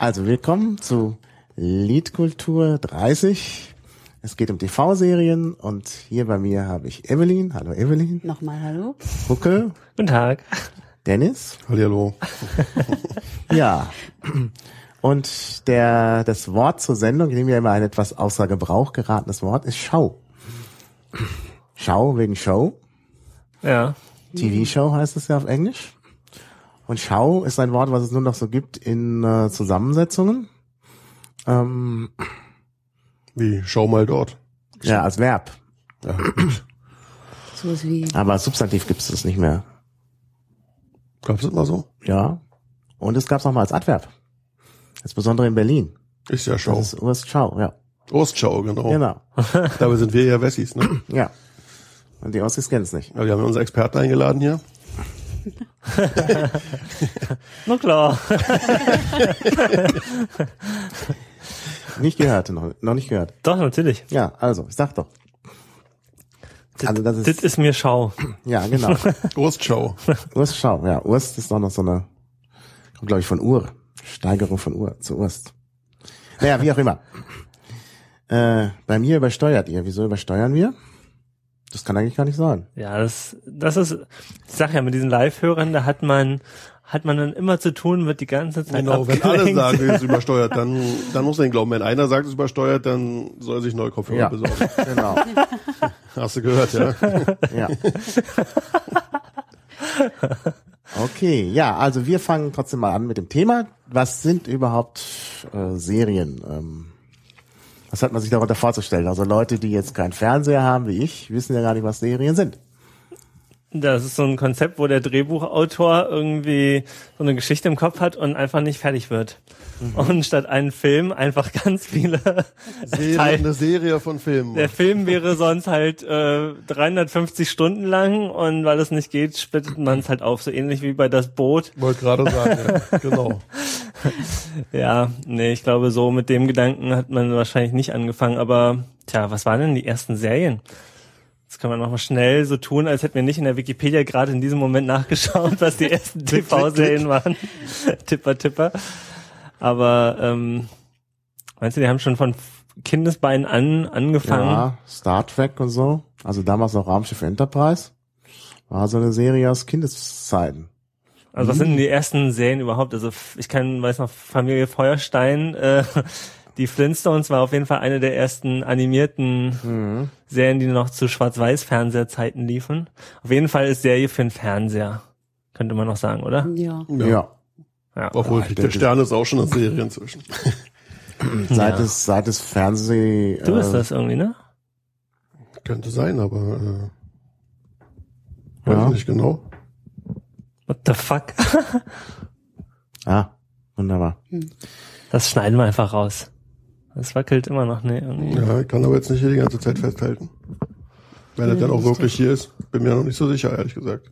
Also willkommen zu Liedkultur 30. Es geht um TV-Serien und hier bei mir habe ich Evelyn. Hallo Evelyn. Nochmal hallo. Hucke. Guten Tag. Dennis. Hallihallo. Ja. Und das Wort zur Sendung, ich nehme ja immer ein etwas außer Gebrauch geratenes Wort, ist Schau. Schau wegen Show. Ja. TV-Show heißt es ja auf Englisch. Und Schau ist ein Wort, was es nur noch so gibt in Zusammensetzungen. Wie, schau mal dort. Ja, als Verb. Ja. Sowas wie. Aber als Substantiv gibt es das nicht mehr. Gab's das mal so? Ja. Und es gab es auch mal als Adverb. Insbesondere in Berlin. Ist ja Schau. Das ist Urst-Schau, ja. Ostschau, genau. Genau. Dabei sind wir ja Wessis, ne? Ja. Und die Ossis kennen es nicht. Ja, wir haben unsere Experten eingeladen hier. Na klar. Nicht gehört, noch nicht gehört. Doch, natürlich. Ja, also, ich sag doch. Also das ist mir Schau. Ja, genau. Ostschau. Urst-Schau, ja. Urst ist doch noch so eine, kommt glaube ich von Ur. Steigerung von Ur zu Urst. Naja, wie auch immer. Bei mir übersteuert ihr. Wieso übersteuern wir? Das kann eigentlich gar nicht sein. Ja, das ist, ich sag ja, mit diesen Live-Hörern, da hat man dann immer zu tun, wird die ganze Zeit Genau, wenn abgelenkt. alle sagen, es ist übersteuert, dann muss man ihn glauben. Wenn einer sagt, es ist übersteuert, dann soll er sich neue Kopfhörer besorgen. Genau. Hast du gehört, ja? Ja. Okay, ja, also wir fangen trotzdem mal an mit dem Thema. Was sind überhaupt Serien? Was hat man sich darunter vorzustellen? Also Leute, die jetzt keinen Fernseher haben wie ich, wissen ja gar nicht, was Serien sind. Das ist so ein Konzept, wo der Drehbuchautor irgendwie so eine Geschichte im Kopf hat und einfach nicht fertig wird. Und statt einen Film einfach ganz viele Eine Serie von Filmen. Der Film wäre sonst halt 350 Stunden lang und weil es nicht geht, splittet man es halt auf, so ähnlich wie bei Das Boot. Wollte gerade sagen, ja, genau. Ja, nee, ich glaube, so mit dem Gedanken hat man wahrscheinlich nicht angefangen, aber tja, was waren denn die ersten Serien? Das kann man noch mal schnell so tun, als hätten wir nicht in der Wikipedia gerade in diesem Moment nachgeschaut, was die ersten TV-Serien waren. Tipper. Aber meinst du, die haben schon von Kindesbeinen angefangen? Ja, Star Trek und so. Also damals noch Raumschiff Enterprise. War so eine Serie aus Kindeszeiten. Also was sind denn die ersten Serien überhaupt? Also ich weiß noch, Familie Feuerstein, die Flintstones war auf jeden Fall eine der ersten animierten Serien, die noch zu Schwarz-Weiß-Fernsehzeiten liefen. Auf jeden Fall ist Serie für den Fernseher, könnte man noch sagen, oder? Ja. Ja. Obwohl, der Stern ist auch schon eine Serie inzwischen. Seit es Fernseh... Du bist das irgendwie, ne? Könnte sein, aber weiß nicht genau. What the fuck? Ah, wunderbar. Das schneiden wir einfach raus. Das wackelt immer noch, ne? Irgendwie. Ja, ich kann aber jetzt nicht hier die ganze Zeit festhalten. Wenn er dann auch wirklich hier ist, bin mir noch nicht so sicher, ehrlich gesagt.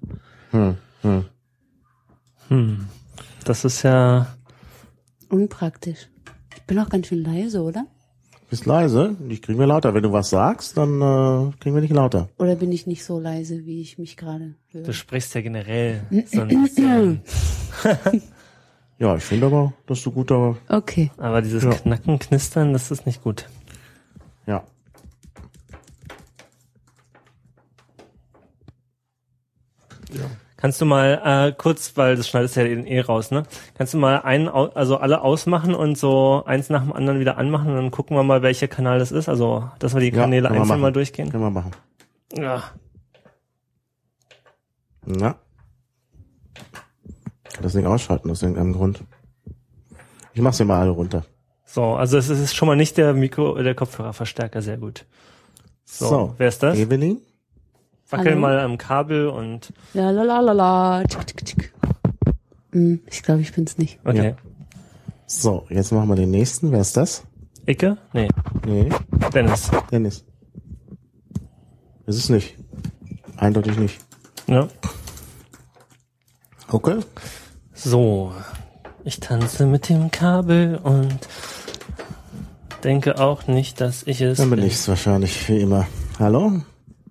Das ist ja... Unpraktisch. Ich bin auch ganz schön leise, oder? Bist leise? Ich kriegen wir lauter. Wenn du was sagst, dann kriegen wir dich lauter. Oder bin ich nicht so leise, wie ich mich gerade höre? Du sprichst ja generell so ein bisschen. Ja, ich finde aber, dass du gut da... Okay. Aber dieses Knacken, Knistern, das ist nicht gut. Ja. Ja. Kannst du mal kurz, weil das schneidest du ja eh raus, ne? Kannst du mal also alle ausmachen und so eins nach dem anderen wieder anmachen und dann gucken wir mal, welcher Kanal das ist? Also, dass wir die Kanäle können wir einzeln machen. mal durchgehen. Können wir machen. Ja. Ja. Kann das Ding ausschalten aus irgendeinem Grund. Ich mach's dir mal alle runter. So, also es ist schon mal nicht der Kopfhörerverstärker, sehr gut. So, wer ist das? Evelyn? Wackel Hallo? mal am Kabel und... La la la la la. Tschick, tschick, tschick. Ich glaube, ich bin's nicht. Okay. So, jetzt machen wir den nächsten. Wer ist das? Icke? Nee. Nee, Dennis. Dennis. Ist es nicht. Eindeutig nicht. Ja. Okay. So. Ich tanze mit dem Kabel und denke auch nicht, dass ich es Dann bin ich's wahrscheinlich, wie immer. Hallo?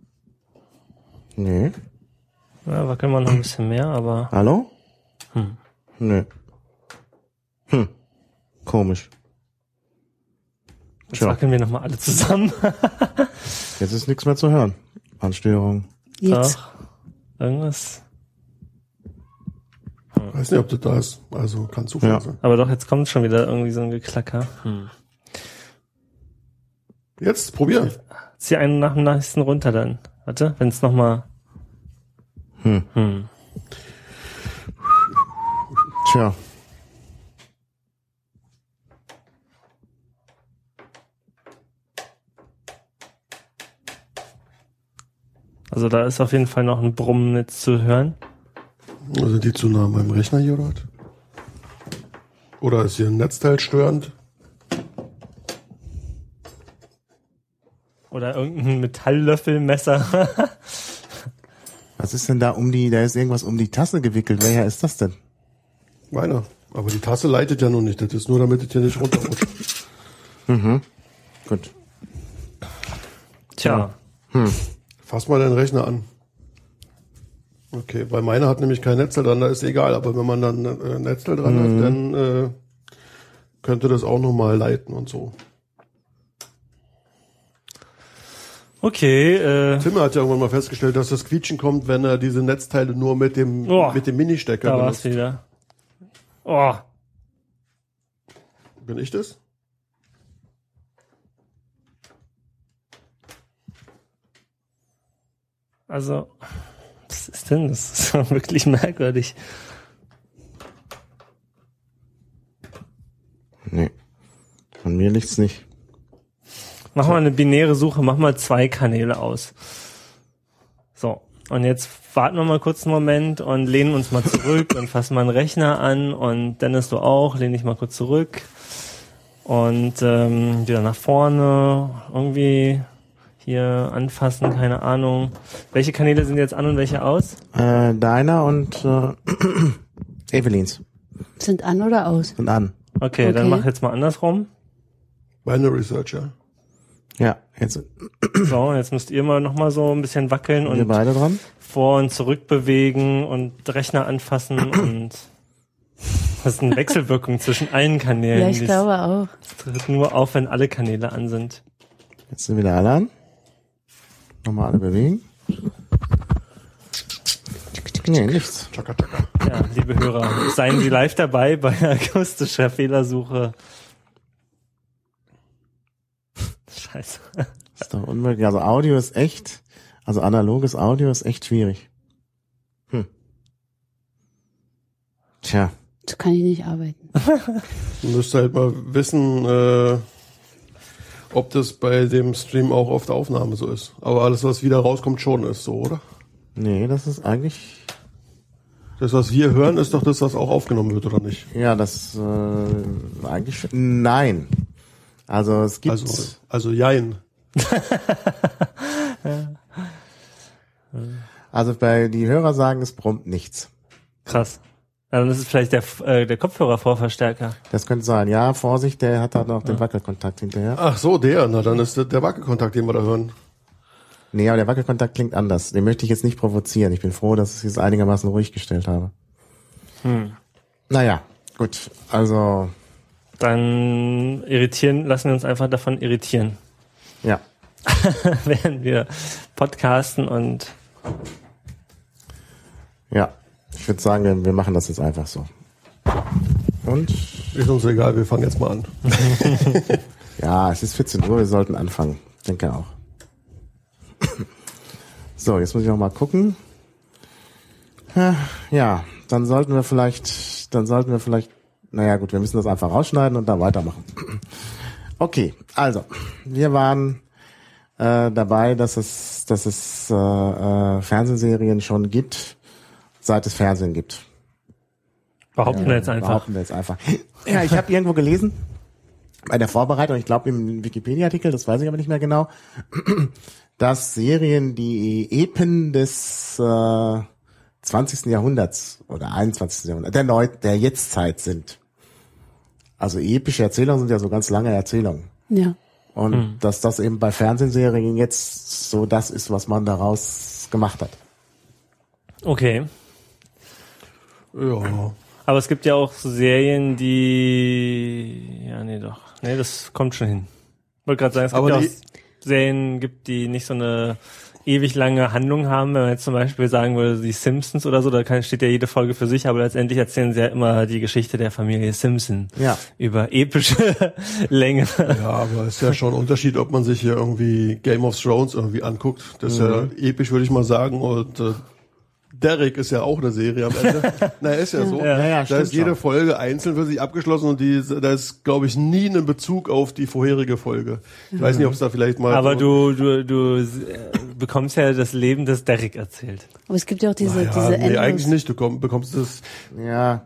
Nee. Ja, wackeln wir noch ein bisschen mehr, aber... Hallo? Nee. Komisch. Jetzt Tja. wackeln wir nochmal alle zusammen. Jetzt ist nichts mehr zu hören. Anstörung. Jetzt. Doch. Irgendwas. Weiß nicht, ob das da ist. Also kann Zufall Ja. sein. Aber doch, jetzt kommt schon wieder irgendwie so ein Geklacker. Jetzt probieren. Zieh einen nach dem nächsten runter dann. Warte, wenn es nochmal... Tja. Also da ist auf jeden Fall noch ein Brummen jetzt zu hören. Also die zu nah an meinem Rechner hier oder was? Oder ist hier ein Netzteil störend? Oder irgendein Metalllöffelmesser. Was ist denn da da ist irgendwas um die Tasse gewickelt. Welcher ist das denn? Meiner. Aber die Tasse leitet ja noch nicht. Das ist nur, damit es hier nicht runterrutscht. Gut. Tja. Fass mal deinen Rechner an. Okay, weil meiner hat nämlich kein Netzteil dran, da ist egal. Aber wenn man dann ein Netzteil dran hat, dann könnte das auch nochmal leiten und so. Okay, Tim hat ja irgendwann mal festgestellt, dass das Quietschen kommt, wenn er diese Netzteile nur mit dem Mini-Stecker da war's benutzt. wieder. Oh, Bin ich das? also, was ist denn das? Das ist wirklich merkwürdig. Nee. Von mir liegt's nicht. Mach mal eine binäre Suche, mach mal 2 Kanäle aus. So, und jetzt warten wir mal kurz einen Moment und lehnen uns mal zurück und fassen mal einen Rechner an und Dennis, du auch, lehn dich mal kurz zurück und wieder nach vorne, irgendwie hier anfassen, keine Ahnung. Welche Kanäle sind jetzt an und welche aus? Deiner und Evelins Sind an oder aus? sind an. Okay, dann Okay. mach jetzt mal andersrum. Binary Searcher. Ja, jetzt sind So, jetzt müsst ihr mal nochmal so ein bisschen wackeln wir und beide dran. vor und zurück bewegen und Rechner anfassen und das ist eine Wechselwirkung zwischen allen Kanälen. Ja, ich Das glaube auch. tritt nur auf, wenn alle Kanäle an sind. Jetzt sind wieder alle an. Nochmal alle bewegen. Nee, nichts. Chaka, chaka. Ja, liebe Hörer, seien Sie live dabei bei akustischer Fehlersuche. Scheiße. Ist doch unmöglich. Also Audio ist echt, also analoges Audio ist echt schwierig. Tja. So kann ich nicht arbeiten. Du müsst halt mal wissen, ob das bei dem Stream auch auf der Aufnahme so ist. Aber alles, was wieder rauskommt, schon ist so, oder? Nee, das ist eigentlich, Das, was wir hören, ist doch das, was auch aufgenommen wird, oder nicht? ja, das eigentlich, nein. Also es gibt, Also jein. also bei die Hörer sagen, es brummt nichts. Krass. Ja, dann ist es vielleicht der Kopfhörervorverstärker. Das könnte sein. Ja, Vorsicht, der hat da noch den Wackelkontakt hinterher. Ach so, der. Na, dann ist das der Wackelkontakt, den wir da hören. Nee, aber der Wackelkontakt klingt anders. Den möchte ich jetzt nicht provozieren. Ich bin froh, dass ich es jetzt einigermaßen ruhig gestellt habe. Naja, gut. Also, Dann lassen wir uns einfach davon irritieren, ja. während wir podcasten und Ja. Ich würde sagen, wir machen das jetzt einfach so. Und? Ist uns egal, wir fangen jetzt mal an. Ja, es ist 14 Uhr, wir sollten anfangen. Ich denke auch. So, jetzt muss ich noch mal gucken. Ja, dann sollten wir vielleicht, naja gut, wir müssen das einfach rausschneiden und dann weitermachen. Okay, also, wir waren dabei, dass es Fernsehserien schon gibt, seit es Fernsehen gibt. behaupten wir jetzt einfach. Behaupten wir jetzt einfach. Ja, ich habe irgendwo gelesen, bei der Vorbereitung, ich glaube im Wikipedia-Artikel, das weiß ich aber nicht mehr genau, dass Serien die Epen des 20. Jahrhunderts oder 21. Jahrhunderts, der Jetztzeit sind. Also epische Erzählungen sind ja so ganz lange Erzählungen. Ja. Und dass das eben bei Fernsehserien jetzt so das ist, was man daraus gemacht hat. Okay. Ja. Aber es gibt ja auch Serien, die, ja, nee, doch. Nee, das kommt schon hin. Ich wollte gerade sagen, es gibt Aber ja auch Serien, die nicht so eine ewig lange Handlung haben. Wenn man jetzt zum Beispiel sagen würde, die Simpsons oder so, steht ja jede Folge für sich, aber letztendlich erzählen sie ja immer die Geschichte der Familie Simpson. Ja. Über epische Länge. Ja, aber es ist ja schon ein Unterschied, ob man sich hier irgendwie Game of Thrones irgendwie anguckt. Das ist ja episch, würde ich mal sagen. Und Derek ist ja auch eine Serie am Ende. Na, ist ja so. Ja, Da stimmt ist jede schon. Folge einzeln für sich abgeschlossen und da ist, glaube ich, nie ein Bezug auf die vorherige Folge. Ich weiß nicht, ob es da vielleicht mal... Aber du bekommst ja das Leben des Derek erzählt. Aber es gibt ja auch diese nee, Endlos- eigentlich nicht. Du bekommst das... Ja.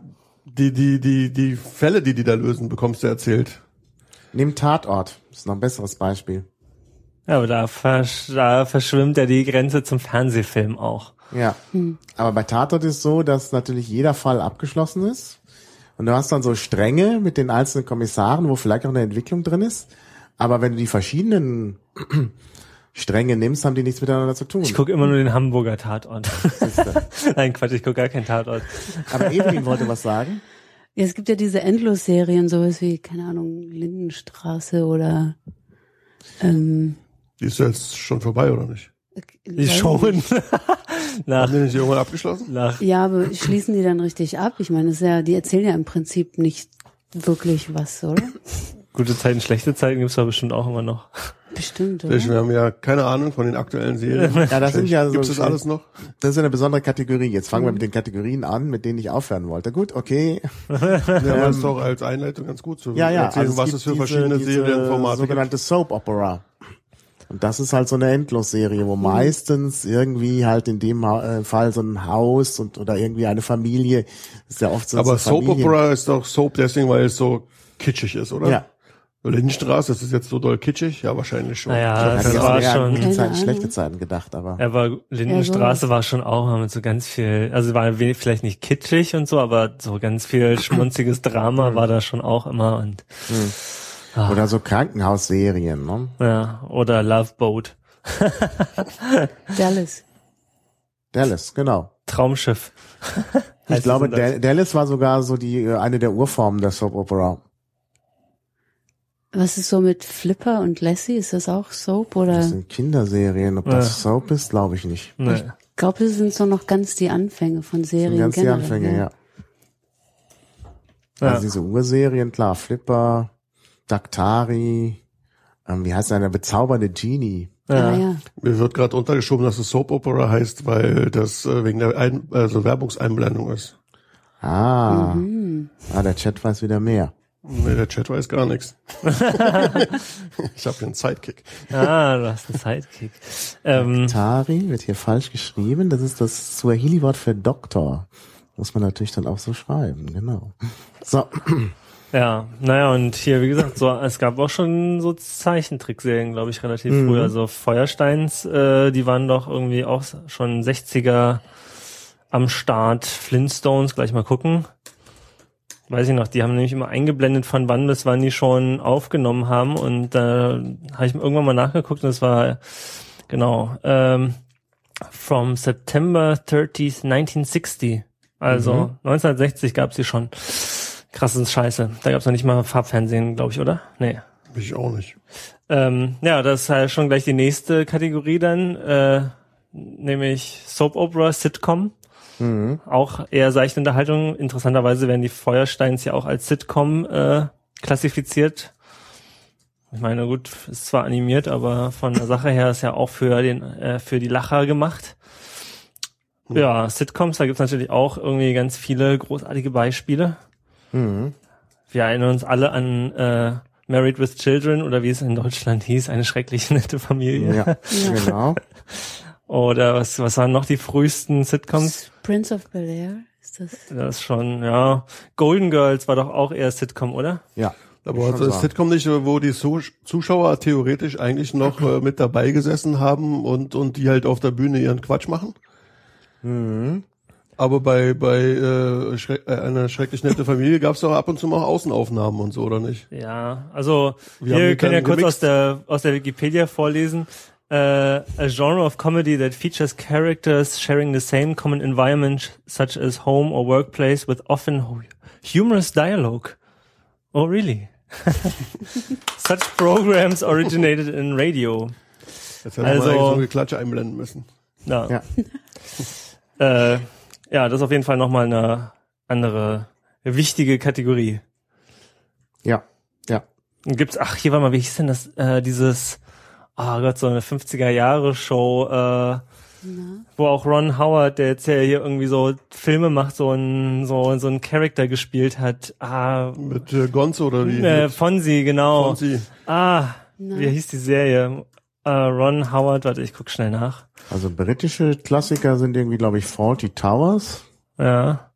Die Fälle, die da lösen, bekommst du erzählt. Nimm Tatort. Das ist noch ein besseres Beispiel. Ja, aber da verschwimmt ja die Grenze zum Fernsehfilm auch. Ja. Aber bei Tatort ist so, dass natürlich jeder Fall abgeschlossen ist. Und du hast dann so Stränge mit den einzelnen Kommissaren, wo vielleicht auch eine Entwicklung drin ist. Aber wenn du die verschiedenen Stränge nimmst, haben die nichts miteinander zu tun. Ich gucke immer nur den Hamburger Tatort. Siehste. Nein, Quatsch, ich gucke gar keinen Tatort. Aber Evelyn wollte was sagen. Ja, es gibt ja diese Endlos-Serien, sowas wie, keine Ahnung, Lindenstraße oder Die ist ja jetzt schon vorbei, oder nicht? Die schon. Haben die nicht irgendwann abgeschlossen? Ja, aber schließen die dann richtig ab? Ich meine, das ist ja, die erzählen ja im Prinzip nicht wirklich was, oder? Gute Zeiten, schlechte Zeiten gibt's doch bestimmt auch immer noch. Bestimmt, oder? Wir haben ja keine Ahnung von den aktuellen Serien. Ja, das sind ja so. Gibt's das alles noch? Das ist eine besondere Kategorie. Jetzt fangen wir mit den Kategorien an, mit denen ich aufhören wollte. Gut, okay. Ja, aber ist doch als Einleitung ganz gut zu Ja, erzählen, also was gibt es für verschiedene Serienformate gibt. sogenannte Soap Opera. Und das ist halt so eine Endlosserie, wo meistens irgendwie halt in dem Fall so ein Haus oder irgendwie eine Familie, ist ja oft so. Aber so Soap Opera ist doch Soap deswegen, weil es so kitschig ist, oder? Ja. Lindenstraße, ist das jetzt so doll kitschig? Ja, wahrscheinlich schon. Naja, Ich das hatte jetzt war eher an schon, gute Zeiten, Keine schlechte Ahnung. Zeiten gedacht, aber. aber Lindenstraße war schon auch mit so ganz viel, also war vielleicht nicht kitschig und so, aber so ganz viel schmunziges Drama war da schon auch immer und, Oder so Krankenhausserien, ne? ja, oder Love Boat. Dallas. Genau. Traumschiff. Ich glaube, das? Dallas war sogar so eine der Urformen der Soap Opera. Was ist so mit Flipper und Lassie? Ist das auch Soap oder? Das sind Kinderserien. Ob das Soap ist, glaube ich nicht. Nee. Ich glaube, das sind so noch ganz die Anfänge von Das sind Serien ganz die generell. Anfänge, ja. Ja. Also diese Urserien, klar, Flipper, Daktari, wie heißt der bezaubernde Genie? Ja. Mir wird gerade untergeschoben, dass es Soap Opera heißt, weil das wegen der Werbungseinblendung ist. Der Chat weiß wieder mehr. Nee, der Chat weiß gar nichts. Ich habe hier einen Sidekick. Ah, du hast einen Sidekick. Daktari wird hier falsch geschrieben. Das ist das Swahili-Wort für Doktor. Muss man natürlich dann auch so schreiben, genau. So. Ja, naja, und hier, wie gesagt, so, es gab auch schon so Zeichentrickserien, glaube ich, relativ früh. Also Feuersteins, die waren doch irgendwie auch schon 60er am Start. Flintstones, gleich mal gucken. Weiß ich noch, die haben nämlich immer eingeblendet, von wann bis wann die schon aufgenommen haben. Und da habe ich irgendwann mal nachgeguckt und es war, genau, from September 30th, 1960. Also 1960 gab's die schon. Krasses Scheiße. Da gab's noch nicht mal Farbfernsehen, glaube ich, oder? Nee. Ich auch nicht. Ja, das ist halt schon gleich die nächste Kategorie dann, nämlich Soap Opera, Sitcom. Auch eher seichte Unterhaltung. Interessanterweise werden die Feuersteins ja auch als Sitcom klassifiziert. Ich meine, gut, ist zwar animiert, aber von der Sache her ist ja auch für die Lacher gemacht. Ja, Sitcoms, da gibt's natürlich auch irgendwie ganz viele großartige Beispiele. Wir erinnern uns alle an Married with Children oder wie es in Deutschland hieß, eine schrecklich nette Familie. Ja, genau. Oder was waren noch die frühesten Sitcoms? Prince of Bel-Air, ist das? Das schon, ja. Golden Girls war doch auch eher Sitcom, oder? Ja. Aber das ist Sitcom nicht, wo die Zuschauer theoretisch eigentlich noch mit dabei gesessen haben und die halt auf der Bühne ihren Quatsch machen? Aber bei einer schrecklich nette Familie gab es doch ab und zu mal Außenaufnahmen und so, oder nicht? Ja, also Wir haben wir die können ja dann kurz gemixt. aus der Wikipedia vorlesen. a genre of comedy that features characters sharing the same common environment, such as home or workplace, with often humorous dialogue. Oh, really? Such programs originated in radio. Jetzt hätte man eigentlich so eine Klatsche einblenden müssen. Ja. Ja, das ist auf jeden Fall nochmal eine andere wichtige Kategorie. Ja. Und gibt's, hier war mal, wie hieß denn das, dieses, oh Gott, so eine 50er-Jahre-Show, wo auch Ron Howard, der jetzt ja hier irgendwie so Filme macht, so ein Charakter gespielt hat. Mit Gonzo oder wie? Fonzie, genau. Fonzie. Wie hieß die Serie? Ron Howard, warte, ich guck schnell nach. Also britische Klassiker sind irgendwie, glaube ich, Fawlty Towers. Ja.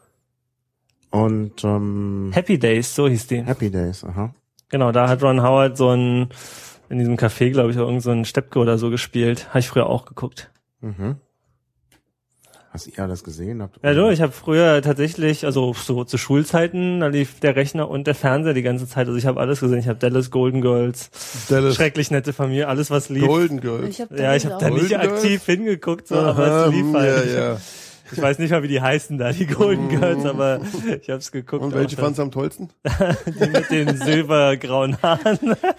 Und Happy Days, so hieß die. Happy Days, aha. Genau, da hat Ron Howard in diesem Café, glaube ich, irgend so ein Steppke oder so gespielt. Habe ich früher auch geguckt. Mhm. Hast ihr alles gesehen? Ich habe früher tatsächlich, also so zu Schulzeiten, da lief der Rechner und der Fernseher die ganze Zeit. Also ich habe alles gesehen. Ich habe Dallas, Golden Girls, Schrecklich nette Familie, alles was lief. Golden Girls. Ich habe da nicht aktiv hingegucht, so, aber es lief halt. Ja. Ich weiß nicht mal, wie die heißen da, die Golden Girls, aber ich habe es geguckt. Und welche fandst du am tollsten? Die mit den silbergrauen Haaren.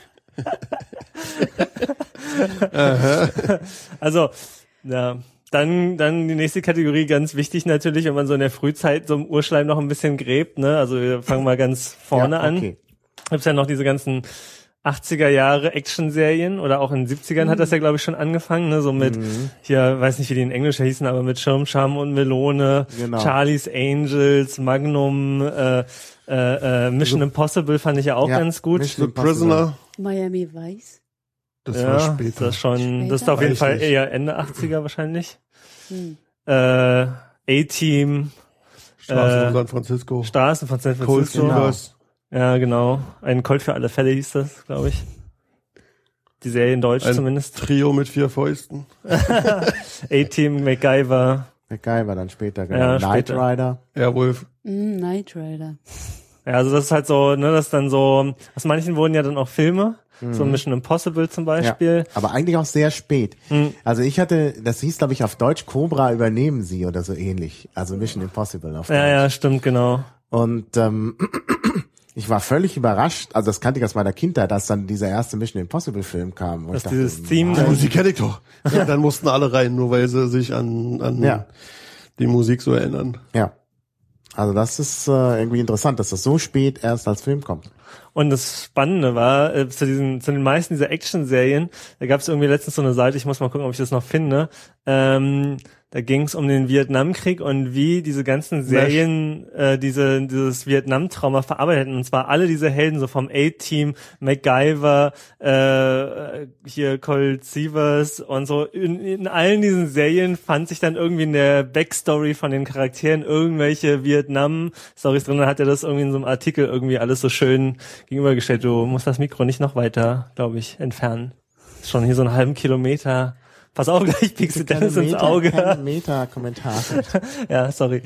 Also, ja. Dann die nächste Kategorie, ganz wichtig natürlich, wenn man so in der Frühzeit so im Urschleim noch ein bisschen gräbt, ne? Also wir fangen mal ganz vorne an. Gibt's ja noch diese ganzen 80er Jahre Action-Serien oder auch in den 70ern hat das ja, glaube ich, schon angefangen, ne? So mit, hier, weiß nicht, wie die in Englisch hießen, aber mit Schirmscham und Melone, genau. Charlie's Angels, Magnum, Mission Impossible fand ich ja auch ganz gut. The Prisoner. Miami Vice. Das war später. Das ist auf jeden Fall eher Ende 80er wahrscheinlich. A-Team. Straßen von San Francisco. Straßen von San Francisco. Cold Soldiers. Ja, genau. Ein Colt für alle Fälle hieß das, glaube ich. Die Serie in Deutsch zumindest. Trio mit 4 Fäusten. A-Team, MacGyver dann später, genau. Ja, Knight später. Rider. Airwolf. Knight Rider. Ja, also das ist halt so, ne, das dann so, aus manchen wurden ja dann auch Filme, so Mission Impossible zum Beispiel. Ja, aber eigentlich auch sehr spät. Also das hieß, glaube ich, auf Deutsch Cobra übernehmen sie oder so ähnlich. Also Mission Impossible auf Deutsch. Ja, stimmt, genau. Und ich war völlig überrascht, also das kannte ich aus meiner Kindheit, dass dann dieser erste Mission Impossible Film kam. Dass dieses Theme... Die Musik kenne ich doch. Ja, dann mussten alle rein, nur weil sie sich an die Musik so erinnern. Ja. Also das ist irgendwie interessant, dass das so spät erst als Film kommt. Und das Spannende war, zu den meisten dieser Action-Serien, da gab es irgendwie letztens so eine Seite, ich muss mal gucken, ob ich das noch finde, da ging es um den Vietnamkrieg und wie diese ganzen Serien dieses Vietnam-Trauma verarbeiteten. Und zwar alle diese Helden, so vom A-Team, MacGyver, hier Colt Sievers und so. In allen diesen Serien fand sich dann irgendwie in der Backstory von den Charakteren irgendwelche Vietnam-Storys drin. Dann hat er das irgendwie in so einem Artikel irgendwie alles so schön gegenübergestellt. Du musst das Mikro nicht noch weiter, glaube ich, entfernen. Ist schon hier so einen halben Kilometer. Pass auf, gleich piekst du Dennis ins Auge. Kein Meta-Kommentar. Ja, sorry.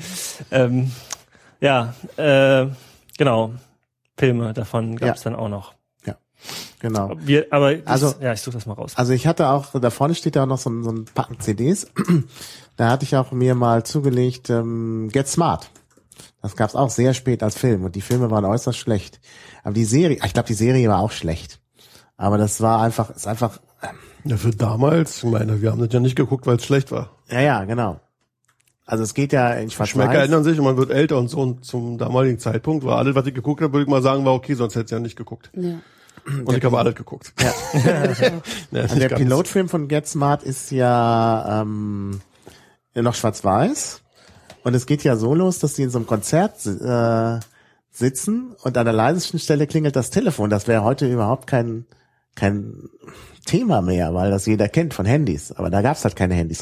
Genau. Filme davon gab es dann auch noch. Ja, genau. Ich suche das mal raus. Also ich hatte auch, da vorne steht ja auch noch so ein Packen CDs. Da hatte ich auch mir mal zugelegt Get Smart. Das gab's auch sehr spät als Film und die Filme waren äußerst schlecht. Aber die Serie, ich glaube, die Serie war auch schlecht. Aber das war einfach, Ja, für damals, ich meine, wir haben das ja nicht geguckt, weil es schlecht war. Ja, genau. Also es geht ja in Schwarz-Weiß. Geschmäcker ändern sich und man wird älter und so. Und zum damaligen Zeitpunkt war alles, was ich geguckt habe, würde ich mal sagen, war okay, sonst hätte ich ja nicht geguckt. Ja. Und ich habe alles geguckt. Ja. Also der Pilotfilm von Get Smart ist ja noch Schwarz-Weiß. Und es geht ja so los, dass die in so einem Konzert sitzen und an der leisesten Stelle klingelt das Telefon. Das wäre heute überhaupt kein Thema mehr, weil das jeder kennt von Handys. Aber da gab's halt keine Handys.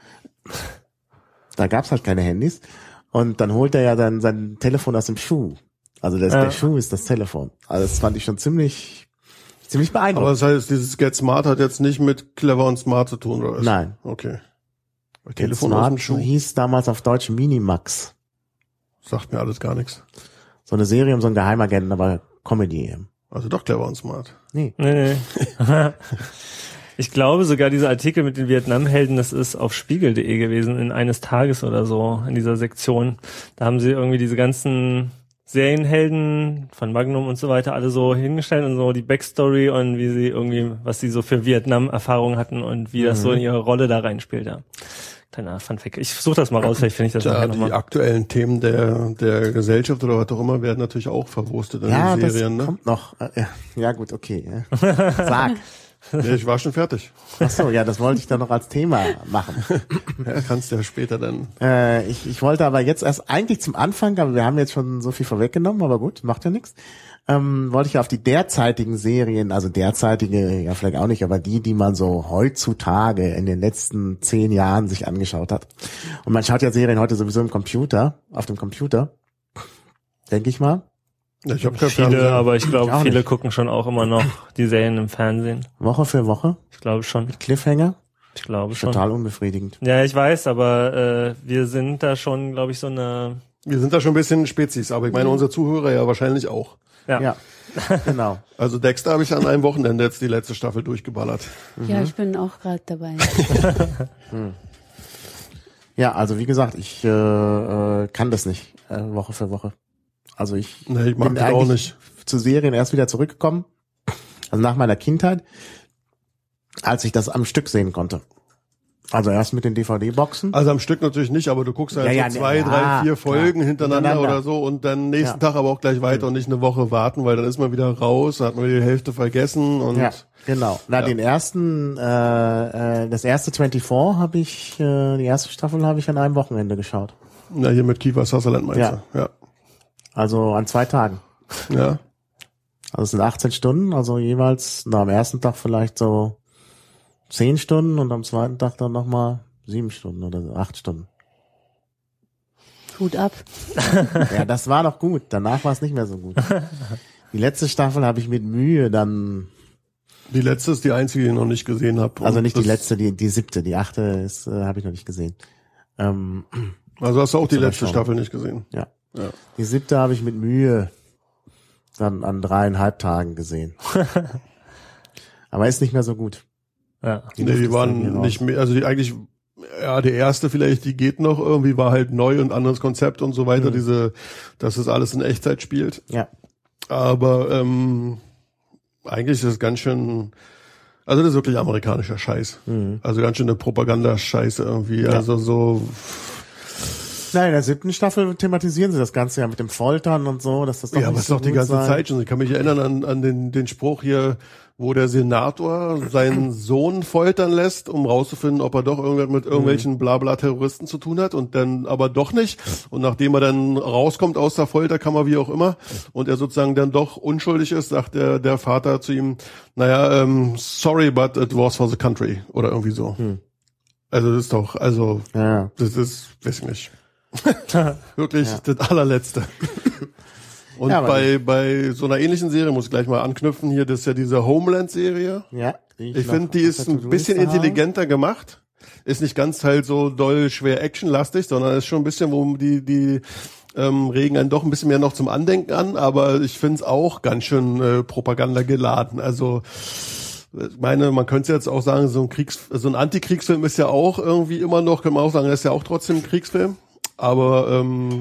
Da gab's halt keine Handys. Und dann holt er ja dann sein Telefon aus dem Schuh. Also der Schuh ist das Telefon. Also das fand ich schon ziemlich beeindruckend. Aber das heißt, dieses Get Smart hat jetzt nicht mit clever und smart zu tun, oder was? Nein. Okay. Telefon aus dem Schuh hieß damals auf Deutsch Minimax. Sagt mir alles gar nichts. So eine Serie um so einen Geheimagenten, aber Comedy. Also doch clever und smart. Nee. Ich glaube sogar dieser Artikel mit den Vietnam-Helden, das ist auf spiegel.de gewesen, in eines Tages oder so, in dieser Sektion. Da haben sie irgendwie diese ganzen Serienhelden von Magnum und so weiter alle so hingestellt und so die Backstory und wie sie irgendwie, was sie so für Vietnam-Erfahrungen hatten und wie das so in ihre Rolle da reinspielt. Ja. Kleiner Funfact. Ich suche das mal raus, vielleicht finde ich das nachher nochmal. Die aktuellen Themen der Gesellschaft oder was auch immer werden natürlich auch verwurstet in den Serien. Das kommt noch. Ja gut, okay. Sag. Nee, ich war schon fertig. Ach so, ja, das wollte ich dann noch als Thema machen. Ja, kannst ja später dann. Ich wollte aber jetzt erst eigentlich zum Anfang, aber wir haben jetzt schon so viel vorweggenommen, aber gut, macht ja nichts. Wollte ich auf die derzeitigen Serien, also derzeitige, ja vielleicht auch nicht, aber die man so heutzutage in den letzten 10 Jahren sich angeschaut hat. Und man schaut ja Serien heute sowieso auf dem Computer, denke ich mal. Ja, ich habe keine Viele, Fernseher. aber ich glaube, viele nicht. gucken schon auch immer noch die Serien im Fernsehen. Woche für Woche, Ich glaube schon. Cliffhanger, Ich glaube schon. total unbefriedigend. Ja, ich weiß, aber wir sind da schon, glaube ich, so eine... Wir sind da schon ein bisschen Spezies, aber ich meine, unsere Zuhörer ja wahrscheinlich auch. Ja, genau. Also Dexter habe ich an einem Wochenende jetzt die letzte Staffel durchgeballert. Ja, ich bin auch gerade dabei. Ja, also wie gesagt, ich kann das nicht, Woche für Woche. Also ich Nee, ich mag bin das auch eigentlich nicht. zu Serien erst wieder zurückgekommen, also nach meiner Kindheit, als ich das am Stück sehen konnte. Also erst mit den DVD-Boxen. Also am Stück natürlich nicht, aber du guckst halt Ja, so ja, 2, 3, 4 Folgen klar. hintereinander oder so und dann nächsten Tag aber auch gleich weiter und nicht eine Woche warten, weil dann ist man wieder raus, hat man wieder die Hälfte vergessen und Ja, genau. Na, den ersten, das erste 24 habe ich, die erste Staffel habe ich an einem Wochenende geschaut. na hier mit Kiefer Sutherland meinst du? Ja. Also an 2 Tagen. Ja. Also es sind 18 Stunden, also jeweils, na, am ersten Tag vielleicht so 10 Stunden und am zweiten Tag dann nochmal 7 Stunden oder so, 8 Stunden. Hut ab. Ja, das war noch gut. Danach war es nicht mehr so gut. Die letzte Staffel habe ich mit Mühe dann, Die letzte ist die einzige, die ich noch nicht gesehen habe. also nicht die letzte, die 7., die 8. ist, habe ich noch nicht gesehen. Also hast du auch die Zum letzte Beispiel. Staffel nicht gesehen. Ja. Ja. Die 7. habe ich mit Mühe dann an 3,5 Tagen gesehen. Aber ist nicht mehr so gut. Ja. Nee, Luft die ist waren irgendwie raus. nicht mehr, also die eigentlich, ja, die erste vielleicht, die geht noch irgendwie, war halt neu und anderes Konzept und so weiter, dass es alles in Echtzeit spielt. Ja. Aber eigentlich ist es ganz schön, also das ist wirklich amerikanischer Scheiß. Also ganz schön eine Propagandascheiße irgendwie. Ja. Also so, Nein, in der 7. Staffel thematisieren sie das Ganze ja mit dem Foltern und so, dass das doch ja, nicht aber ist so doch die gut ganze sei. Zeit schon. Ich kann mich erinnern an den Spruch hier, wo der Senator seinen Sohn foltern lässt, um rauszufinden, ob er doch irgendwas mit irgendwelchen Blabla-Terroristen zu tun hat und dann aber doch nicht. Und nachdem er dann rauskommt aus der Folterkammer, wie auch immer, und er sozusagen dann doch unschuldig ist, sagt der Vater zu ihm, naja, sorry, but it was for the country. Oder irgendwie so. Also das ist doch, also Ja. das ist, weiß ich nicht. Wirklich das allerletzte. Und Ja, aber bei so einer ähnlichen Serie, muss ich gleich mal anknüpfen, hier, das ist ja diese Homeland-Serie. Ja. Ich finde, die ist ein bisschen intelligenter gemacht. Ist nicht ganz halt so doll schwer actionlastig, sondern ist schon ein bisschen, wo die regen einen doch ein bisschen mehr noch zum Andenken an, aber ich finde es auch ganz schön Propaganda geladen. Also ich meine, man könnte jetzt auch sagen, so ein Antikriegsfilm ist ja auch irgendwie immer noch, kann man auch sagen, das ist ja auch trotzdem ein Kriegsfilm. Aber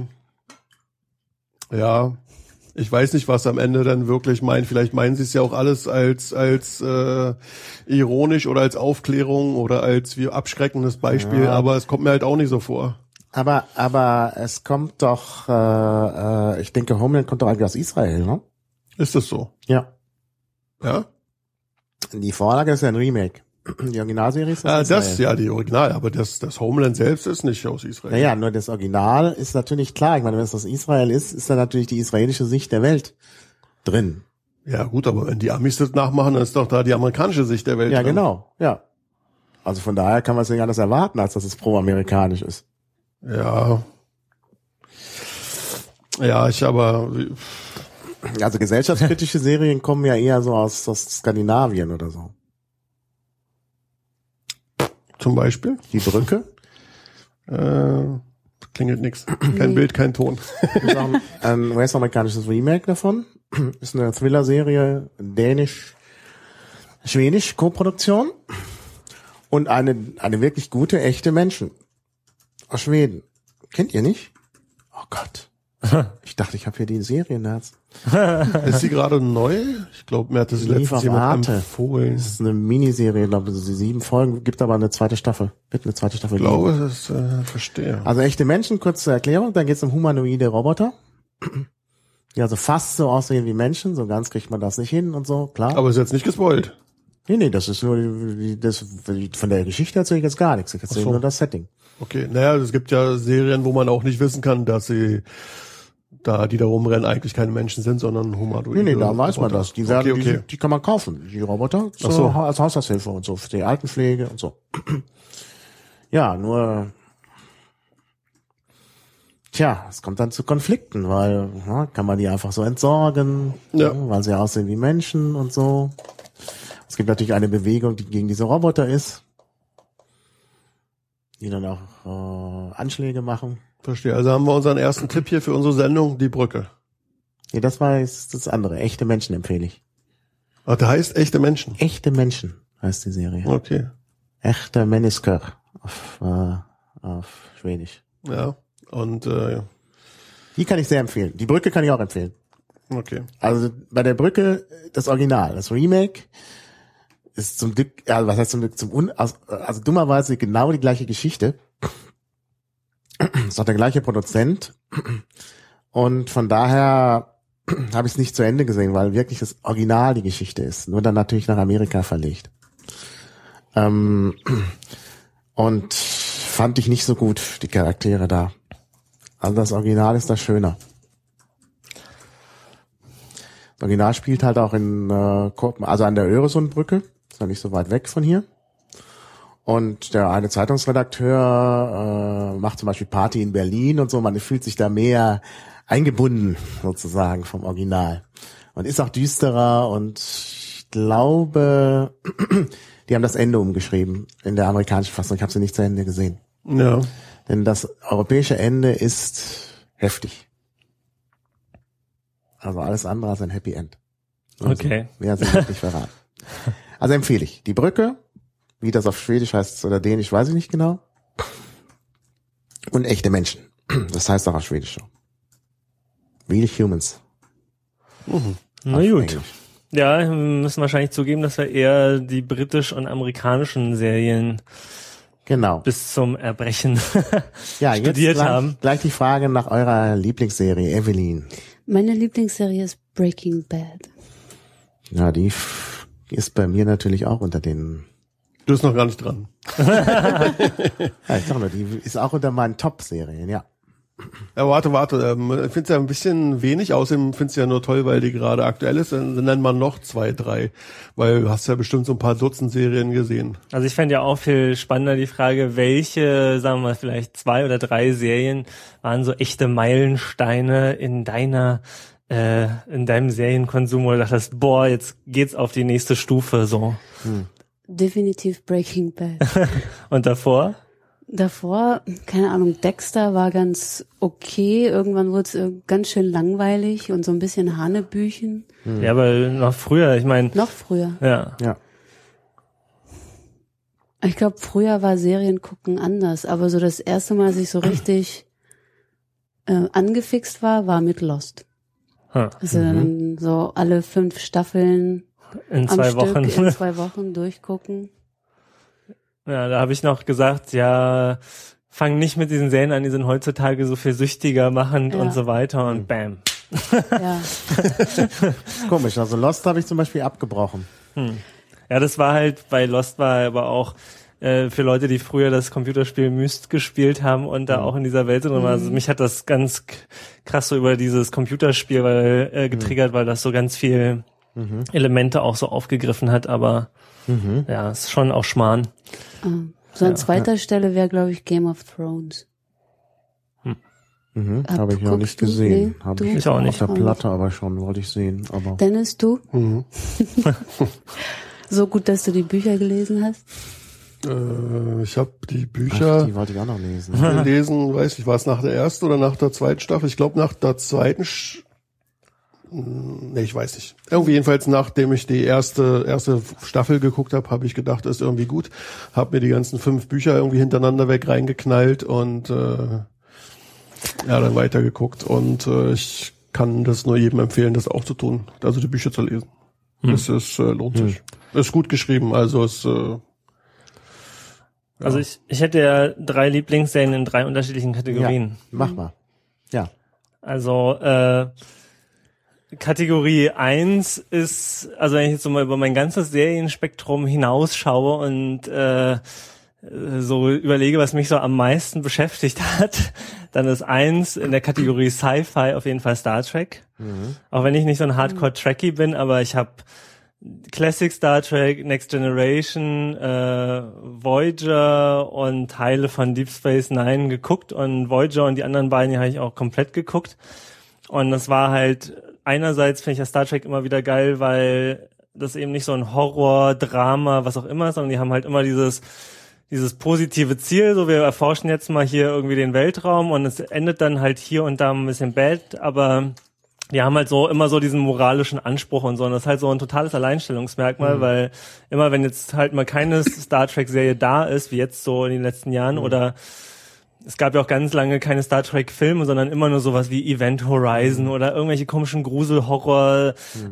ja, ich weiß nicht, was am Ende dann wirklich meint. Vielleicht meinen sie es ja auch alles als ironisch oder als Aufklärung oder als wie abschreckendes Beispiel, aber es kommt mir halt auch nicht so vor. Aber es kommt doch, ich denke, Homeland kommt doch eigentlich aus Israel, ne? Ist das so? Ja. Ja? Die Vorlage ist ja ein Remake. Die Originalserie ist aus Israel. Das, ja, die Original, aber das Homeland selbst ist nicht aus Israel. Naja, nur das Original ist natürlich klar. Ich meine, wenn es aus Israel ist da natürlich die israelische Sicht der Welt drin. Ja, gut, aber wenn die Amis das nachmachen, dann ist doch da die amerikanische Sicht der Welt. Ja, drin. genau. Ja. Also von daher kann man es nicht anders erwarten, als dass es pro-amerikanisch ist. Ja. Ja, Also gesellschaftskritische Serien kommen ja eher so aus Skandinavien oder so. zum Beispiel. Die Brücke. Klingelt nix. Kein Bild, kein Ton. Ist auch ein US-amerikanisches Remake davon. Ist eine Thriller-Serie, dänisch. Schwedisch Koproduktion und eine wirklich gute, echte Menschen aus Schweden. Kennt ihr nicht? Oh Gott. Ich dachte, ich habe hier die Serienherz. Ist sie gerade neu? Ich glaube, mir hat das letztens jemand empfohlen. Das ist eine Miniserie, glaube ich, 7 Folgen, gibt aber eine zweite Staffel. Wird eine zweite Staffel geben. Ich glaube, das verstehe. Also echte Menschen, kurz zur Erklärung, da geht es um humanoide Roboter, die also fast so aussehen wie Menschen, so ganz kriegt man das nicht hin und so, klar. Aber ist jetzt nicht gespoilt. Nee, das ist nur, von der Geschichte erzähle ich jetzt gar nichts, ich erzähle nur das Setting. Okay, naja, es gibt ja Serien, wo man auch nicht wissen kann, dass sie da, die da rumrennen, eigentlich keine Menschen sind, sondern humanoide. Nee, da weiß man das. Die werden, okay. Die kann man kaufen, die Roboter, so. Als Haushaltshilfe und so, für die Altenpflege und so. Ja, nur, es kommt dann zu Konflikten, weil, kann man die einfach so entsorgen, weil sie aussehen wie Menschen und so. Es gibt natürlich eine Bewegung, die gegen diese Roboter ist, die dann auch Anschläge machen. Verstehe. Also haben wir unseren ersten Tipp hier für unsere Sendung, die Brücke. Ja, das war jetzt das andere. Echte Menschen empfehle ich. Ach, der heißt Echte Menschen? Echte Menschen heißt die Serie. Okay. Echte Mennesker auf Schwedisch. Ja, und die kann ich sehr empfehlen. Die Brücke kann ich auch empfehlen. Okay. Also bei der Brücke das Original, das Remake ist zum Glück, was heißt zum Glück, also dummerweise genau die gleiche Geschichte. Ist auch der gleiche Produzent. Und von daher habe ich es nicht zu Ende gesehen, weil wirklich das Original die Geschichte ist. Nur dann natürlich nach Amerika verlegt. Und fand ich nicht so gut, die Charaktere da. Also das Original ist da schöner. Das Original spielt halt auch in also an der Öresundbrücke. Ist ja nicht so weit weg von hier. Und der eine Zeitungsredakteur macht zum Beispiel Party in Berlin und so. Man fühlt sich da mehr eingebunden sozusagen vom Original. Und ist auch düsterer und ich glaube, die haben das Ende umgeschrieben in der amerikanischen Fassung. Ich habe sie nicht zu Ende gesehen. Ja. Denn das europäische Ende ist heftig. Also alles andere als ein Happy End. Also, okay. Mehr sind nicht verraten. Also empfehle ich. Die Brücke, wie das auf Schwedisch heißt oder Dänisch, weiß ich nicht genau. Und echte Menschen. Das heißt auch auf Schwedisch so. Real Humans. Na gut. Englisch. Ja, wir müssen wahrscheinlich zugeben, dass wir eher die britisch- und amerikanischen Serien bis zum Erbrechen studiert jetzt haben. Gleich die Frage nach eurer Lieblingsserie, Evelyn. Meine Lieblingsserie ist Breaking Bad. Ja, die ist bei mir natürlich auch unter den... Du bist noch gar nicht dran. Ja, ich sag nur, die ist auch unter meinen Top-Serien, ja. Ja, warte. Ich finde es ja ein bisschen wenig, außerdem finde es ja nur toll, weil die gerade aktuell ist. Dann nennt man noch 2, 3, weil du hast ja bestimmt so ein paar Dutzend Serien gesehen. Also ich fände ja auch viel spannender die Frage, welche, sagen wir mal, vielleicht 2 oder 3 Serien waren so echte Meilensteine in deinem Serienkonsum, wo du dachtest, boah, jetzt geht's auf die nächste Stufe, so. Definitiv Breaking Bad. Und davor? Davor, keine Ahnung, Dexter war ganz okay. Irgendwann wurde es ganz schön langweilig und so ein bisschen Hanebüchen. Ja, aber noch früher, ich meine. Noch früher. Ja. Ich glaube, früher war Seriengucken anders, aber so das erste Mal, als ich so richtig angefixt war mit Lost. Also dann so alle 5 Staffeln in 2 Wochen. In 2 Wochen durchgucken. Ja, da habe ich noch gesagt, ja, fang nicht mit diesen Serien an, die sind heutzutage so viel süchtiger machend und so weiter und bam. Ja. Komisch, also Lost habe ich zum Beispiel abgebrochen. Ja, das war halt, bei Lost war aber auch für Leute, die früher das Computerspiel Myst gespielt haben und da auch in dieser Welt drin waren. Also mich hat das ganz krass so über dieses Computerspiel getriggert, weil das so ganz viel Elemente auch so aufgegriffen hat, aber ja, ist schon auch Schmarrn. So an zweiter Stelle wäre, glaube ich, Game of Thrones. Habe ich noch nicht gesehen. Nee, Habe ich auch nicht. Auf der Platte aber schon, wollte ich sehen. Aber Dennis, du? So gut, dass du die Bücher gelesen hast? Ich habe die Bücher die wollte ich auch noch lesen. gelesen, weiß ich, war es nach der ersten oder nach der zweiten Staffel? Ich glaube nach der zweiten Nee, ich weiß nicht. Irgendwie jedenfalls, nachdem ich die erste Staffel geguckt habe, ich gedacht, ist irgendwie gut. Hab mir die ganzen 5 Bücher irgendwie hintereinander weg reingeknallt und dann weitergeguckt. Und ich kann das nur jedem empfehlen, das auch zu tun. Also die Bücher zu lesen. Das ist lohnt sich. Ist gut geschrieben, also es Also ich hätte ja 3 Lieblingsserien in 3 unterschiedlichen Kategorien. Ja, mach mal. Ja. Also Kategorie 1 ist, also wenn ich jetzt so mal über mein ganzes Serienspektrum hinausschaue und so überlege, was mich so am meisten beschäftigt hat, dann ist 1 in der Kategorie Sci-Fi auf jeden Fall Star Trek. Auch wenn ich nicht so ein Hardcore-Trekkie bin, aber ich habe Classic Star Trek, Next Generation, Voyager und Teile von Deep Space Nine geguckt und Voyager und die anderen beiden habe ich auch komplett geguckt. Und das war halt, einerseits finde ich ja Star Trek immer wieder geil, weil das eben nicht so ein Horror, Drama, was auch immer ist, sondern die haben halt immer dieses positive Ziel, so wir erforschen jetzt mal hier irgendwie den Weltraum und es endet dann halt hier und da ein bisschen bad, aber die haben halt so immer so diesen moralischen Anspruch und so und das ist halt so ein totales Alleinstellungsmerkmal, weil immer wenn jetzt halt mal keine Star Trek Serie da ist, wie jetzt so in den letzten Jahren oder es gab ja auch ganz lange keine Star Trek Filme, sondern immer nur sowas wie Event Horizon oder irgendwelche komischen Grusel-Horror,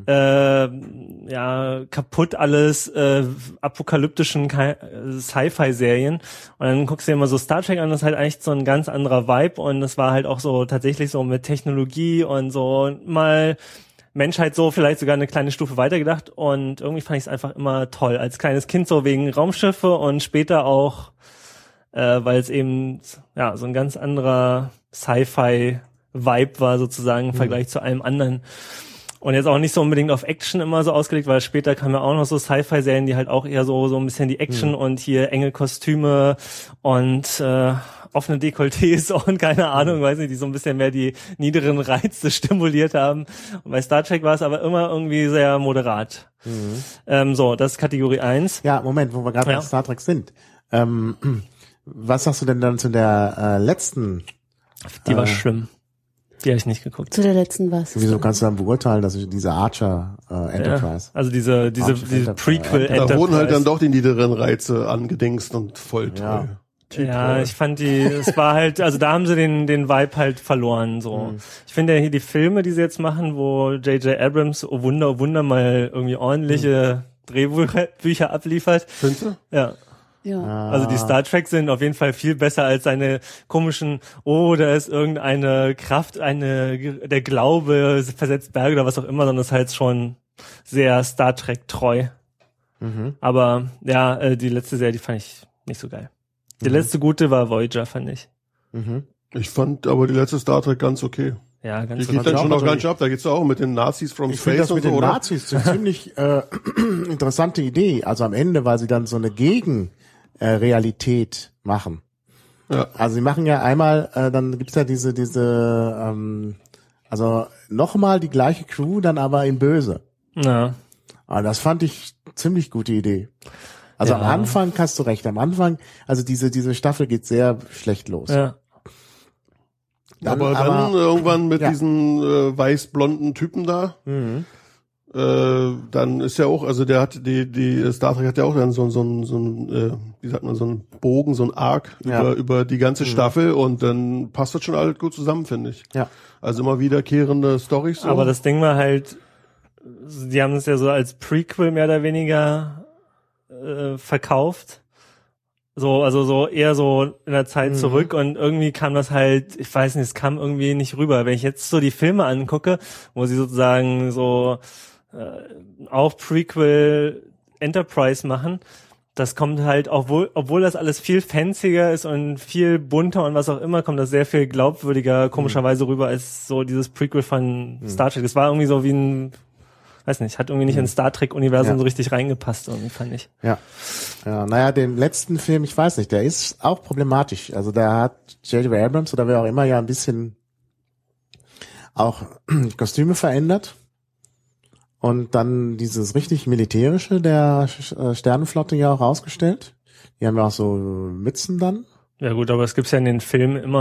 kaputt alles, apokalyptischen Sci-Fi-Serien. Und dann guckst du dir immer so Star Trek an, das ist halt eigentlich so ein ganz anderer Vibe und das war halt auch so tatsächlich so mit Technologie und so mal Menschheit so vielleicht sogar eine kleine Stufe weitergedacht und irgendwie fand ich es einfach immer toll. Als kleines Kind so wegen Raumschiffe und später auch weil es eben so ein ganz anderer Sci-Fi-Vibe war sozusagen im Vergleich zu allem anderen. Und jetzt auch nicht so unbedingt auf Action immer so ausgelegt, weil später kamen ja auch noch so Sci-Fi-Serien, die halt auch eher so ein bisschen die Action und hier enge Kostüme und offene Dekolletés und keine Ahnung, weiß nicht, die so ein bisschen mehr die niederen Reize stimuliert haben. Und bei Star Trek war es aber immer irgendwie sehr moderat. So, das ist Kategorie 1. Ja, Moment, wo wir gerade bei Star Trek sind. Was sagst du denn dann zu der letzten? Die war schlimm. Die habe ich nicht geguckt. Zu der letzten was? Wieso kannst du dann beurteilen, dass diese Archer Enterprise? Also diese Prequel Enterprise. Da wurden halt dann doch die niederen Reize angedingst und voll toll. Ja, ich fand es war halt, also da haben sie den Vibe halt verloren, so. Ich finde ja hier die Filme, die sie jetzt machen, wo J.J. Abrams, oh Wunder, mal irgendwie ordentliche Drehbücher abliefert. Findest du? Ja. Ja. Also die Star Trek sind auf jeden Fall viel besser als seine komischen, da ist irgendeine Kraft, der Glaube versetzt Berge oder was auch immer, sondern das ist halt schon sehr Star Trek treu. Aber die letzte Serie, die fand ich nicht so geil. Die letzte gute war Voyager, fand ich. Ich fand aber die letzte Star Trek ganz okay. Ja, ganz Die geht dann schon noch ganz ab. Da geht's auch mit den Nazis from Ich finde Space das mit und so, den oder? Nazis eine ziemlich interessante Idee. Also am Ende, weil sie dann so eine Realität machen. Ja. Also sie machen ja einmal, dann gibt's ja diese also nochmal die gleiche Crew, dann aber in Böse. Ja. Aber das fand ich ziemlich gute Idee. Also am Anfang hast du recht, am Anfang, also diese Staffel geht sehr schlecht los. Ja. Aber irgendwann mit diesen weiß-blonden Typen da, dann ist ja auch, also der hat die Star Trek hat ja auch dann so ein wie sagt man, so ein Bogen, so ein Arc über die ganze Staffel und dann passt das schon alles gut zusammen, finde ich. Ja. Also immer wiederkehrende Storys. So. Aber das Ding war halt, die haben es ja so als Prequel mehr oder weniger verkauft. Also eher so in der Zeit zurück und irgendwie kam das halt, ich weiß nicht, es kam irgendwie nicht rüber. Wenn ich jetzt so die Filme angucke, wo sie sozusagen so auch Prequel Enterprise machen, das kommt halt, obwohl das alles viel fancier ist und viel bunter und was auch immer, kommt das sehr viel glaubwürdiger komischerweise rüber als so dieses Prequel von Star Trek. Das war irgendwie so wie ein, weiß nicht, hat irgendwie nicht ins Star Trek-Universum so richtig reingepasst, irgendwie fand ich. Ja. Naja, den letzten Film, ich weiß nicht, der ist auch problematisch. Also da hat J.J. Abrams oder wer auch immer ja ein bisschen auch Kostüme verändert. Und dann dieses richtig militärische der Sternenflotte ja auch rausgestellt. Die haben ja auch so Mützen dann. Ja gut, aber es gibt's ja in den Filmen immer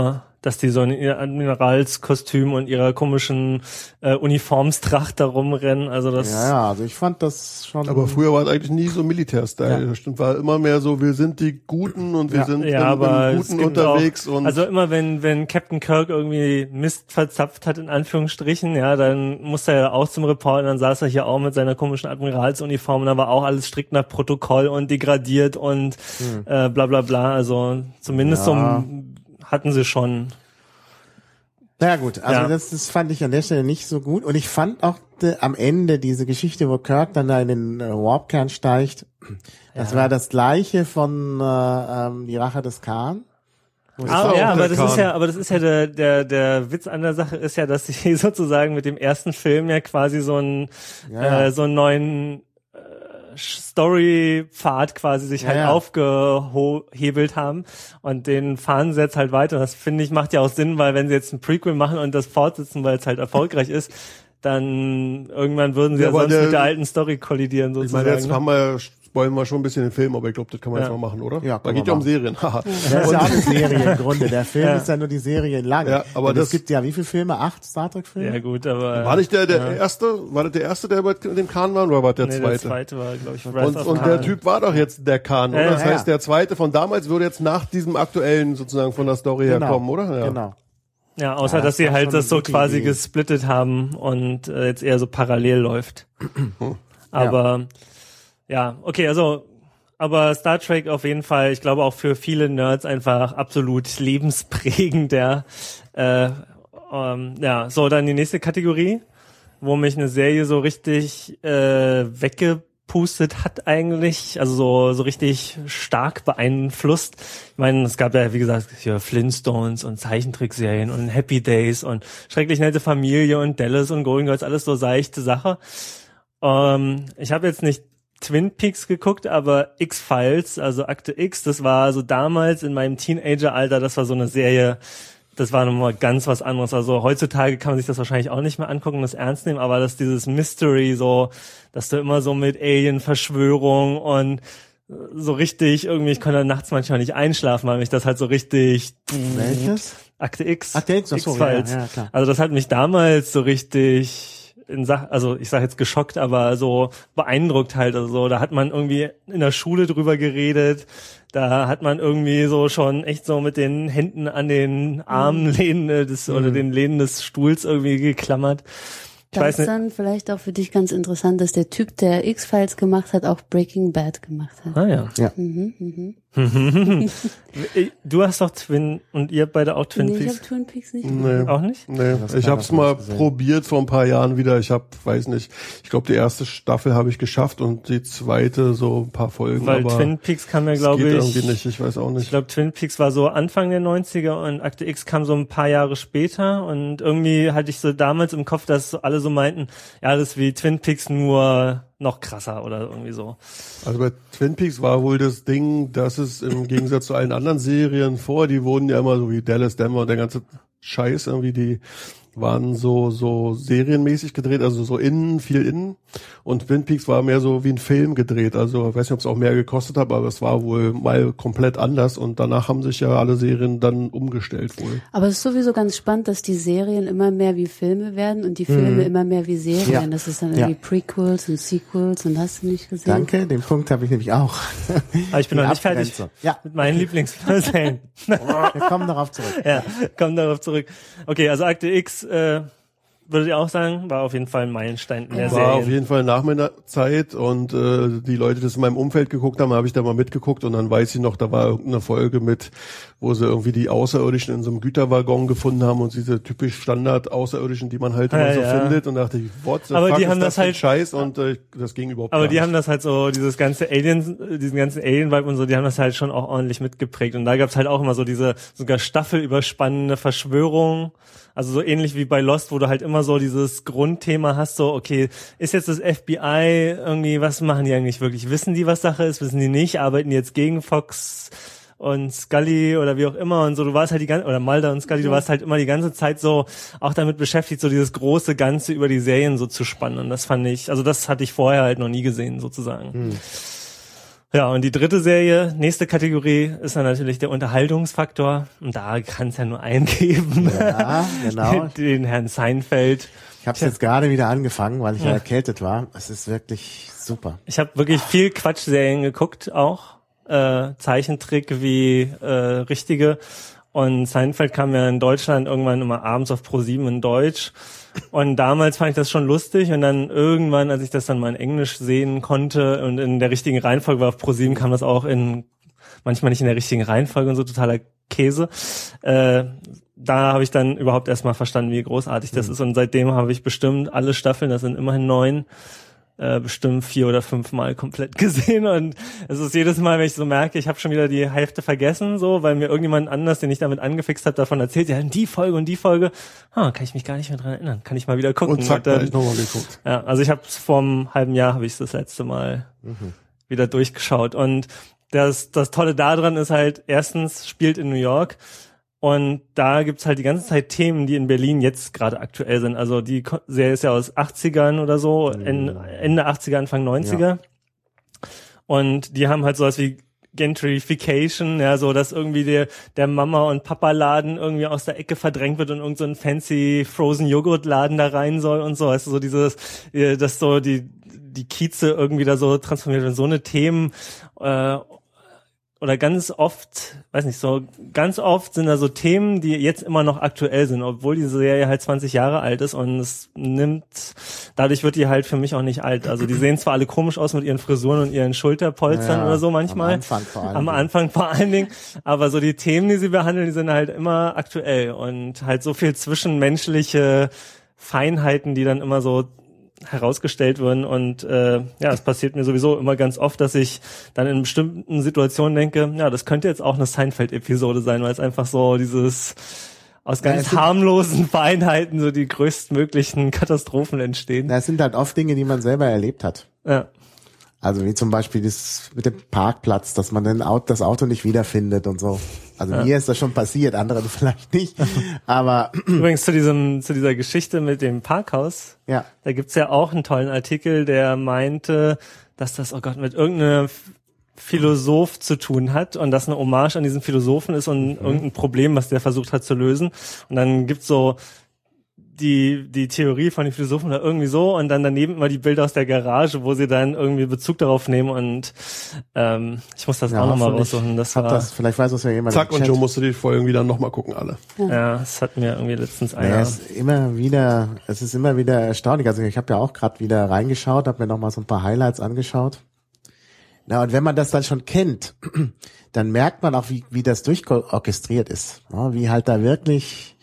dass die so in ihr Admiralskostüm und ihrer komischen Uniformstracht da rumrennen. Also das. Ja, also ich fand das schon. Aber früher war es eigentlich nie so Militärstyle. Das stimmt, war immer mehr so, wir sind die Guten und wir sind im Guten unterwegs. Und also immer wenn Captain Kirk irgendwie Mist verzapft hat, in Anführungsstrichen, ja, dann musste er ja auch zum Report und dann saß er hier auch mit seiner komischen Admiralsuniform und da war auch alles strikt nach Protokoll und degradiert und bla bla bla. Also zumindest so hatten sie schon. Na gut, also das fand ich an der Stelle nicht so gut. Und ich fand auch am Ende diese Geschichte, wo Kirk dann da in den Warpkern steigt, das war das gleiche von Die Rache des Khan. Aber das ist ja der Witz an der Sache ist ja, dass sie sozusagen mit dem ersten Film ja quasi so einen neuen Story-Pfad quasi sich halt aufgehebelt haben und den fahren sie jetzt halt weiter. Das finde ich macht ja auch Sinn, weil wenn sie jetzt ein Prequel machen und das fortsetzen, weil es halt erfolgreich ist, dann irgendwann würden sie sonst mit der alten Story kollidieren sozusagen. Ich meine, jetzt spoilern wir schon ein bisschen den Film, aber ich glaube, das kann man jetzt mal machen, oder? Ja, da geht ja um Serien. Das ist ja auch eine Serie im Grunde. Der Film ist ja nur die Serie lang. Ja, aber es gibt ja wie viele Filme? 8 Star Trek Filme? Ja gut, aber war nicht der erste? War das der erste, der bei dem Khan war, oder war das der zweite? Der zweite war, glaube ich, und der Typ war doch jetzt der Khan, oder? Das heißt, der zweite von damals würde jetzt nach diesem aktuellen sozusagen von der Story her kommen, oder? Ja. Genau. Ja, außer dass sie halt das so quasi gesplittet haben und jetzt eher so parallel läuft. Aber okay, also aber Star Trek auf jeden Fall, ich glaube auch für viele Nerds einfach absolut lebensprägend. So, dann die nächste Kategorie, wo mich eine Serie so richtig weggepustet hat eigentlich, also so richtig stark beeinflusst. Ich meine, es gab ja, wie gesagt, hier Flintstones und Zeichentrickserien und Happy Days und Schrecklich nette Familie und Dallas und Golden Girls, alles so seichte Sache. Ich habe jetzt nicht Twin Peaks geguckt, aber X-Files, also Akte X, das war so damals in meinem Teenageralter, das war so eine Serie, das war nochmal ganz was anderes. Also heutzutage kann man sich das wahrscheinlich auch nicht mehr angucken und das ernst nehmen, aber das dieses Mystery so, dass du immer so mit Alien-Verschwörung und so richtig irgendwie, ich konnte nachts manchmal nicht einschlafen, weil mich das halt so richtig... Welches? Akte X. Akte X, X-Files. Ja, klar. Also das hat mich damals so richtig... also ich sage jetzt geschockt, aber so beeindruckt halt, also so, da hat man irgendwie in der Schule drüber geredet, da hat man irgendwie so schon echt so mit den Händen an den Armlehnen oder den Lehnen des Stuhls irgendwie geklammert. Das ist dann vielleicht auch für dich ganz interessant, dass der Typ, der X-Files gemacht hat, auch Breaking Bad gemacht hat. Ah ja. Du hast doch Twin und ihr beide auch Twin Peaks? Ich habe Twin Peaks nicht. Nee. Auch nicht? Nee, ich habe es mal probiert vor ein paar Jahren wieder. Ich glaube die erste Staffel habe ich geschafft und die zweite so ein paar Folgen. Weil aber Twin Peaks kam ja, glaube ich... irgendwie nicht, ich weiß auch nicht. Ich glaube, Twin Peaks war so Anfang der 90er und Akte X kam so ein paar Jahre später und irgendwie hatte ich so damals im Kopf, dass alle so meinten, ja, das ist wie Twin Peaks, nur noch krasser oder irgendwie so. Also bei Twin Peaks war wohl das Ding, dass es im Gegensatz zu allen anderen Serien die wurden ja immer so wie Dallas, Denver und der ganze Scheiß irgendwie, die waren so serienmäßig gedreht, also so viel innen. Und Twin Peaks war mehr so wie ein Film gedreht. Also ich weiß nicht, ob es auch mehr gekostet hat, aber es war wohl mal komplett anders. Und danach haben sich ja alle Serien dann umgestellt wohl. Aber es ist sowieso ganz spannend, dass die Serien immer mehr wie Filme werden und die Filme immer mehr wie Serien. Ja. Das ist dann irgendwie Prequels und Sequels und hast du nicht gesehen? Danke, den Punkt habe ich nämlich auch. Aber ich bin noch nicht fertig Ja. mit meinen Lieblingsserien. Wir kommen darauf zurück. Ja, kommen darauf zurück. Okay, also Akte X, würde ich auch sagen, war auf jeden Fall ein Meilenstein in der Serie. War auf jeden Fall nach meiner Zeit und die Leute, die das in meinem Umfeld geguckt haben, habe ich da mal mitgeguckt und dann weiß ich noch, da war irgendeine Folge mit, wo sie irgendwie die Außerirdischen in so einem Güterwaggon gefunden haben und diese typisch Standard-Außerirdischen, die man halt immer so findet und dachte ich, what the fuck, die haben ist das halt Scheiß und das ging überhaupt aber gar die nicht. haben das halt so, diesen ganzen Alien-Vibe und so, die haben das halt schon auch ordentlich mitgeprägt und da gab's halt auch immer so diese sogar staffelüberspannende Verschwörung. Also so ähnlich wie bei Lost, wo du halt immer so dieses Grundthema hast, so, okay, ist jetzt das FBI irgendwie, was machen die eigentlich wirklich? Wissen die, was Sache ist? Wissen die nicht? Arbeiten die jetzt gegen Fox und Scully oder wie auch immer und so? Du warst halt oder Mulder und Scully, du warst halt immer die ganze Zeit so auch damit beschäftigt, so dieses große Ganze über die Serien so zu spannen. Und das fand ich, also das hatte ich vorher halt noch nie gesehen, sozusagen. Ja, und die dritte Serie, nächste Kategorie, ist dann natürlich der Unterhaltungsfaktor. Und da kann es ja nur einen geben. Ja, genau. Den Herrn Seinfeld. Ich habe es jetzt gerade wieder angefangen, weil ich ja erkältet war. Es ist wirklich super. Ich habe wirklich viel Quatschserien geguckt auch. Zeichentrick wie richtige. Und Seinfeld kam ja in Deutschland irgendwann immer abends auf Pro7 in Deutsch. Und damals fand ich das schon lustig und dann irgendwann, als ich das dann mal in Englisch sehen konnte und in der richtigen Reihenfolge war auf Pro7, kam das auch manchmal nicht in der richtigen Reihenfolge und so, totaler Käse. Da habe ich dann überhaupt erstmal verstanden, wie großartig das ist, und seitdem habe ich bestimmt alle Staffeln, das sind immerhin 9, bestimmt 4 oder 5 Mal komplett gesehen, und es ist jedes Mal, wenn ich so merke, ich habe schon wieder die Hälfte vergessen, so, weil mir irgendjemand anders, den ich damit angefixt habe, davon erzählt, ja, die Folge und die Folge, kann ich mich gar nicht mehr dran erinnern, kann ich mal wieder gucken. Und zack, habe ich nochmal geguckt. Ja, also ich habe vor einem halben Jahr habe ich das letzte Mal wieder durchgeschaut, und das Tolle daran ist halt, erstens spielt in New York. Und da gibt's halt die ganze Zeit Themen, die in Berlin jetzt gerade aktuell sind. Also die Serie ist ja aus 80ern oder so, Ende 80er, Anfang 90er. Ja. Und die haben halt sowas wie Gentrification, ja, so, dass irgendwie der Mama- und Papa-Laden irgendwie aus der Ecke verdrängt wird und irgend so ein fancy Frozen-Joghurt-Laden da rein soll und so. Weißt du, so dieses, dass so die Kieze irgendwie da so transformiert werden. So eine Themen, oder ganz oft sind da so Themen, die jetzt immer noch aktuell sind, obwohl diese Serie halt 20 Jahre alt ist, und dadurch wird die halt für mich auch nicht alt. Also die sehen zwar alle komisch aus mit ihren Frisuren und ihren Schulterpolstern oder so manchmal. Am Anfang vor allen Dingen. Aber so die Themen, die sie behandeln, die sind halt immer aktuell, und halt so viel zwischenmenschliche Feinheiten, die dann immer so herausgestellt würden, und es passiert mir sowieso immer ganz oft, dass ich dann in bestimmten Situationen denke, ja, das könnte jetzt auch eine Seinfeld-Episode sein, weil es einfach so dieses aus ganz harmlosen Feinheiten so die größtmöglichen Katastrophen entstehen. Das sind halt oft Dinge, die man selber erlebt hat. Ja. Also wie zum Beispiel das mit dem Parkplatz, dass man das Auto nicht wiederfindet und so. Also mir ist das schon passiert, anderen vielleicht nicht. Aber übrigens zu dieser Geschichte mit dem Parkhaus, ja, da gibt's ja auch einen tollen Artikel, der meinte, dass das, mit irgendeinem Philosoph zu tun hat und das eine Hommage an diesen Philosophen ist und irgendein Problem, was der versucht hat zu lösen. Und dann gibt's so die Theorie von den Philosophen oder irgendwie so, und dann daneben immer die Bilder aus der Garage, wo sie dann irgendwie Bezug darauf nehmen, und ich muss das auch nochmal raussuchen. Vielleicht weiß das ja jemand. Zack, und Joe musst du die Folgen wieder nochmal gucken, alle. Ja, das hat mir irgendwie letztens einer. Es ist immer wieder erstaunlich. Also ich habe ja auch gerade wieder reingeschaut, habe mir nochmal so ein paar Highlights angeschaut. Na, und wenn man das dann schon kennt, dann merkt man auch, wie das durchorchestriert ist. Ja, wie halt da wirklich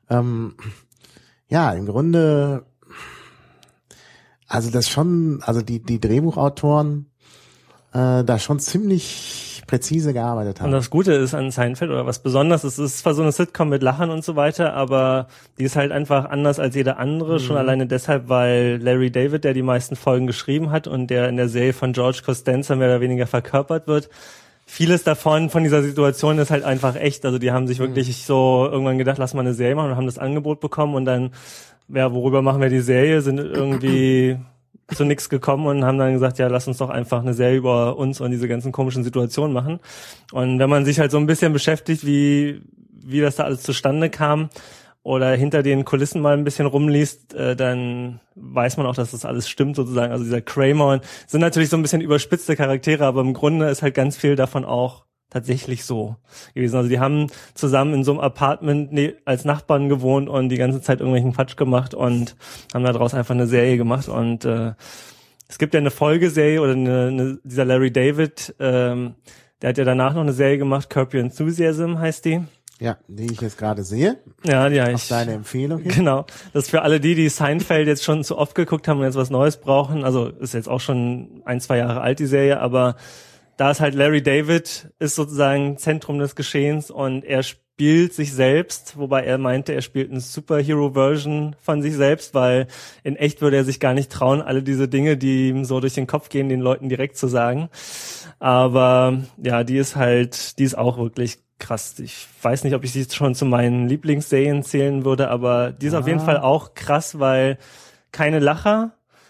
im Grunde, also die Drehbuchautoren da schon ziemlich präzise gearbeitet haben. Und das Gute ist an Seinfeld, oder was besonders ist, es ist zwar so eine Sitcom mit Lachen und so weiter, aber die ist halt einfach anders als jede andere, schon alleine deshalb, weil Larry David, der die meisten Folgen geschrieben hat und der in der Serie von George Costanza mehr oder weniger verkörpert wird, vieles davon, von dieser Situation ist halt einfach echt. Also die haben sich wirklich so irgendwann gedacht, lass mal eine Serie machen, und haben das Angebot bekommen, und dann, worüber machen wir die Serie, sind irgendwie zu nichts gekommen und haben dann gesagt, ja, lass uns doch einfach eine Serie über uns und diese ganzen komischen Situationen machen. Und wenn man sich halt so ein bisschen beschäftigt, wie das da alles zustande kam, oder hinter den Kulissen mal ein bisschen rumliest, dann weiß man auch, dass das alles stimmt sozusagen. Also dieser Kramer sind natürlich so ein bisschen überspitzte Charaktere, aber im Grunde ist halt ganz viel davon auch tatsächlich so gewesen. Also die haben zusammen in so einem Apartment als Nachbarn gewohnt und die ganze Zeit irgendwelchen Quatsch gemacht und haben daraus einfach eine Serie gemacht. Und es gibt ja eine Folgeserie oder dieser Larry David, der hat ja danach noch eine Serie gemacht, Curb Your Enthusiasm heißt die. Ja, die ich jetzt gerade sehe. Ja, die auf deine Empfehlung hin. Genau. Das ist für alle die Seinfeld jetzt schon zu oft geguckt haben und jetzt was Neues brauchen. Also ist jetzt auch schon 1-2 Jahre alt, die Serie, aber da ist halt Larry David, ist sozusagen Zentrum des Geschehens und er spielt sich selbst, wobei er meinte, er spielt eine Superhero-Version von sich selbst, weil in echt würde er sich gar nicht trauen, alle diese Dinge, die ihm so durch den Kopf gehen, den Leuten direkt zu sagen. Aber ja, die ist auch wirklich krass. Ich weiß nicht, ob ich sie schon zu meinen Lieblingsserien zählen würde, aber die ist auf jeden Fall auch krass, weil keine Lacher,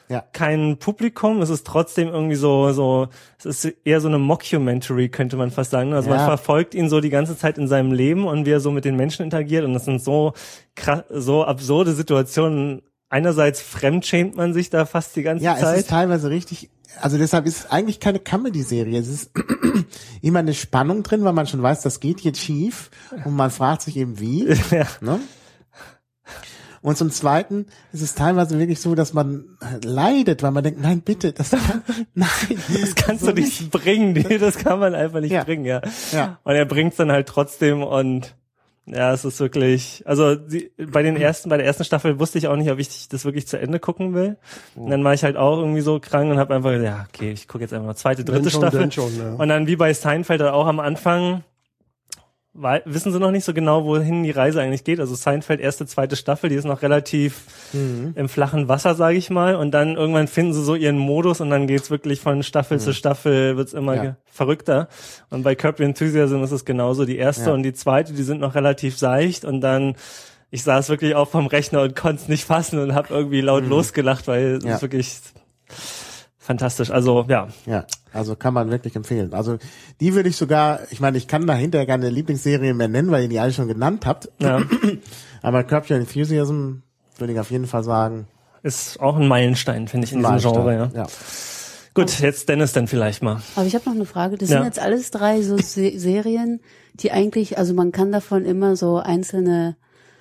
kein Publikum, es ist trotzdem irgendwie so, es ist eher so eine Mockumentary, könnte man fast sagen. Also man verfolgt ihn so die ganze Zeit in seinem Leben und wie er so mit den Menschen interagiert und das sind so absurde Situationen. Einerseits fremdschämt man sich da fast die ganze Zeit. Ja, es ist teilweise richtig, also deshalb ist es eigentlich keine Comedy-Serie. Es ist immer eine Spannung drin, weil man schon weiß, das geht jetzt schief und man fragt sich eben wie. Ja. Ne? Und zum Zweiten ist es teilweise wirklich so, dass man leidet, weil man denkt, nein, bitte, das kannst so du nicht bringen, das kann man einfach nicht bringen, ja. Und er bringt's dann halt trotzdem und ja, es ist wirklich, also bei der ersten Staffel wusste ich auch nicht, ob ich das wirklich zu Ende gucken will. Und dann war ich halt auch irgendwie so krank und habe einfach gesagt, ja, okay, ich gucke jetzt einfach mal zweite, dritte Staffel. Und dann wie bei Seinfeld auch am Anfang, wissen sie noch nicht so genau, wohin die Reise eigentlich geht. Also Seinfeld, erste, zweite Staffel, die ist noch relativ im flachen Wasser, sage ich mal. Und dann irgendwann finden sie so ihren Modus und dann geht's wirklich von Staffel zu Staffel, wird's immer verrückter. Und bei Curb Your Enthusiasm ist es genauso. Die erste und die zweite, die sind noch relativ seicht. Und dann, ich saß wirklich auch vom Rechner und konnte es nicht fassen und habe irgendwie laut losgelacht, weil es ist wirklich fantastisch. Also ja. Ja, also kann man wirklich empfehlen. Also die würde ich sogar, ich meine, ich kann da hinterher keine Lieblingsserien mehr nennen, weil ihr die alle schon genannt habt. Ja. Aber Curb Your Enthusiasm würde ich auf jeden Fall sagen. Ist auch ein Meilenstein, finde ich, in diesem Genre. Ja. Gut, jetzt Dennis dann vielleicht mal. Aber ich habe noch eine Frage. Das sind jetzt alles 3 so Serien, die eigentlich, also man kann davon immer so einzelne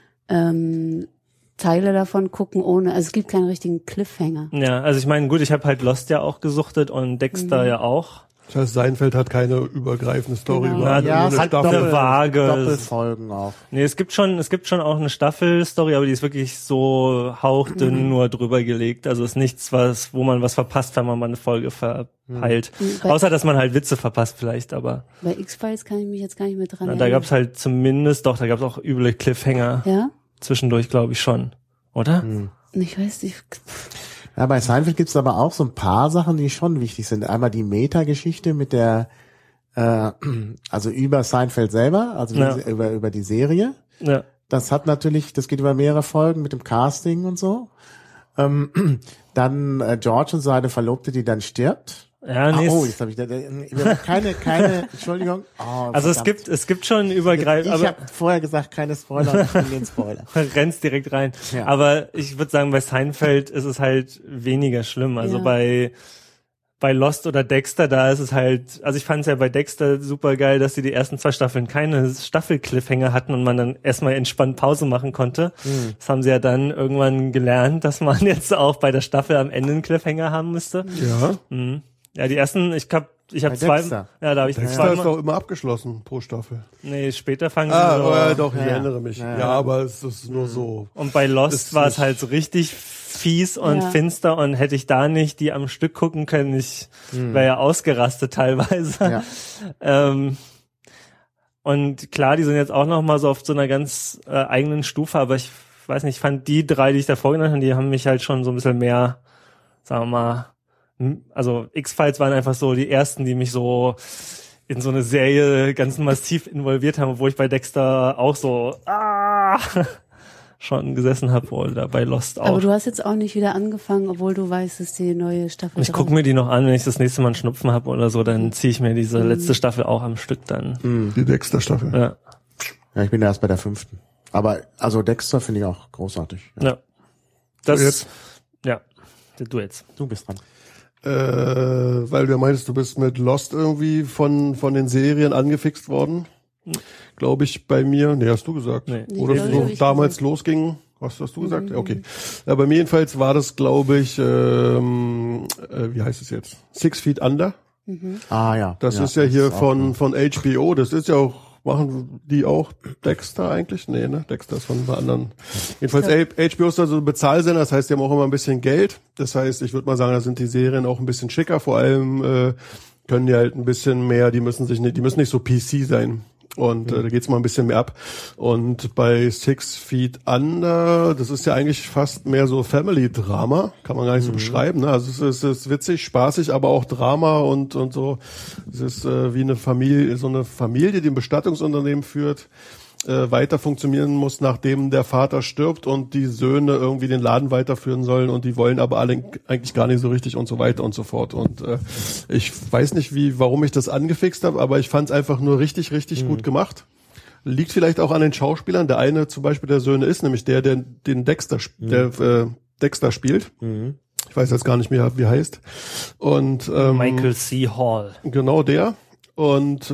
Teile davon gucken ohne, also es gibt keinen richtigen Cliffhanger. Ja, also ich meine, gut, ich habe halt Lost ja auch gesuchtet und Dexter ja auch. Das heißt, Seinfeld hat keine übergreifende Story über es hat vage Doppelfolgen auch. Nee, es gibt schon auch eine Staffelstory, aber die ist wirklich so hauchdünn nur drüber gelegt. Also ist nichts, wo man was verpasst, wenn man mal eine Folge verpeilt. Außer, dass man halt Witze verpasst vielleicht, aber. Bei X-Files kann ich mich jetzt gar nicht mehr dran erinnern. Da gab's halt zumindest, da gab's auch üble Cliffhanger. Ja? Zwischendurch, glaube ich schon. Oder? Ich weiß nicht. Ja, bei Seinfeld gibt's aber auch so ein paar Sachen, die schon wichtig sind. Einmal die Meta-Geschichte mit der, also über Seinfeld selber, also über die Serie. Ja. Das geht über mehrere Folgen mit dem Casting und so. Dann George und seine Verlobte, die dann stirbt. Ja, jetzt habe ich keine Entschuldigung. Also verdammt. es gibt schon übergreifend. Ich habe vorher gesagt, keine Spoiler, ich bin den Spoiler. Rennst direkt rein. Ja. Aber ich würde sagen, bei Seinfeld ist es halt weniger schlimm. Also bei Lost oder Dexter, da ist es halt, also ich fand es ja bei Dexter super geil, dass sie die ersten 2 Staffeln keine Staffel-Cliffhanger hatten und man dann erstmal entspannt Pause machen konnte. Das haben sie ja dann irgendwann gelernt, dass man jetzt auch bei der Staffel am Ende einen Cliffhanger haben müsste. Ja. Ja, die ersten, ich habe 2, Dexter. da habe ich Dexter ist doch immer abgeschlossen pro Staffel. Nee, später fangen sie doch, ich erinnere mich. Ja, aber es ist nur so. Und bei Lost war es halt so richtig fies und finster und hätte ich da nicht die am Stück gucken können, ich wäre ja ausgerastet teilweise. Ja. Und klar, die sind jetzt auch noch mal so auf so einer ganz eigenen Stufe, aber ich weiß nicht, ich fand die 3, die ich da vorgenannt habe, die haben mich halt schon so ein bisschen mehr, sagen wir mal, also X-Files waren einfach so die ersten, die mich so in so eine Serie ganz massiv involviert haben, obwohl ich bei Dexter auch so schon gesessen habe oder bei Lost auch. Aber du hast jetzt auch nicht wieder angefangen, obwohl du weißt, dass die neue Staffel Ich gucke mir die noch an, wenn ich das nächste Mal einen Schnupfen habe oder so, dann ziehe ich mir diese letzte Staffel auch am Stück dann. Die Dexter-Staffel. Ja, ich bin erst bei der 5. Aber also Dexter finde ich auch großartig. Ja. Das, du jetzt. Du bist dran. Weil du ja meintest, du bist mit Lost irgendwie von den Serien angefixt worden. Glaube ich bei mir. Nee, hast du gesagt. Nee. Oder so damals losging. Was hast du gesagt? Okay. Ja, bei mir jedenfalls war das, glaube ich, wie heißt es jetzt? 6 Feet Under. Ja. Das ist ja hier von HBO. Das ist ja auch, machen die auch Dexter eigentlich? Nee, ne? Dexter ist von einer anderen. Jedenfalls HBO ist also ein Bezahlsender, das heißt, die haben auch immer ein bisschen Geld. Das heißt, ich würde mal sagen, da sind die Serien auch ein bisschen schicker. Vor allem können die halt ein bisschen mehr, die müssen nicht so PC sein. Und da geht's mal ein bisschen mehr ab. Und bei 6 Feet Under, das ist ja eigentlich fast mehr so Family-Drama, kann man gar nicht so beschreiben. Ne? Also es ist witzig, spaßig, aber auch Drama und so. Es ist wie eine Familie, so eine Familie, die ein Bestattungsunternehmen führt. weiter funktionieren muss, nachdem der Vater stirbt und die Söhne irgendwie den Laden weiterführen sollen und die wollen aber alle eigentlich gar nicht so richtig und so weiter und so fort. Und ich weiß nicht, warum ich das angefixt habe, aber ich fand es einfach nur richtig gut gemacht. Liegt vielleicht auch an den Schauspielern. Der eine zum Beispiel der Söhne ist nämlich der den Dexter, Dexter spielt. Ich weiß jetzt gar nicht mehr, wie er heißt. Und Michael C. Hall. Genau der. Und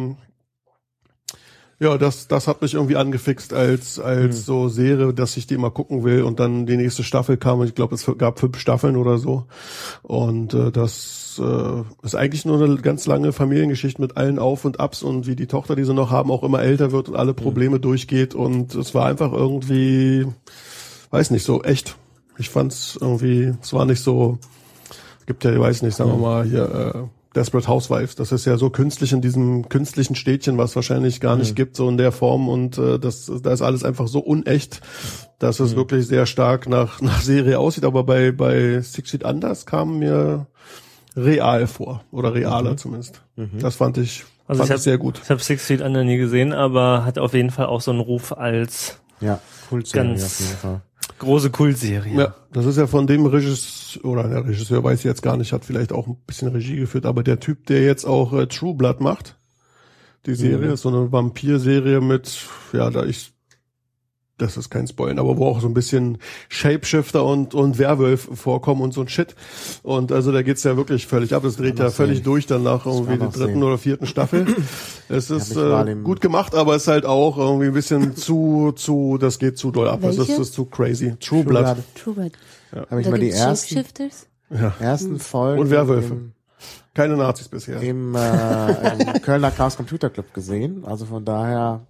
ja, das hat mich irgendwie angefixt als so Serie, dass ich die immer gucken will. Und dann die nächste Staffel kam. Ich glaube, es gab 5 Staffeln oder so. Und das ist eigentlich nur eine ganz lange Familiengeschichte mit allen Auf und Abs und wie die Tochter, die sie noch haben, auch immer älter wird und alle Probleme durchgeht. Und es war einfach irgendwie, weiß nicht, so echt. Ich fand's irgendwie, es war nicht so, gibt ja, ich weiß nicht, sagen wir mal hier, Desperate Housewives, das ist ja so künstlich in diesem künstlichen Städtchen, was wahrscheinlich gar nicht gibt, so in der Form und da ist alles einfach so unecht, dass es wirklich sehr stark nach Serie aussieht, aber bei Six Feet Under kam mir real vor, oder realer zumindest. Das fand ich sehr gut. Ich habe Six Feet Under nie gesehen, aber hat auf jeden Fall auch so einen Ruf als Kultserie ganz auf jeden Fall. Große Kultserie. Ja, das ist ja von dem Regisseur, oder der Regisseur weiß ich jetzt gar nicht, hat vielleicht auch ein bisschen Regie geführt, aber der Typ, der jetzt auch True Blood macht, die Serie, ist so eine Vampir-Serie mit, das ist kein Spoiler, aber wo auch so ein bisschen Shapeshifter und Werwölfe vorkommen und so ein Shit. Und also da geht's ja wirklich völlig ab. Es dreht ja völlig durch dann nach irgendwie der 3. oder 4. Staffel. Es ist gut gemacht, aber es ist halt auch irgendwie ein bisschen das geht zu doll ab. Welche? Das ist zu crazy. True Blood. True Blood. Habe ich Da mal die gibt's Shapeshifters? ersten Folgen Und Werwölfe. Keine Nazis bisher. im Kölner Chaos Computer Club gesehen. Also von daher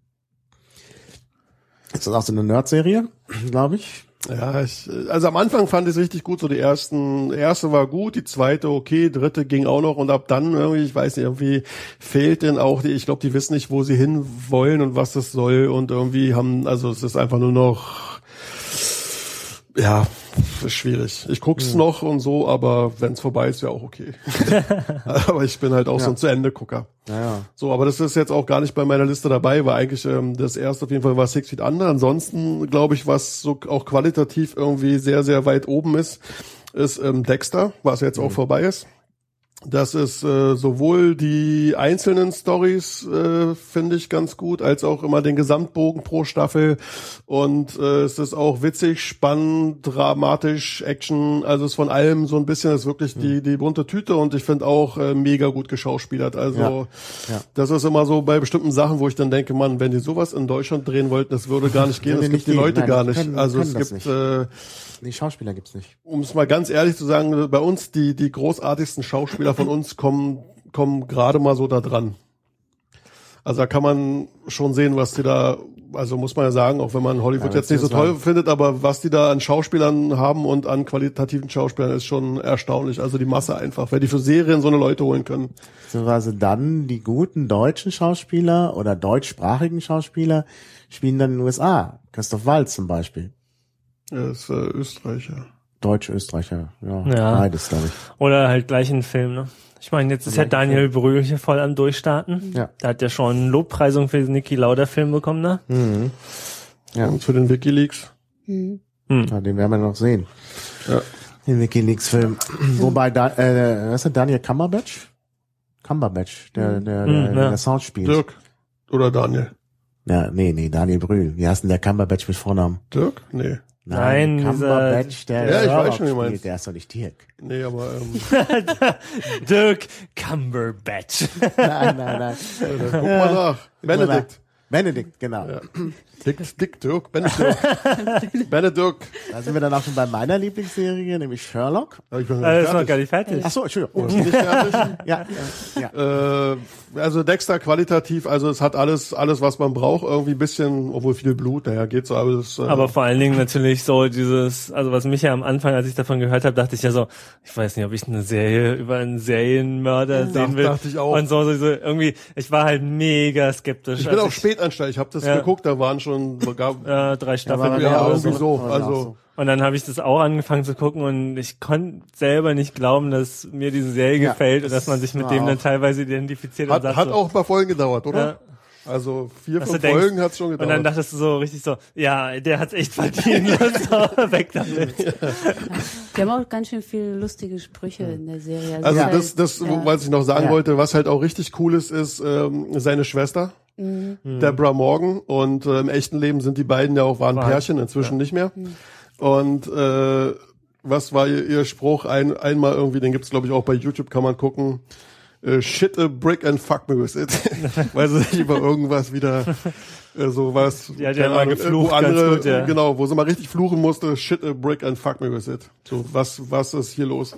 ist das auch so eine Nerd-Serie, glaube ich. Ja, also am Anfang fand ich es richtig gut, so die erste war gut, die zweite okay, dritte ging auch noch und ab dann irgendwie, ich weiß nicht, irgendwie fehlt denn auch ich glaube, die wissen nicht, wo sie hin wollen und was das soll und irgendwie also es ist einfach nur noch, ja, ist schwierig. Ich guck's noch und so, aber wenn's vorbei ist, ja auch okay. Aber ich bin halt auch so ein Zu-Ende-Gucker. Ja. So, aber das ist jetzt auch gar nicht bei meiner Liste dabei, weil eigentlich das erste auf jeden Fall war Six Feet Under. Ansonsten, glaube ich, was so auch qualitativ irgendwie sehr, sehr weit oben ist Dexter, was jetzt auch vorbei ist. Das ist sowohl die einzelnen Stories, finde ich ganz gut, als auch immer den Gesamtbogen pro Staffel. Und es ist auch witzig, spannend, dramatisch, Action. Also es ist von allem so ein bisschen, es ist wirklich die bunte Tüte. Und ich finde auch mega gut geschauspielert. Also das ist immer so bei bestimmten Sachen, wo ich dann denke, Mann, wenn die sowas in Deutschland drehen wollten, das würde gar nicht gehen. Das gibt die Leute gar nicht. Also es gibt... Die Schauspieler gibt's nicht. Um es mal ganz ehrlich zu sagen, bei uns, die großartigsten Schauspieler von uns kommen gerade mal so da dran. Also da kann man schon sehen, was die da, also muss man ja sagen, auch wenn man Hollywood jetzt nicht so toll findet, aber was die da an Schauspielern haben und an qualitativen Schauspielern ist schon erstaunlich. Also die Masse einfach, wer die für Serien so eine Leute holen können. Beziehungsweise dann die guten deutschen Schauspieler oder deutschsprachigen Schauspieler spielen dann in den USA. Christoph Waltz zum Beispiel. Er ist Österreicher. Deutsch-Österreicher, ja. Beides, glaube ich. Oder halt gleich ein Film, ne? Ich meine, jetzt ist ja Daniel Brühl hier voll am Durchstarten. Ja. Da hat ja schon Lobpreisung für den Niki Lauda Film bekommen, ne? Ja. Und für den WikiLeaks. Ja, den werden wir noch sehen. Ja. Den WikiLeaks-Film. Wobei, was ist Daniel Cumberbatch? Der Sound spielt. Dirk oder Daniel? Ja, nee, Daniel Brühl. Wie heißt denn der Cumberbatch mit Vornamen? Dirk? Nee. Nein, Cumberbatch, der Ja, ich Sherlock weiß schon, wie du spielt, meinst. der ist doch nicht Dirk. Nee, aber Dirk Cumberbatch. Nein. guck mal nach. Benedikt, genau. Ja. Dirk, Benedikt. Da sind wir dann auch schon bei meiner Lieblingsserie, nämlich Sherlock. Ja, ich bin Das ist noch gar nicht fertig. Ach so, Entschuldigung. Nicht fertig. Ja. Also Dexter qualitativ, also es hat alles, was man braucht, irgendwie ein bisschen, obwohl viel Blut, naja, geht so, aber es, Aber vor allen Dingen natürlich so dieses, also was mich ja am Anfang, als ich davon gehört habe, dachte ich ja so, ich weiß nicht, ob ich eine Serie über einen Serienmörder sehen will. Dachte ich auch. Und so irgendwie, ich war halt mega skeptisch. ich bin auch spät ansteigen, ich habe das geguckt, da waren schon 3 Staffeln. Ja, irgendwie oder so, so. also Und dann habe ich das auch angefangen zu gucken und ich konnte selber nicht glauben, dass mir diese Serie gefällt und dass man sich mit dem dann teilweise identifiziert und sagt hat so, auch ein paar Folgen gedauert, oder? Ja. Also 4, Was 5 du denkst. Folgen hat's schon gedauert. Und dann dachtest du so richtig so, ja, der hat's echt verdient. So, weg damit. Die haben auch ganz schön viele lustige Sprüche in der Serie. Also es ist das, halt, was ich noch sagen Ja. wollte, was halt auch richtig cool ist seine Schwester, Deborah Morgan. Und im echten Leben sind die beiden ja auch, waren Pärchen, inzwischen nicht mehr. Und was war ihr Spruch? Einmal irgendwie, den gibt's glaube ich auch bei YouTube, kann man gucken. Shit a brick and fuck me with it. Weil sie sich über irgendwas wieder sowas, Die hat ja mal geflucht, wo andere, ganz gut, ja. genau, wo sie mal richtig fluchen musste, shit a brick and fuck me with it. So, was ist hier los?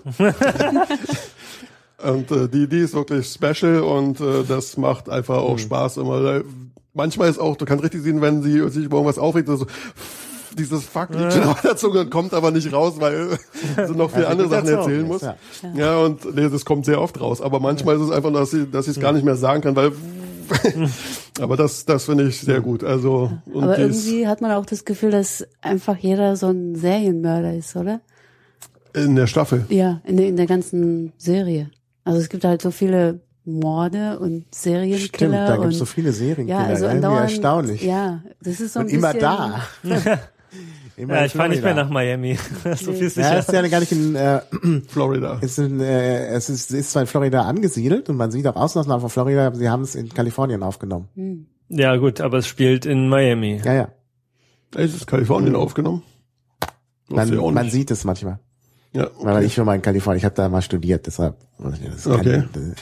Und die ist wirklich special und das macht einfach auch Spaß immer. Manchmal ist auch, du kannst richtig sehen, wenn sie sich über irgendwas aufregt, so dieses Fuck liegt schon auf der Zunge, kommt aber nicht raus, weil sie noch viele andere Sachen erzählen muss. Ja. Ja, und nee, das kommt sehr oft raus. Aber manchmal ist es einfach, dass sie es gar nicht mehr sagen kann, weil aber das finde ich sehr gut. Also und aber irgendwie hat man auch das Gefühl, dass einfach jeder so ein Serienmörder ist, oder? in der Staffel. Ja, in der ganzen Serie. Also es gibt halt so viele Morde und Serienkiller. Stimmt, da gibt und es so viele Serienkiller. ja, also irgendwie andauernd, erstaunlich. Ja, das ist so ein Und immer bisschen, da. Immer Ja, in ich fahre nicht mehr Florida. nach Miami. So viel ist Ja, sicher. ist ja gar nicht in, Florida. es ist zwar in Florida angesiedelt und man sieht auch Ausnahmen von Florida, aber sie haben es in Kalifornien aufgenommen. Ja, gut, aber es spielt in Miami. Ja, ja. Es ist Kalifornien aufgenommen. Wusste ich auch Man nicht. sieht es manchmal. Ja, Weil ich schon mal in Kalifornien, ich habe da mal studiert, deshalb. Okay.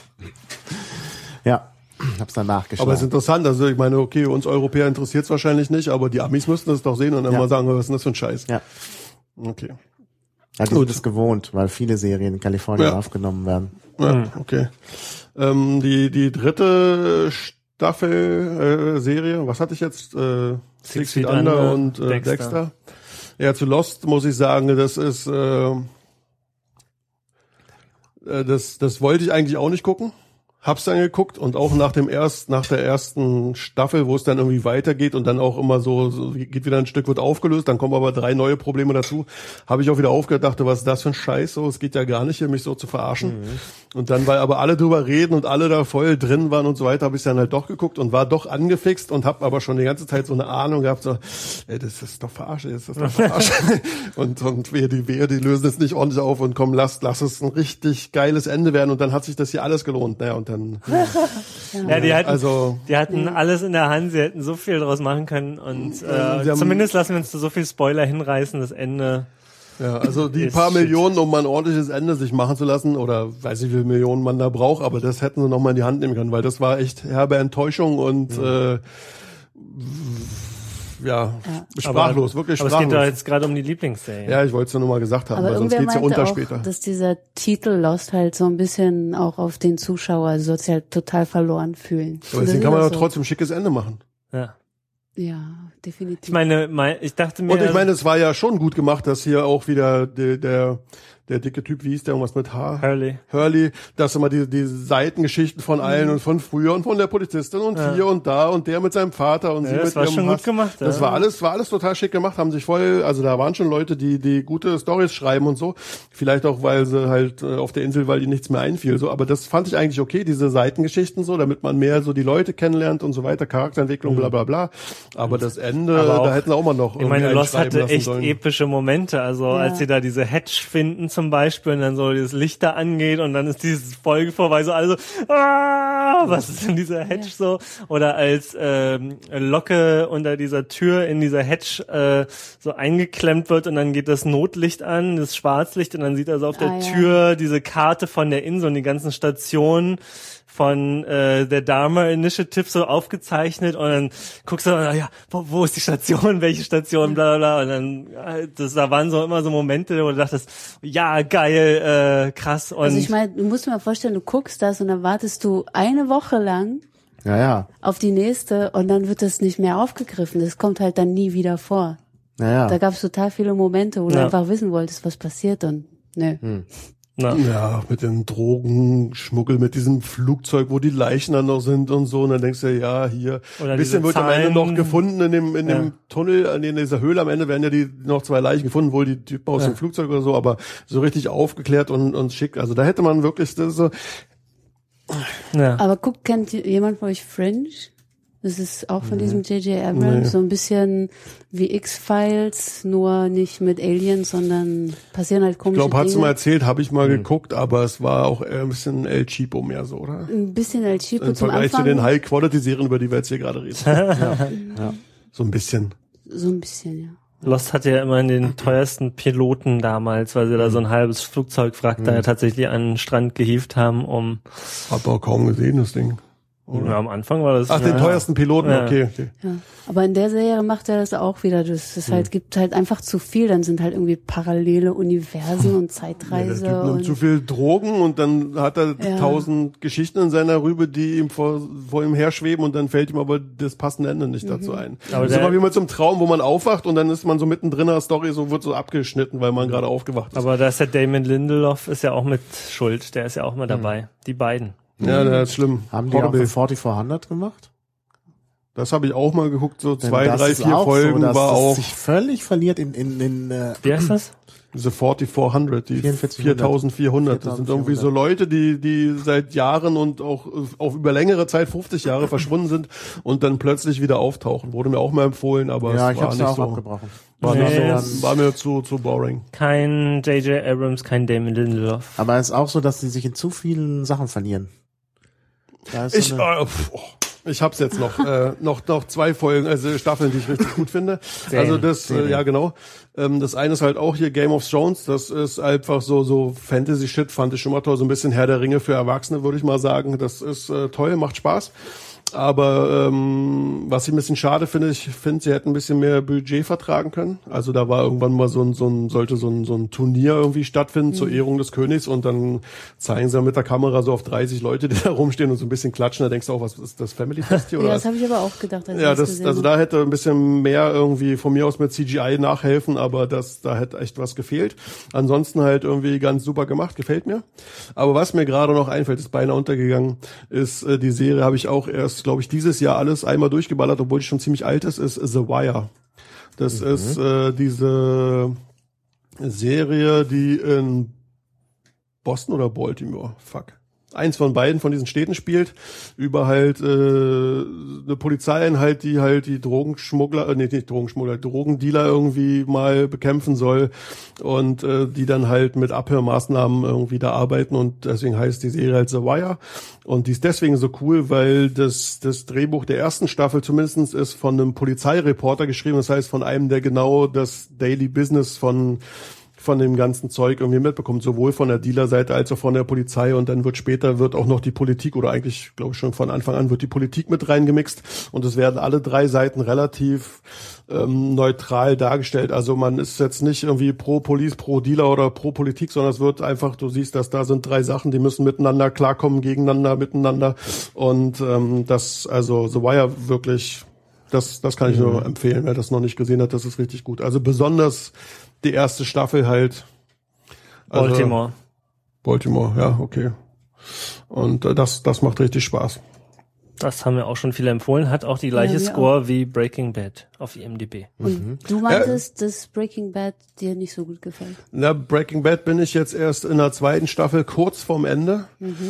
Ja, hab's dann nachgeschaut. aber es ist interessant, also ich meine, okay, uns Europäer interessiert's wahrscheinlich nicht, aber die Amis müssten das doch sehen und dann Ja. mal sagen, was ist denn das für ein Scheiß? Ja. Okay. Ja, die sind es gewohnt, weil viele Serien in Kalifornien Ja. aufgenommen werden. Ja, okay. Die dritte Staffel Serie, was hatte ich jetzt? Six Feet Under und Dexter. Ja, zu Lost muss ich sagen, das ist das wollte ich eigentlich auch nicht gucken. Hab's dann geguckt und auch nach der ersten Staffel, wo es dann irgendwie weitergeht und dann auch immer so geht wieder ein Stück, wird aufgelöst, dann kommen aber 3 neue Probleme dazu, habe ich auch wieder aufgehört, dachte, was ist das für ein Scheiß, so, es geht ja gar nicht, hier mich so zu verarschen. Und dann, weil aber alle drüber reden und alle da voll drin waren und so weiter, habe ich dann halt doch geguckt und war doch angefixt und habe aber schon die ganze Zeit so eine Ahnung gehabt, so, ey, das ist doch verarsche, und wehe, die lösen es nicht ordentlich auf und komm, lass es ein richtig geiles Ende werden und dann hat sich das hier alles gelohnt, naja, und dann Ja, die hatten Mhm. alles in der Hand, sie hätten so viel draus machen können und sie haben- zumindest lassen wir uns zu so viel Spoiler hinreißen, das Ende. ja, also die Ist paar shit. Millionen, um mal ein ordentliches Ende sich machen zu lassen, oder weiß ich, wie viele Millionen man da braucht, aber das hätten sie noch mal in die Hand nehmen können, weil das war echt herbe Enttäuschung und sprachlos, wirklich Aber es geht doch sprachlos. jetzt gerade um die Lieblingsserie. Ja, ich wollte es nur noch mal gesagt haben, aber weil sonst irgendwer geht's ja meinte unter auch, später. dass dieser Titel Lost halt so ein bisschen auch auf den Zuschauer soll sich halt total verloren fühlen. Aber Und das deswegen ist kann man auch doch trotzdem ein schickes Ende machen. Ja. Ja, definitiv. Ich meine, ich dachte mir. Und ich meine, es war ja schon gut gemacht, dass hier auch wieder der dicke Typ, wie hieß der, irgendwas mit H? Hurley, dass immer die Seitengeschichten von allen und von früher und von der Polizistin und hier und da und der mit seinem Vater und sie das mit war ihrem schon Hass. gut gemacht, Das ja. war alles total schick gemacht, haben sich voll, also da waren schon Leute, die gute Storys schreiben und so. Vielleicht auch, weil sie halt auf der Insel, weil ihnen nichts mehr einfiel, so. Aber das fand ich eigentlich okay, diese Seitengeschichten so, damit man mehr so die Leute kennenlernt und so weiter, Charakterentwicklung, bla, bla, bla. Aber das Ende, Aber auch- da hätten sie auch mal noch Ich meine, irgendwie Lost einschreiben hatte lassen echt sollen. epische Momente. Also als sie da diese Hedge finden zum Beispiel und dann so dieses Licht da angeht und dann ist dieses Folge vorbei, so alle so, was ist denn dieser Hedge so? Oder als Locke unter dieser Tür in dieser Hedge so eingeklemmt wird und dann geht das Notlicht an, das Schwarzlicht und dann sieht er so auf der ja. Tür diese Karte von der Insel und die ganzen Stationen von der Dharma Initiative so aufgezeichnet und dann guckst du, ja, wo ist die Station, welche Station, bla bla bla und dann, da waren so immer so Momente, wo du dachtest, ja, geil, krass und Also ich meine, du musst dir mal vorstellen, du guckst das und dann wartest du eine Woche lang Ja. auf die nächste und dann wird das nicht mehr aufgegriffen. Das kommt halt dann nie wieder vor. Da Ja. gab es total viele Momente, wo du Ja. einfach wissen wolltest, was passiert und nö. Ja, mit dem Drogenschmuggel, mit diesem Flugzeug, wo die Leichen dann noch sind und so. Und dann denkst du, ja, hier. Oder Ein bisschen diese wird am Ende Zahlen. noch gefunden in dem Tunnel, in dieser Höhle. Am Ende werden ja die noch 2 Leichen gefunden, wohl die Typen aus dem Flugzeug oder so, aber so richtig aufgeklärt und schick. Also da hätte man wirklich das so. ja. Aber kennt jemand von euch Fringe? Das ist auch von diesem J.J. Abrams, so ein bisschen wie X-Files, nur nicht mit Aliens, sondern passieren halt komische Dinge. Ich glaube, hast du mal erzählt, habe ich mal geguckt, aber es war auch ein bisschen El Cheapo mehr so, oder? Ein bisschen El Cheapo Im zum Vergleich Anfang. zu den High-Quality-Serien, über die wir jetzt hier gerade reden. Ja. So ein bisschen. So ein bisschen, ja. Lost hatte ja immer den teuersten Piloten damals, weil sie da so ein halbes Flugzeugwrack da ja tatsächlich an den Strand gehievt haben, um... Hab auch kaum gesehen, das Ding. Ja, am Anfang war das... Ach, den teuersten Piloten, Ja. okay. Ja, aber in der Serie macht er das auch wieder. Das halt gibt halt einfach zu viel. Dann sind halt irgendwie parallele Universen und Es Zeitreise gibt ihm und zu viel Drogen und dann hat er Ja. 1000 Geschichten in seiner Rübe, die ihm vor ihm herschweben und dann fällt ihm aber das passende Ende nicht dazu ein. Aber Das ist der- immer wie mit so einem Traum, wo man aufwacht und dann ist man so mittendrin in der Story, so wird so abgeschnitten, weil man gerade aufgewacht ist. Aber da ist der Damon Lindelof ist ja auch mit schuld, der ist ja auch mal dabei. Die beiden. Ja, das ist schlimm. Haben die auch Horrible. für 4400 gemacht? Das habe ich auch mal geguckt, so Denn 2, das 3, ist 4 auch Folgen so, dass war das auch sich völlig verliert in Wie heißt das? diese 4400, die 4400. 4400. Das sind irgendwie so Leute, die seit Jahren und auch über längere Zeit, 50 Jahre verschwunden sind und dann plötzlich wieder auftauchen. Wurde mir auch mal empfohlen, aber Ja, es ich war hab's nicht auch so. abgebrochen. War, Nee, nicht das- so, war mir zu boring. Kein J.J. Abrams, kein Damon Lindelof. Aber es ist auch so, dass sie sich in zu vielen Sachen verlieren. Da ist Ich, so eine, ich hab's jetzt noch, noch 2 Folgen, also Staffeln, die ich richtig gut finde. Also das, ja genau. Das eine ist halt auch hier Game of Thrones. Das ist einfach so Fantasy-Shit, fand ich schon mal toll. So ein bisschen Herr der Ringe für Erwachsene, würde ich mal sagen. Das ist toll, macht Spaß. Aber was ich ein bisschen schade finde, ich finde, sie hätten ein bisschen mehr Budget vertragen können. Also da war irgendwann mal sollte so ein Turnier irgendwie stattfinden zur Ehrung des Königs und dann zeigen sie mit der Kamera so auf 30 Leute, die da rumstehen und so ein bisschen klatschen. Da denkst du auch, was ist das Family Fest hier oder ja, was? das habe ich aber auch gedacht, als Ja, ich das gesehen also habe. da hätte ein bisschen mehr irgendwie von mir aus mit CGI nachhelfen, aber da hätte echt was gefehlt. Ansonsten halt irgendwie ganz super gemacht, gefällt mir. Aber was mir gerade noch einfällt, ist beinahe untergegangen, ist die Serie, habe ich auch erst, glaube ich, dieses Jahr alles einmal durchgeballert, obwohl die schon ziemlich alt ist The Wire. Das ist diese Serie, die in Boston oder Baltimore, eins von beiden von diesen Städten spielt, über halt eine Polizeieinheit, die halt die Drogenschmuggler, nicht Drogenschmuggler, Drogendealer irgendwie mal bekämpfen soll und die dann halt mit Abhörmaßnahmen irgendwie da arbeiten und deswegen heißt die Serie halt The Wire und die ist deswegen so cool, weil das Drehbuch der ersten Staffel zumindest ist von einem Polizeireporter geschrieben, das heißt von einem, der genau das Daily Business von dem ganzen Zeug irgendwie mitbekommt, sowohl von der Dealerseite als auch von der Polizei und dann wird auch noch die Politik oder eigentlich, glaube ich schon von Anfang an wird die Politik mit reingemixt und es werden alle 3 Seiten relativ neutral dargestellt. Also man ist jetzt nicht irgendwie pro Police, pro Dealer oder pro Politik, sondern es wird einfach, du siehst, dass da sind 3 Sachen, die müssen miteinander klarkommen, gegeneinander, miteinander und das, also The Wire wirklich, das kann ich nur empfehlen, wer das noch nicht gesehen hat, das ist richtig gut. Also besonders die erste Staffel halt. Also Baltimore, ja, okay. Und das macht richtig Spaß. Das haben wir auch schon viele empfohlen. Hat auch die gleiche wir Score wie Breaking Bad auf IMDb. Und du meintest, dass Breaking Bad dir nicht so gut gefällt. Na, Breaking Bad bin ich jetzt erst in der 2. Staffel kurz vorm Ende.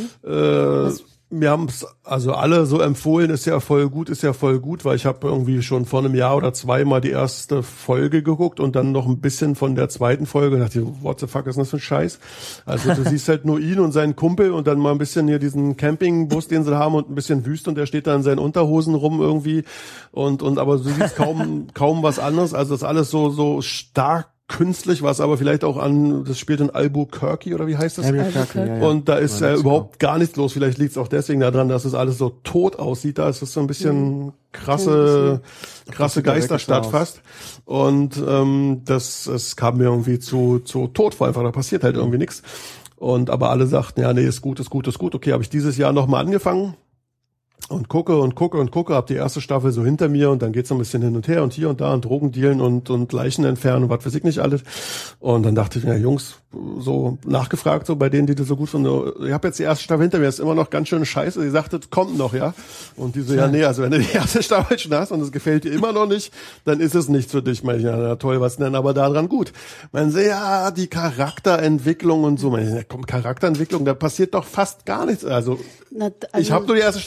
Wir haben es also alle so empfohlen, ist ja voll gut, weil ich habe irgendwie schon vor einem Jahr oder 2 mal die erste Folge geguckt und dann noch ein bisschen von der 2. Folge und dachte, what the fuck ist das für ein Scheiß? Also du siehst halt nur ihn und seinen Kumpel und dann mal ein bisschen hier diesen Campingbus, den sie haben und ein bisschen Wüste und der steht da in seinen Unterhosen rum irgendwie und aber du siehst kaum was anderes, also das ist alles so stark künstlich, was aber vielleicht auch das spielt in Albuquerque oder wie heißt das? Albuquerque, ja. Und da ist überhaupt gar nichts los. Vielleicht liegt es auch deswegen daran, dass es alles so tot aussieht. Da ist es so ein bisschen krasse Geisterstadt fast. Und es kam mir irgendwie zu tot vor, einfach da passiert halt irgendwie nichts. Und aber alle sagten, ja, nee, ist gut. Okay, habe ich dieses Jahr nochmal angefangen. Und gucke, hab die erste Staffel so hinter mir und dann geht's so ein bisschen hin und her und hier und da und Drogendealen und Leichen entfernen und was weiß ich nicht alles. Und dann dachte ich, ja Jungs, so nachgefragt, so bei denen, die das so gut finden, ich habe jetzt die erste Staffel hinter mir, ist immer noch ganz schön scheiße. Die sagte, kommt noch, ja. Und die so, ja nee, also wenn du die erste Staffel schon hast und es gefällt dir immer noch nicht, dann ist es nichts für dich. Meine ich, ja toll, was denn aber daran gut? Man sieht, ja, die Charakterentwicklung und so. Meine ich, ja, komm, Charakterentwicklung, da passiert doch fast gar nichts. Also ich habe nur die erste Staffel gesehen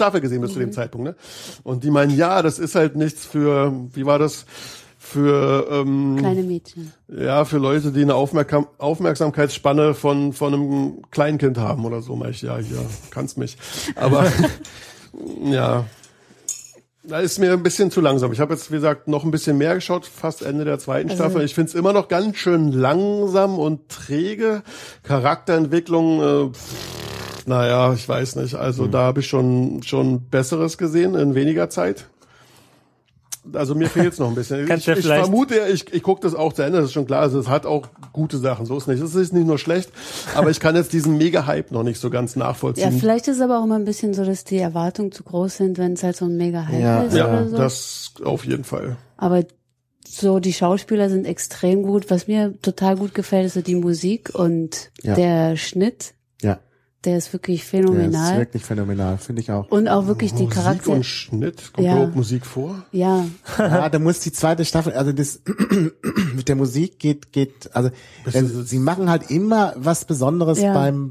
bis zu dem Zeitpunkt, ne? Und die meinen, ja, das ist halt nichts für, wie war das? Für kleine Mädchen. Ja, für Leute, die eine Aufmerksamkeitsspanne von einem Kleinkind haben oder so. Mach ich, ja, hier, kannst mich. Aber ja, da ist mir ein bisschen zu langsam. Ich habe jetzt, wie gesagt, noch ein bisschen mehr geschaut, fast Ende der zweiten Staffel. Ich finde es immer noch ganz schön langsam und träge. Charakterentwicklung, naja, ich weiß nicht. Also da habe ich schon Besseres gesehen in weniger Zeit. Also mir fehlt es noch ein bisschen. Ich vermute, ich gucke das auch zu Ende, das ist schon klar. Also es hat auch gute Sachen, so ist nicht. Es ist nicht nur schlecht, aber ich kann jetzt diesen Mega-Hype noch nicht so ganz nachvollziehen. Ja, vielleicht ist es aber auch immer ein bisschen so, dass die Erwartungen zu groß sind, wenn es halt so ein Mega-Hype ist oder so. Ja, das auf jeden Fall. Aber so, die Schauspieler sind extrem gut. Was mir total gut gefällt, ist so die Musik und der Schnitt. Ja. Der ist wirklich phänomenal. Der ist wirklich phänomenal, finde ich auch. Und auch wirklich die Charaktere. Musik und Schnitt? Kommt überhaupt Musik vor? Ja. Ja, da muss die zweite Staffel, also das mit der Musik geht, also sie machen halt immer was Besonderes beim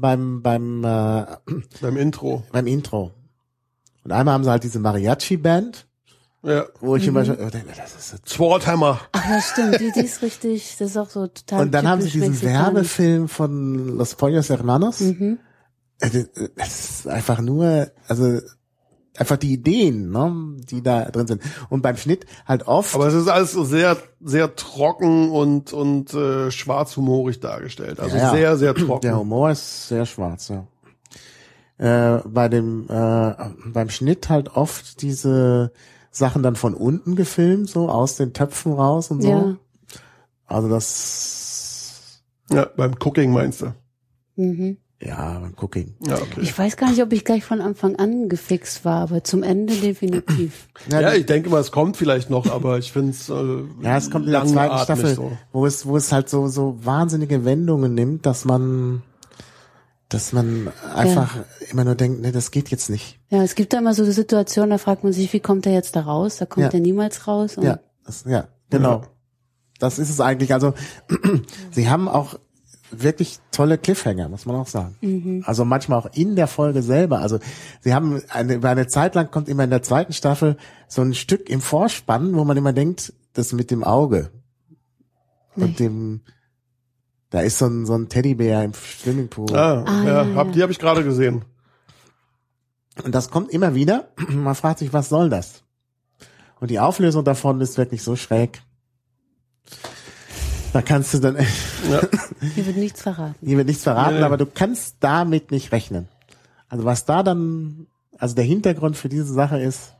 Intro. Beim Intro. Und einmal haben sie halt diese Mariachi-Band. Ja. Wo ich immer schon denke, das ist Swordhammer. Ach ja, stimmt, die ist richtig, das ist auch so total. Und dann haben sie diesen Werbefilm von Los Pollos Hermanos. Das ist einfach nur, also einfach die Ideen, ne, die da drin sind. Und beim Schnitt halt oft. Aber es ist alles so sehr, sehr trocken und schwarzhumorig dargestellt. Also sehr, sehr trocken. Der Humor ist sehr schwarz, ja. Beim Schnitt halt oft diese Sachen dann von unten gefilmt, so aus den Töpfen raus und so. Ja. Also das. Ja, beim Cooking meinst du? Ja, beim Cooking. Ja, okay. Ich weiß gar nicht, ob ich gleich von Anfang an gefixt war, aber zum Ende definitiv. Ja, ich denke mal, es kommt vielleicht noch, aber ich finde es ja, es kommt in der zweiten Staffel, so. wo es halt so wahnsinnige Wendungen nimmt, dass man einfach immer nur denkt, nee, das geht jetzt nicht. Ja, es gibt da immer so eine Situation, da fragt man sich, wie kommt er jetzt da raus? Da kommt er niemals raus. Und Genau. Ja. Das ist es eigentlich. Also sie haben auch wirklich tolle Cliffhanger, muss man auch sagen. Also manchmal auch in der Folge selber. Also sie haben über eine Zeit lang kommt immer in der zweiten Staffel so ein Stück im Vorspann, wo man immer denkt, das mit dem Auge und dem, da ist so ein Teddybär im Swimmingpool. Die habe ich gerade gesehen. Und das kommt immer wieder. Man fragt sich, was soll das? Und die Auflösung davon ist wirklich so schräg. Da kannst du dann Hier wird nichts verraten. Hier wird nichts verraten, aber du kannst damit nicht rechnen. Also was da dann, also der Hintergrund für diese Sache ist,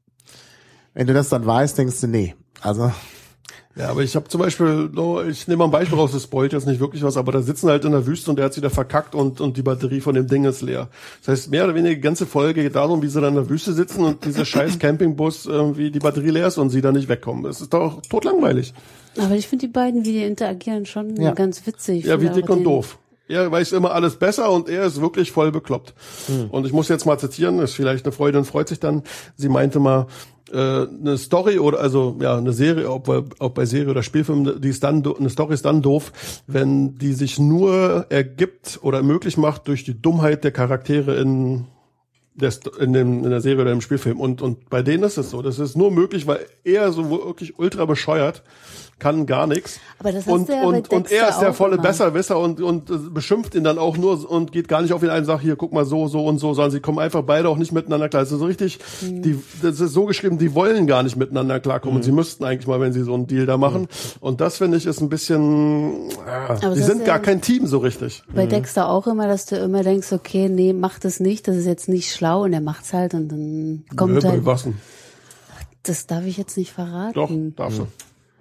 wenn du das dann weißt, denkst du, nee. Also ja, aber ich habe zum Beispiel, ich nehme mal ein Beispiel raus, das spoilt jetzt nicht wirklich was, aber da sitzen halt in der Wüste und der hat's wieder verkackt und die Batterie von dem Ding ist leer. Das heißt, mehr oder weniger die ganze Folge geht darum, wie sie dann in der Wüste sitzen und dieser scheiß Campingbus irgendwie die Batterie leer ist und sie da nicht wegkommen. Es ist doch totlangweilig. Aber ich finde die beiden, wie die interagieren, schon ganz witzig. Ja, wie dick und doof. Er weiß immer alles besser und er ist wirklich voll bekloppt. Und ich muss jetzt mal zitieren, ist vielleicht eine Freundin, freut sich dann. Sie meinte mal, eine Story oder eine Serie, ob bei Serie oder Spielfilm, eine Story ist dann doof, wenn die sich nur ergibt oder möglich macht durch die Dummheit der Charaktere in der Serie oder im Spielfilm. Und bei denen ist es so. Das ist nur möglich, weil er so wirklich ultra bescheuert kann gar nichts. Aber das und er ist der volle Besserwisser und beschimpft ihn dann auch nur und geht gar nicht auf ihn ein und sagt, hier, guck mal, so und so, sondern sie kommen einfach beide auch nicht miteinander klar. Das ist so richtig, das ist so geschrieben, die wollen gar nicht miteinander klarkommen und sie müssten eigentlich mal, wenn sie so einen Deal da machen. Und das, finde ich, ist ein bisschen, die sind gar kein Team so richtig. Bei Dexter auch immer, dass du immer denkst, okay, nee, mach das nicht, das ist jetzt nicht schlau und er macht's halt und dann kommt halt. Was denn? Das darf ich jetzt nicht verraten. Doch, darfst du.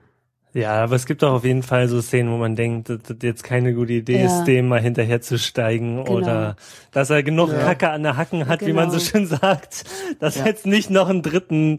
Ja, aber es gibt auch auf jeden Fall so Szenen, wo man denkt, dass das jetzt keine gute Idee ist, dem mal hinterherzusteigen oder dass er genug Kacke an der Hacken hat, wie man so schön sagt, dass er jetzt nicht noch ein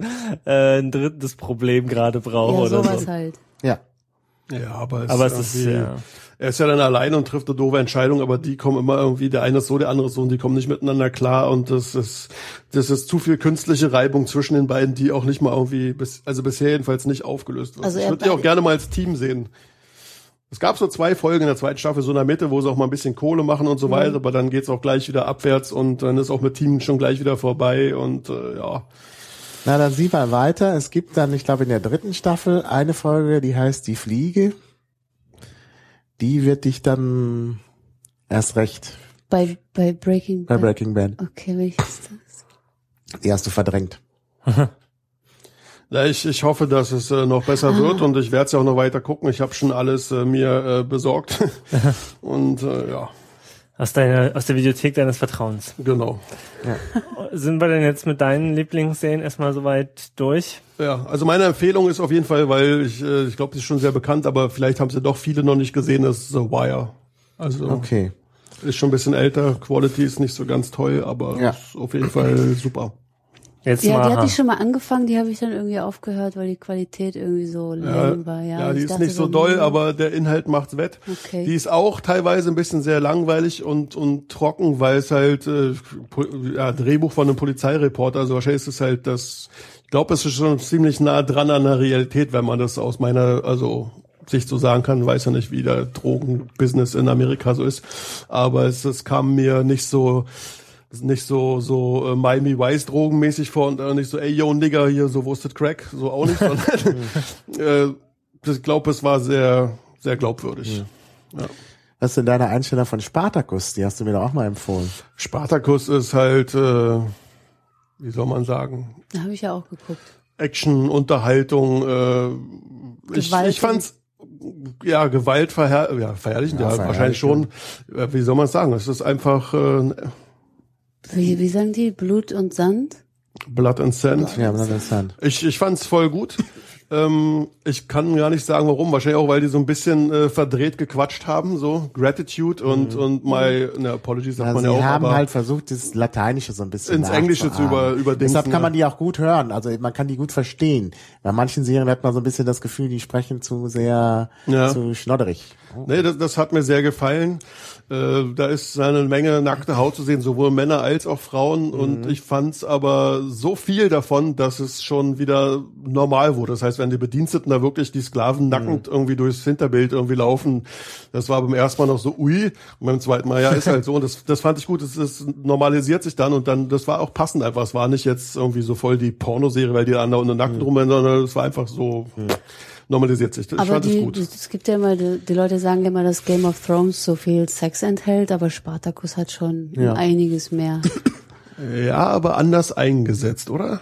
drittes Problem gerade braucht oder sowas so. Halt. Ja. Ja, aber es ist er ist ja dann alleine und trifft eine doofe Entscheidung, aber die kommen immer irgendwie, der eine ist so, der andere ist so und die kommen nicht miteinander klar und das ist zu viel künstliche Reibung zwischen den beiden, die auch nicht mal irgendwie, bisher jedenfalls nicht aufgelöst wird. Also ich würde die auch gerne mal als Team sehen. Es gab so 2 Folgen in der zweiten Staffel, so in der Mitte, wo sie auch mal ein bisschen Kohle machen und so weiter, aber dann geht's auch gleich wieder abwärts und dann ist auch mit Team schon gleich wieder vorbei und ja. Na, dann sieh mal weiter. Es gibt dann, ich glaube, in der 3. Staffel eine Folge, die heißt Die Fliege. Die wird dich dann erst recht Bei Breaking bei Bad. Breaking Bad. Okay, welches ist das? Die hast du verdrängt. Ja, ich hoffe, dass es noch besser wird und ich werde es ja auch noch weiter gucken. Ich habe schon alles mir besorgt und ja. Aus der Videothek deines Vertrauens. Genau. Sind wir denn jetzt mit deinen Lieblingsserien erstmal soweit durch? Ja, also meine Empfehlung ist auf jeden Fall, weil ich glaube, sie ist schon sehr bekannt, aber vielleicht haben sie doch viele noch nicht gesehen, ist The Wire. Also Okay. ist schon ein bisschen älter, Quality ist nicht so ganz toll, aber Ja. ist auf jeden Fall super. Jetzt Ja, die mal. hatte ich schon mal angefangen, die habe ich dann irgendwie aufgehört, weil die Qualität irgendwie so lame war. Ja, die ich ist dachte nicht so doll, aber der Inhalt macht's wett. Okay. Die ist auch teilweise ein bisschen sehr langweilig und trocken, weil es halt Drehbuch von einem Polizeireporter, also wahrscheinlich ist es halt ich glaube, es ist schon ziemlich nah dran an der Realität, wenn man das aus meiner, Sicht so sagen kann, weiß ja nicht, wie der Drogenbusiness in Amerika so ist, aber es kam mir nicht so Miami Vice drogenmäßig vor und nicht so, ey, yo, Nigger, hier, so, wo ist das Crack? So auch nicht, sondern ich glaube, es war sehr, sehr glaubwürdig. Ja. Was ist denn deine Einstellung von Spartacus? Die hast du mir doch auch mal empfohlen. Spartacus ist halt, wie soll man sagen, Da habe ich ja auch geguckt. Action, Unterhaltung, ich fand's, ja, Gewalt verherrlichen, ja, wahrscheinlich schon. Wie soll man sagen? Es ist einfach Wie sagen die? Blut und Sand? Blood and Sand. Ja, aber interessant. Ich fand's voll gut. Ich kann gar nicht sagen, warum. Wahrscheinlich auch, weil die so ein bisschen verdreht gequatscht haben, so Gratitude und my Apologies sagt man ja Sie auch. haben aber halt versucht, das Lateinische so ein bisschen ins Englische zu überdenken. Deshalb kann man die auch gut hören. Also man kann die gut verstehen. Bei manchen Serien hat man so ein bisschen das Gefühl, die sprechen zu sehr zu schnodderig. Nee, das hat mir sehr gefallen. Da ist eine Menge nackte Haut zu sehen, sowohl Männer als auch Frauen. Und ich fand's aber so viel davon, dass es schon wieder normal wurde. Das heißt, wenn die Bediensteten da wirklich die Sklaven nackend irgendwie durchs Hinterbild irgendwie laufen, das war beim ersten Mal noch so ui. Und beim zweiten Mal, ja, ist halt so. Und das fand ich gut. Das normalisiert sich dann. Und dann, das war auch passend einfach. Es war nicht jetzt irgendwie so voll die Pornoserie, weil die anderen unter nackt rumrennen, sondern es war einfach so... normalisiert sich. Ich fand es gut. Es gibt ja immer, die Leute sagen ja immer, dass Game of Thrones so viel Sex enthält, aber Spartacus hat schon einiges mehr. Ja, aber anders eingesetzt, oder?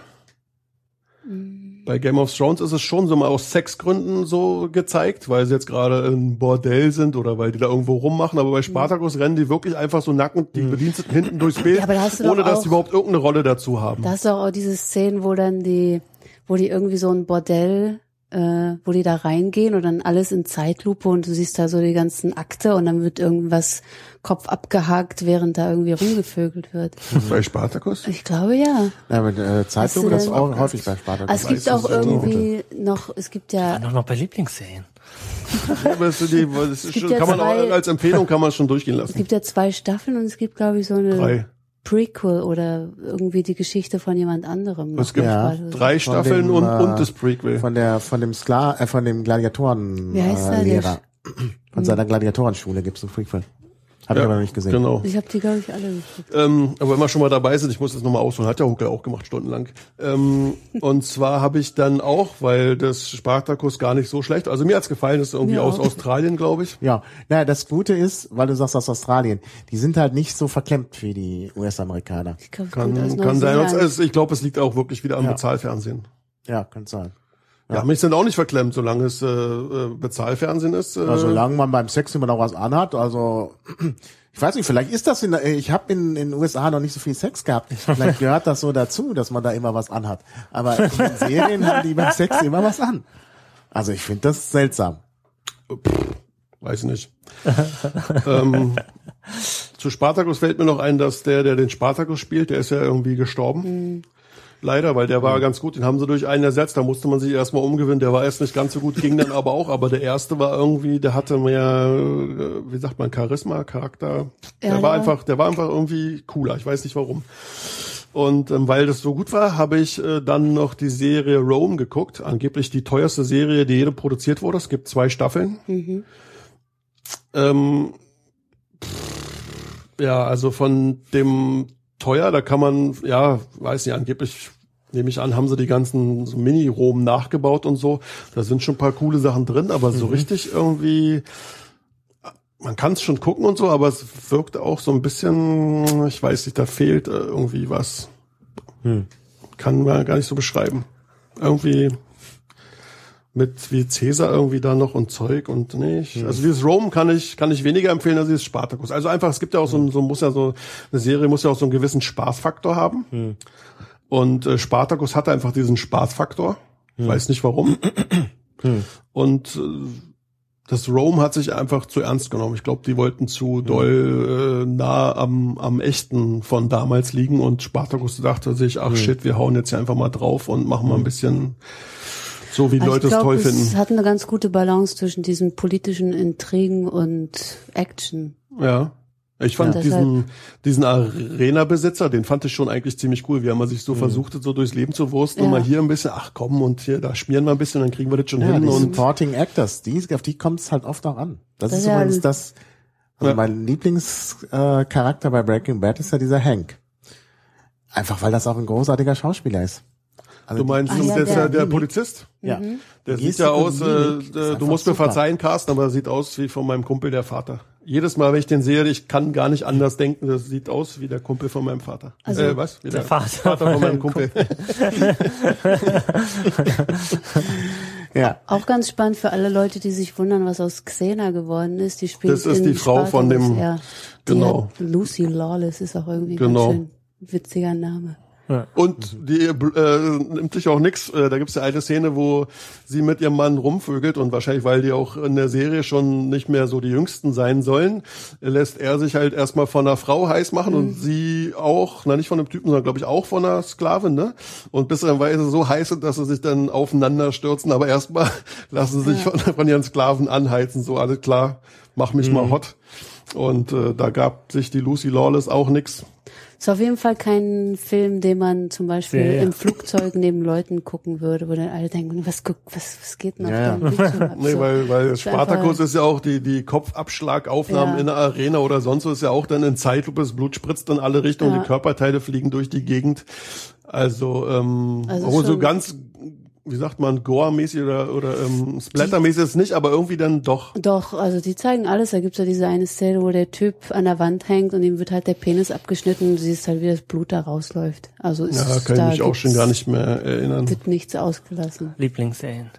Bei Game of Thrones ist es schon so mal aus Sexgründen so gezeigt, weil sie jetzt gerade im Bordell sind oder weil die da irgendwo rummachen, aber bei Spartacus rennen die wirklich einfach so nackend die Bediensteten hinten durchs Bild, aber da hast du ohne doch dass auch- die überhaupt irgendeine Rolle dazu haben. Da hast du auch diese Szenen, wo die irgendwie so ein Bordell, wo die da reingehen und dann alles in Zeitlupe und du siehst da so die ganzen Akte und dann wird irgendwas Kopf abgehakt, während da irgendwie rumgevögelt wird. Bei Spartacus? Ich glaube ja. Ja, aber Zeitlupe, das ist auch häufig bei Spartacus. Es gibt auch irgendwie noch, es gibt ja, Noch bei Lieblingsserien. Aber das ist gibt schon, ja kann man zwei- auch, als Empfehlung kann man es schon durchgehen es lassen. gibt ja 2 Staffeln und es gibt, glaube ich, so eine 3. Prequel oder irgendwie die Geschichte von jemand anderem. Es gibt Ja. 3 Staffeln dem, und das Prequel. von dem Gladiatoren Wie heißt der? Lehrer. Von seiner Gladiatorenschule gibt's einen Prequel. Hab ich aber noch nicht gesehen. Genau. Ich habe die, glaube ich, alle geguckt. Aber wenn wir schon mal dabei sind, ich muss das nochmal ausholen, hat ja Huckel auch gemacht, stundenlang. Und zwar habe ich dann auch, weil das Spartacus gar nicht so schlecht, also mir hat's gefallen, das ist irgendwie Mir aus auch. Australien, glaube ich. Ja, naja, das Gute ist, weil du sagst aus Australien, die sind halt nicht so verklemmt wie die US-Amerikaner. Ich glaube, es kommt aus Kann sein. Neuseeland. Ich glaube, es liegt auch wirklich wieder am Ja. Bezahlfernsehen. Ja, kann sein. Ja, mich sind auch nicht verklemmt, solange es Bezahlfernsehen ist. Also solange man beim Sex immer noch was anhat, also ich weiß nicht, vielleicht ist das ich habe in den USA noch nicht so viel Sex gehabt. Vielleicht gehört das so dazu, dass man da immer was anhat. Aber in den Serien haben die beim Sex immer was an. Also ich finde das seltsam. Weiß nicht. Zu Spartacus fällt mir noch ein, dass der den Spartacus spielt, der ist ja irgendwie gestorben. Leider, weil der war ganz gut, den haben sie durch einen ersetzt, da musste man sich erstmal umgewöhnen, der war erst nicht ganz so gut, ging dann aber auch, aber der erste war irgendwie, der hatte mehr, wie sagt man, Charisma, Charakter, der war einfach irgendwie cooler, ich weiß nicht warum. Und weil das so gut war, habe ich dann noch die Serie Rome geguckt, angeblich die teuerste Serie, die je produziert wurde, es gibt 2 Staffeln. Ja, also von dem teuer, da kann man, ja, weiß nicht, angeblich, nehme ich an, haben sie die ganzen so Mini-Rom nachgebaut und so. Da sind schon ein paar coole Sachen drin, aber so richtig irgendwie, man kann es schon gucken und so, aber es wirkt auch so ein bisschen, ich weiß nicht, da fehlt irgendwie was. Kann man gar nicht so beschreiben. Irgendwie mit wie Cäsar irgendwie da noch und Zeug und nicht. Also dieses Rome kann ich weniger empfehlen als dieses Spartacus. Also einfach, es gibt ja auch so eine Serie muss ja auch so einen gewissen Spaßfaktor haben. Und Spartacus hatte einfach diesen Spaßfaktor. Ich weiß nicht warum. Und das Rome hat sich einfach zu ernst genommen. Ich glaube, die wollten zu doll nah am Echten von damals liegen und Spartacus dachte sich, ach shit, wir hauen jetzt hier einfach mal drauf und machen mal ein bisschen so, wie Leute es toll finden. Es hat eine ganz gute Balance zwischen diesen politischen Intrigen und Action. Ja. Ich fand diesen Arena-Besitzer, den fand ich schon eigentlich ziemlich cool, wie er mal sich so versucht hat, so durchs Leben zu wursten und mal hier ein bisschen, ach komm, und hier, da schmieren wir ein bisschen, dann kriegen wir das schon hin. Die Und Supporting Actors, auf die kommt es halt oft auch an. Das ist übrigens das, also mein Lieblingscharakter bei Breaking Bad ist ja dieser Hank. Einfach, weil das auch ein großartiger Schauspieler ist. Also du meinst, der Polizist? Ja. Der sieht ja aus, du musst mir verzeihen, Carsten, aber er sieht aus wie von meinem Kumpel, der Vater. Jedes Mal, wenn ich den sehe, ich kann gar nicht anders denken, das sieht aus wie der Kumpel von meinem Vater. Also, Wie der Vater von meinem Kumpel. Ja. Auch ganz spannend für alle Leute, die sich wundern, was aus Xena geworden ist. Die spielt das ist die Frau Spartacus, von dem, genau. Lucy Lawless ist auch irgendwie ganz schön witziger Name. Und die nimmt sich auch nix. Da gibt's ja eine Szene, wo sie mit ihrem Mann rumvögelt und wahrscheinlich, weil die auch in der Serie schon nicht mehr so die Jüngsten sein sollen, lässt er sich halt erstmal von einer Frau heiß machen und sie auch, nicht von einem Typen, sondern glaube ich auch von einer Sklavin, ne? Und bis dann Weise so heiß sind, dass sie sich dann aufeinander stürzen, aber erstmal lassen sie sich von ihren Sklaven anheizen, so alles klar, mach mich mal hot. Und da gab sich die Lucy Lawless auch nix. Ist auf jeden Fall kein Film, den man zum Beispiel im Flugzeug neben Leuten gucken würde, wo dann alle denken, was geht denn auf deinem Bildschirm ab? Nee, weil Spartacus ist ja auch die Kopfabschlagaufnahmen in der Arena oder sonst so ist ja auch dann in Zeitlupe, das Blut spritzt in alle Richtungen, die Körperteile fliegen durch die Gegend. Also auch so ganz, wie sagt man, Gore-mäßig oder Splatter-mäßig ist nicht, aber irgendwie dann doch. Doch, also die zeigen alles. Da gibt's ja diese eine Szene, wo der Typ an der Wand hängt und ihm wird halt der Penis abgeschnitten und du siehst halt, wie das Blut da rausläuft. Also ist kann ich mich auch schon gar nicht mehr erinnern. Wird nichts ausgelassen. Lieblingsserien.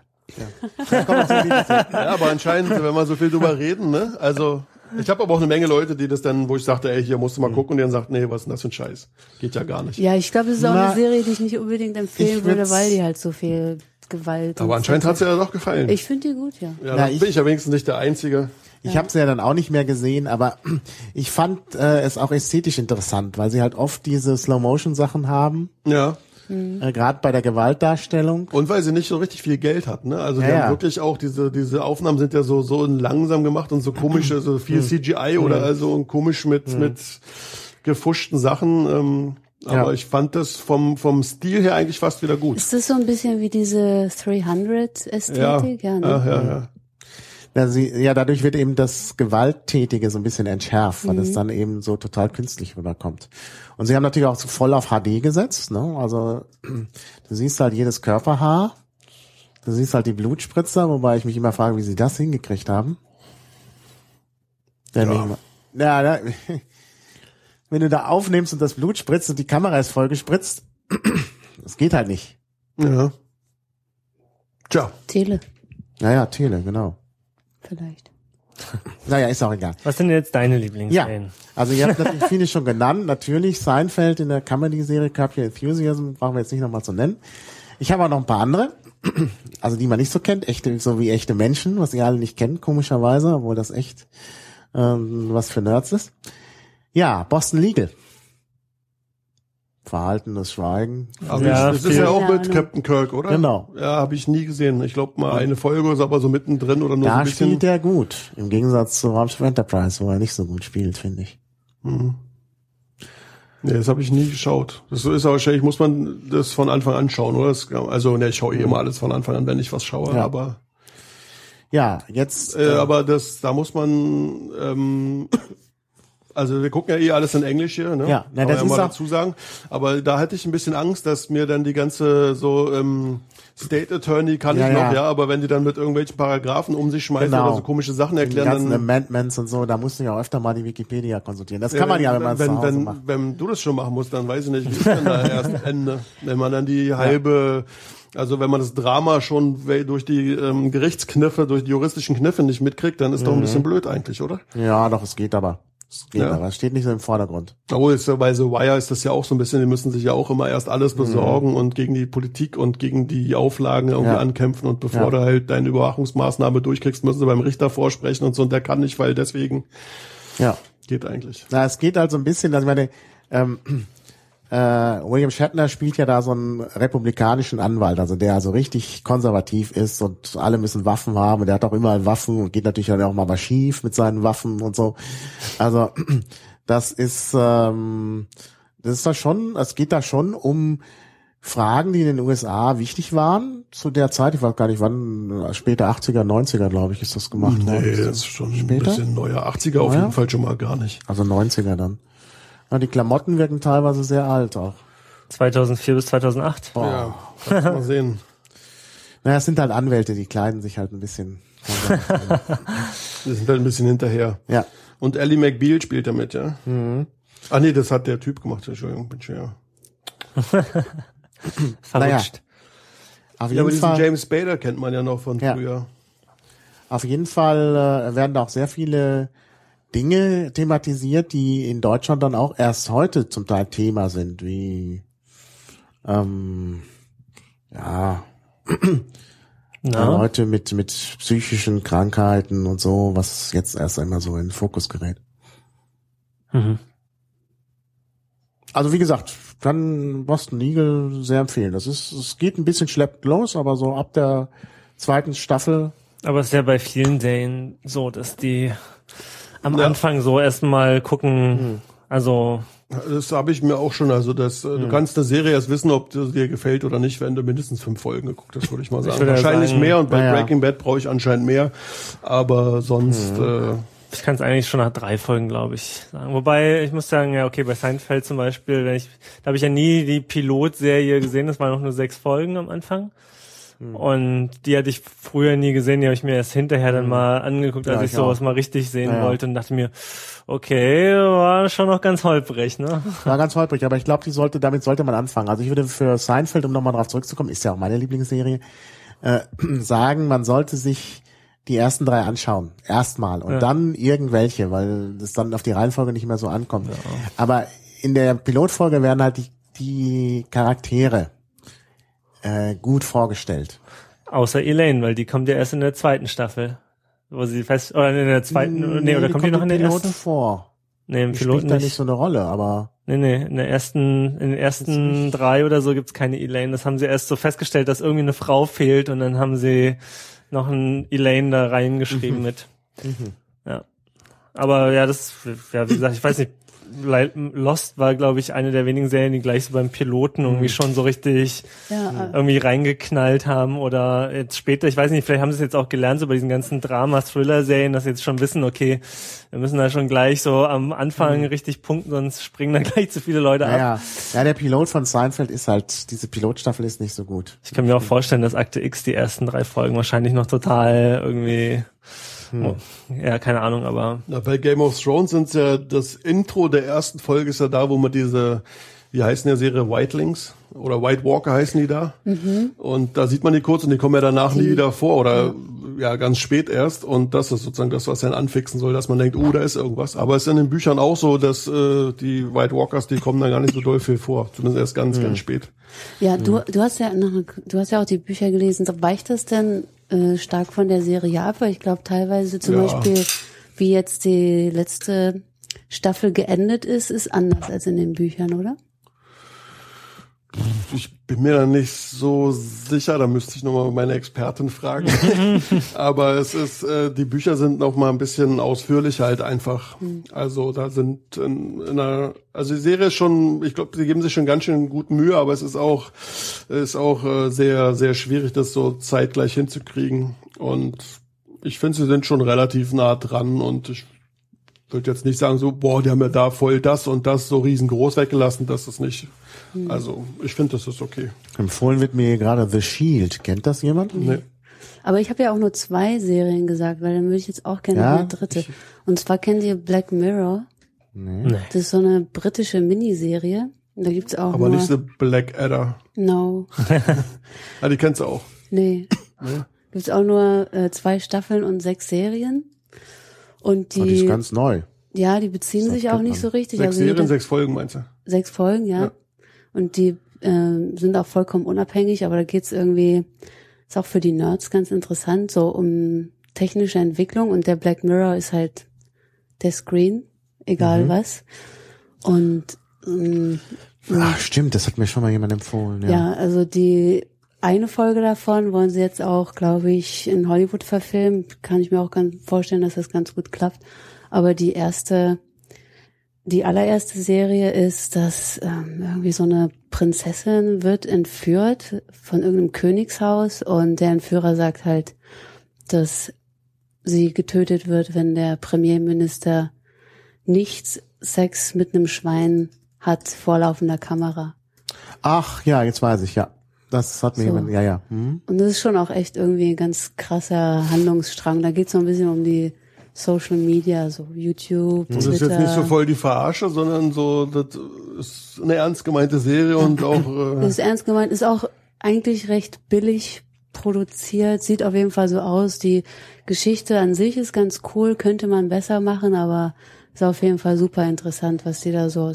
Ja, aber anscheinend, wenn wir so viel drüber reden, ne? Also ich habe aber auch eine Menge Leute, die das dann, wo ich sagte, ey, hier musst du mal gucken, und die dann sagt, nee, was ist denn das für ein Scheiß? Geht ja gar nicht. Ja, ich glaube, es ist auch eine Serie, die ich nicht unbedingt empfehlen würde, weil die halt so viel Gewalt. Aber anscheinend hat's ja doch gefallen. Ich finde die gut, ja. Ja, bin ich ja wenigstens nicht der Einzige. Ich habe sie ja dann auch nicht mehr gesehen, aber ich fand es auch ästhetisch interessant, weil sie halt oft diese Slow-Motion-Sachen haben. Ja. Gerade bei der Gewaltdarstellung. Und weil sie nicht so richtig viel Geld hat, ne? Also die haben wirklich auch diese Aufnahmen sind ja so langsam gemacht und so komisch, so viel CGI oder also komisch mit gefuschten Sachen. Aber ich fand das vom Stil her eigentlich fast wieder gut. Ist das so ein bisschen wie diese 300-Ästhetik? Ja, ne? Ja, dadurch wird eben das Gewalttätige so ein bisschen entschärft, weil es dann eben so total künstlich rüberkommt. Und sie haben natürlich auch so voll auf HD gesetzt, ne? Also du siehst halt jedes Körperhaar, du siehst halt die Blutspritzer, wobei ich mich immer frage, wie sie das hingekriegt haben. Wenn du da aufnimmst und das Blut spritzt und die Kamera ist voll gespritzt, das geht halt nicht. Ja. Tja. Tele. Naja, Tele, genau. Vielleicht. Naja, ist auch egal. Was sind denn jetzt deine Lieblingsserien? Ja, also ihr habt natürlich viele schon genannt. Natürlich Seinfeld in der Comedy-Serie Curb Your Enthusiasm, brauchen wir jetzt nicht nochmal zu nennen. Ich habe auch noch ein paar andere, also die man nicht so kennt, so wie echte Menschen, was ihr alle nicht kennt, komischerweise, obwohl das echt was für Nerds ist. Ja, Boston Legal. Verhaltenes Schweigen. Aber das ist ja auch mit Captain Kirk, oder? Genau. Ja, habe ich nie gesehen. Ich glaube mal eine Folge ist aber so mittendrin oder nur so ein bisschen. Da spielt er gut. Im Gegensatz zu Raumschiff Enterprise, wo er nicht so gut spielt, finde ich. Nee, das habe ich nie geschaut. Das ist aber wahrscheinlich, muss man das von Anfang an schauen, oder? Ich schaue immer alles von Anfang an, wenn ich was schaue, aber. Ja, jetzt. Aber da muss man, also wir gucken ja alles in Englisch hier, ne? Ja, kann das man ist ja mal auch, dazu sagen. Aber da hatte ich ein bisschen Angst, dass mir dann die ganze so State Attorney kann ich noch, aber wenn die dann mit irgendwelchen Paragraphen um sich schmeißen oder so komische Sachen erklären, die ganzen dann Amendments und so, da musst du ja öfter mal die Wikipedia konsultieren. Das kann man ja, wenn man es zu Hause macht. Wenn du das schon machen musst, dann weiß ich nicht, wie ist denn da erst Ende? Wenn man dann die halbe, also wenn man das Drama schon durch die Gerichtskniffe, durch die juristischen Kniffe nicht mitkriegt, dann ist doch ein bisschen blöd eigentlich, oder? Ja, doch, es geht aber. Es steht nicht so im Vordergrund. Obwohl, bei The Wire ist das ja auch so ein bisschen, die müssen sich ja auch immer erst alles besorgen und gegen die Politik und gegen die Auflagen irgendwie ankämpfen und bevor du halt deine Überwachungsmaßnahme durchkriegst, müssen sie beim Richter vorsprechen und so und der kann nicht, weil deswegen geht eigentlich. Na, es geht also ein bisschen, also ich meine, William Shatner spielt ja da so einen republikanischen Anwalt, also der also richtig konservativ ist und alle müssen Waffen haben und der hat auch immer Waffen und geht natürlich dann auch mal schief mit seinen Waffen und so. Also das ist da schon, es geht da schon um Fragen, die in den USA wichtig waren zu der Zeit. Ich weiß gar nicht, wann, später 80er, 90er, glaube ich, ist das gemacht worden. Nee, das ist schon später? Ein bisschen neuer. 80er auf jeden Fall schon mal gar nicht. Also 90er dann. Ja, die Klamotten wirken teilweise sehr alt auch. 2004 bis 2008. Oh. Ja, kannst du mal sehen. Naja, es sind halt Anwälte, die kleiden sich halt ein bisschen. Die sind halt ein bisschen hinterher. Ja. Und Ally McBeal spielt damit, ja? Mhm. Ah nee, das hat der Typ gemacht, Entschuldigung, bin schon Verrutscht. Naja, auf jeden aber Fall, diesen James Spader kennt man ja noch von früher. Auf jeden Fall werden da auch sehr viele Dinge thematisiert, die in Deutschland dann auch erst heute zum Teil Thema sind, wie Leute mit psychischen Krankheiten und so, was jetzt erst einmal so in den Fokus gerät. Mhm. Also wie gesagt, kann Boston Legal sehr empfehlen. Es geht ein bisschen schleppend los, aber so ab der zweiten Staffel. Aber es ist ja bei vielen Serien so, dass die am Anfang so erstmal gucken, also das habe ich mir auch schon, also du kannst eine Serie erst wissen, ob das dir gefällt oder nicht, wenn du mindestens 5 Folgen geguckt hast, würde ich mal sagen. Wahrscheinlich mehr und bei Breaking Bad brauche ich anscheinend mehr, aber sonst ich kann es eigentlich schon nach 3 Folgen, glaube ich, sagen. Wobei, ich muss sagen, ja, okay, bei Seinfeld zum Beispiel, da habe ich ja nie die Pilotserie gesehen, das waren noch nur 6 Folgen am Anfang. Und die hatte ich früher nie gesehen, die habe ich mir erst hinterher dann mal angeguckt, als ich sowas mal richtig sehen wollte und dachte mir, okay, war schon noch ganz holprig, ne? War ganz holprig, aber ich glaube, damit sollte man anfangen. Also ich würde für Seinfeld, um nochmal drauf zurückzukommen, ist ja auch meine Lieblingsserie, sagen, man sollte sich die ersten 3 anschauen. Erstmal. Und dann irgendwelche, weil das dann auf die Reihenfolge nicht mehr so ankommt. Ja. Aber in der Pilotfolge werden halt die Charaktere gut vorgestellt. Außer Elaine, weil die kommt ja erst in der 2. Staffel. Wo sie oder in der 2., oder kommt die noch in der Piloten ersten? vor. Nee, im Piloten spielt da nicht so eine Rolle, aber. Nee, in den ersten 3 oder so gibt's keine Elaine. Das haben sie erst so festgestellt, dass irgendwie eine Frau fehlt und dann haben sie noch ein Elaine da reingeschrieben mit. Ja. Aber ja, wie gesagt, ich weiß nicht, Lost war, glaube ich, eine der wenigen Serien, die gleich so beim Piloten irgendwie schon so richtig irgendwie reingeknallt haben oder jetzt später, ich weiß nicht, vielleicht haben sie es jetzt auch gelernt, so bei diesen ganzen Drama-Thriller-Serien, dass sie jetzt schon wissen, okay, wir müssen da schon gleich so am Anfang richtig punkten, sonst springen da gleich zu viele Leute ab. Ja, der Pilot von Seinfeld ist halt, diese Pilotstaffel ist nicht so gut. Ich kann mir auch vorstellen, dass Akte X die ersten 3 Folgen wahrscheinlich noch total irgendwie ja, keine Ahnung, aber... Na, bei Game of Thrones sind's ja, das Intro der ersten Folge ist ja da, wo man diese, wie heißen die Serie, Whitelings oder White Walker heißen die da. Und da sieht man die kurz und die kommen ja danach nie wieder vor oder ganz spät erst. Und das ist sozusagen das, was dann anfixen soll, dass man denkt, da ist irgendwas. Aber es ist in den Büchern auch so, dass die White Walkers, die kommen da gar nicht so doll viel vor. Zumindest erst ganz, ganz spät. Ja, du hast ja auch die Bücher gelesen. Weicht das denn stark von der Serie ab? Weil ich glaube teilweise zum Beispiel, wie jetzt die letzte Staffel geendet ist anders als in den Büchern, oder? Ich bin mir da nicht so sicher, da müsste ich nochmal meine Expertin fragen. Aber es ist, die Bücher sind noch mal ein bisschen ausführlicher halt einfach. Also da sind also die Serie ist schon, ich glaube, sie geben sich schon ganz schön gut Mühe, aber es ist auch sehr, sehr schwierig, das so zeitgleich hinzukriegen. Und ich finde, sie sind schon relativ nah dran und ich würde jetzt nicht sagen so, boah, die haben ja da voll das und das so riesengroß weggelassen, das ist nicht. Also, ich finde, das ist okay. Empfohlen wird mir gerade The Shield. Kennt das jemand? Nee. Aber ich habe ja auch nur 2 Serien gesagt, weil dann würde ich jetzt auch gerne Ja, eine dritte. Und zwar kennt ihr Black Mirror? Nee. Das ist so eine britische Miniserie. Und da gibt's auch Aber nur... nicht so Blackadder. No. Ah, die kennst du auch. Nee. Gibt's auch nur 2 Staffeln und 6 Serien. Und Die ist die, ganz neu. ja, die beziehen So sich auch kennt nicht man. so richtig. 6 Also Serien, jede- 6 Folgen, meinst du? 6 Folgen, ja. Ja. Und die sind auch vollkommen unabhängig, aber da geht's irgendwie, ist auch für die Nerds ganz interessant, so um technische Entwicklung und der Black Mirror ist halt der Screen, egal was. Und Ach, stimmt, das hat mir schon mal jemand empfohlen. ja, also die eine Folge davon wollen sie jetzt auch, glaube ich, in Hollywood verfilmen. Kann ich mir auch ganz vorstellen, dass das ganz gut klappt. Aber die allererste Serie ist, dass irgendwie so eine Prinzessin wird entführt von irgendeinem Königshaus und der Entführer sagt halt, dass sie getötet wird, wenn der Premierminister nicht Sex mit einem Schwein hat vor laufender Kamera. Ach ja, jetzt weiß ich, ja. Das hat mir So. jemand, ja. Hm. Und das ist schon auch echt irgendwie ein ganz krasser Handlungsstrang. Da geht's so ein bisschen um die Social Media, so YouTube, Das Twitter. ist jetzt nicht so voll die Verarsche, sondern so, das ist eine ernst gemeinte Serie und auch, Das ist ernst gemeint, ist auch eigentlich recht billig produziert, sieht auf jeden Fall so aus. Die Geschichte an sich ist ganz cool, könnte man besser machen, aber ist auf jeden Fall super interessant, was die da so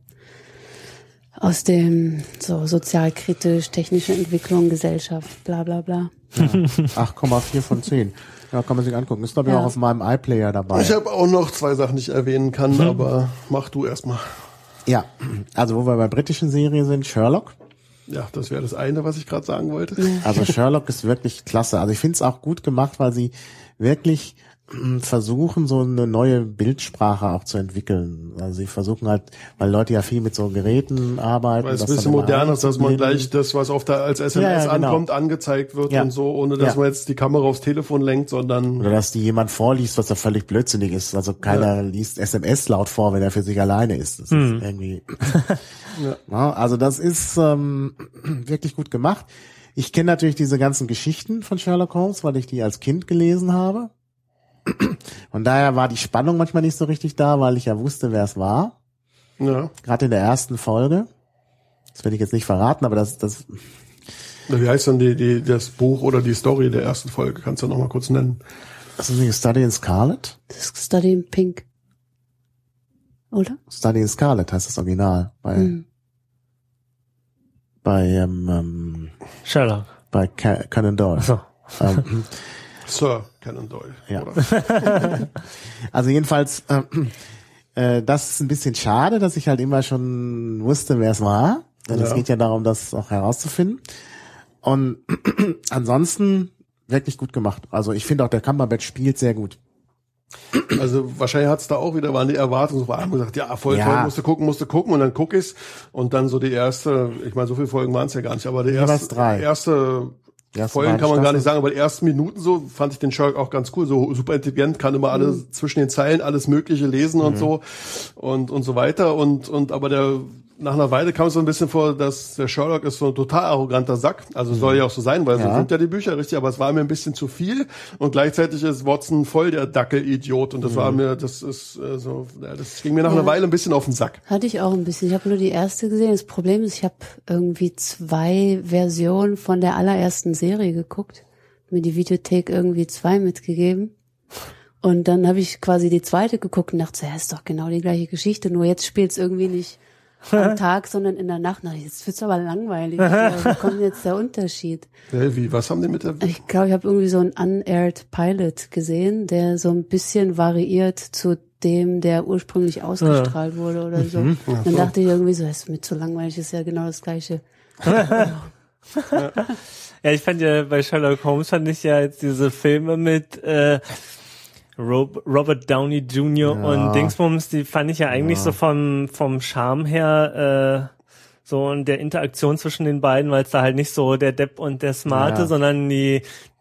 aus dem so sozialkritisch, technische Entwicklung, Gesellschaft, bla bla bla. Ja. 8,4 von 10. Ja, kann man sich angucken. Ist glaube ich Ja. auch auf meinem iPlayer dabei. ich habe auch noch 2 Sachen, die ich erwähnen kann, aber mach du erstmal. Ja, also wo wir bei britischen Serien sind, Sherlock. Ja, das wäre das eine, was ich gerade sagen wollte. Also Sherlock ist wirklich klasse. Also ich finde es auch gut gemacht, weil sie wirklich versuchen, so eine neue Bildsprache auch zu entwickeln. Also sie versuchen halt, weil Leute ja viel mit so Geräten arbeiten. Weil es ein das bisschen dann immer moderner ist, dass man einzublenden. gleich das, was auf der als SMS Ja, ja, genau. ankommt, angezeigt wird Ja. und so, ohne dass Ja. man jetzt die Kamera aufs Telefon lenkt, sondern Oder dass die jemand vorliest, was da völlig blödsinnig ist. Also keiner liest SMS laut vor, wenn er für sich alleine ist. Das ist irgendwie. Ja, also das ist wirklich gut gemacht. Ich kenne natürlich diese ganzen Geschichten von Sherlock Holmes, weil ich die als Kind gelesen habe. Von daher war die Spannung manchmal nicht so richtig da, weil ich ja wusste, wer es war. ja. Gerade in der ersten Folge. Das will ich jetzt nicht verraten, aber das Wie heißt dann das Buch oder die Story der ersten Folge? Kannst du noch mal kurz nennen? ist nicht Study in Scarlet? Das ist Study in Pink. Oder? Study in Scarlet heißt das Original bei Sherlock. Conan Doyle. So. Sir Conan Doyle. Ja. Oder? Also jedenfalls, das ist ein bisschen schade, dass ich halt immer schon wusste, wer es war. Denn es Ja. geht ja darum, das auch herauszufinden. Und ansonsten wirklich gut gemacht. Also ich finde auch, der Cumberbatch spielt sehr gut. Also wahrscheinlich hat's da auch wieder, waren die Erwartungen, so haben gesagt, ja, voll Ja. toll, musst du gucken und dann guck ich's und dann so die erste, ich meine, so viele Folgen waren's ja gar nicht, aber die Jeweils 3. erste Die ersten Folgen beiden kann man gar Staffeln. nicht sagen, aber die ersten Minuten so fand ich den Sherlock auch ganz cool, so super intelligent, kann immer alles zwischen den Zeilen alles Mögliche lesen und so und so weiter und aber nach einer Weile kam es so ein bisschen vor, dass der Sherlock ist so ein total arroganter Sack. Also soll ja auch so sein, weil so Ja. sind ja die Bücher richtig, aber es war mir ein bisschen zu viel und gleichzeitig ist Watson voll der Dackelidiot und das war mir, das ist so, ja, das ging mir nach einer Weile ein bisschen auf den Sack. Hatte ich auch ein bisschen. Ich habe nur die erste gesehen. Das Problem ist, ich habe irgendwie 2 Versionen von der allerersten Serie geguckt. Mir die Videothek irgendwie 2 mitgegeben. Und dann habe ich quasi die zweite geguckt und dachte, ja, ist doch genau die gleiche Geschichte. Nur jetzt spielt es irgendwie nicht am Tag, sondern in der Nacht. Na, jetzt wird's aber langweilig. Wo kommt denn jetzt der Unterschied? Wie, was haben die mit der, Ich glaube, ich habe irgendwie so einen Unaired Pilot gesehen, der so ein bisschen variiert zu dem, der ursprünglich ausgestrahlt wurde oder so. Dann dachte ich irgendwie so, ist mir zu langweilig, ist ja genau das Gleiche. Ja, ich fand ja bei Sherlock Holmes fand ich ja jetzt diese Filme mit Robert Downey Jr. und Dingsbums, die fand ich ja eigentlich so vom Charme her so und der Interaktion zwischen den beiden, weil es da halt nicht so der Depp und der Smarte, Ja. sondern die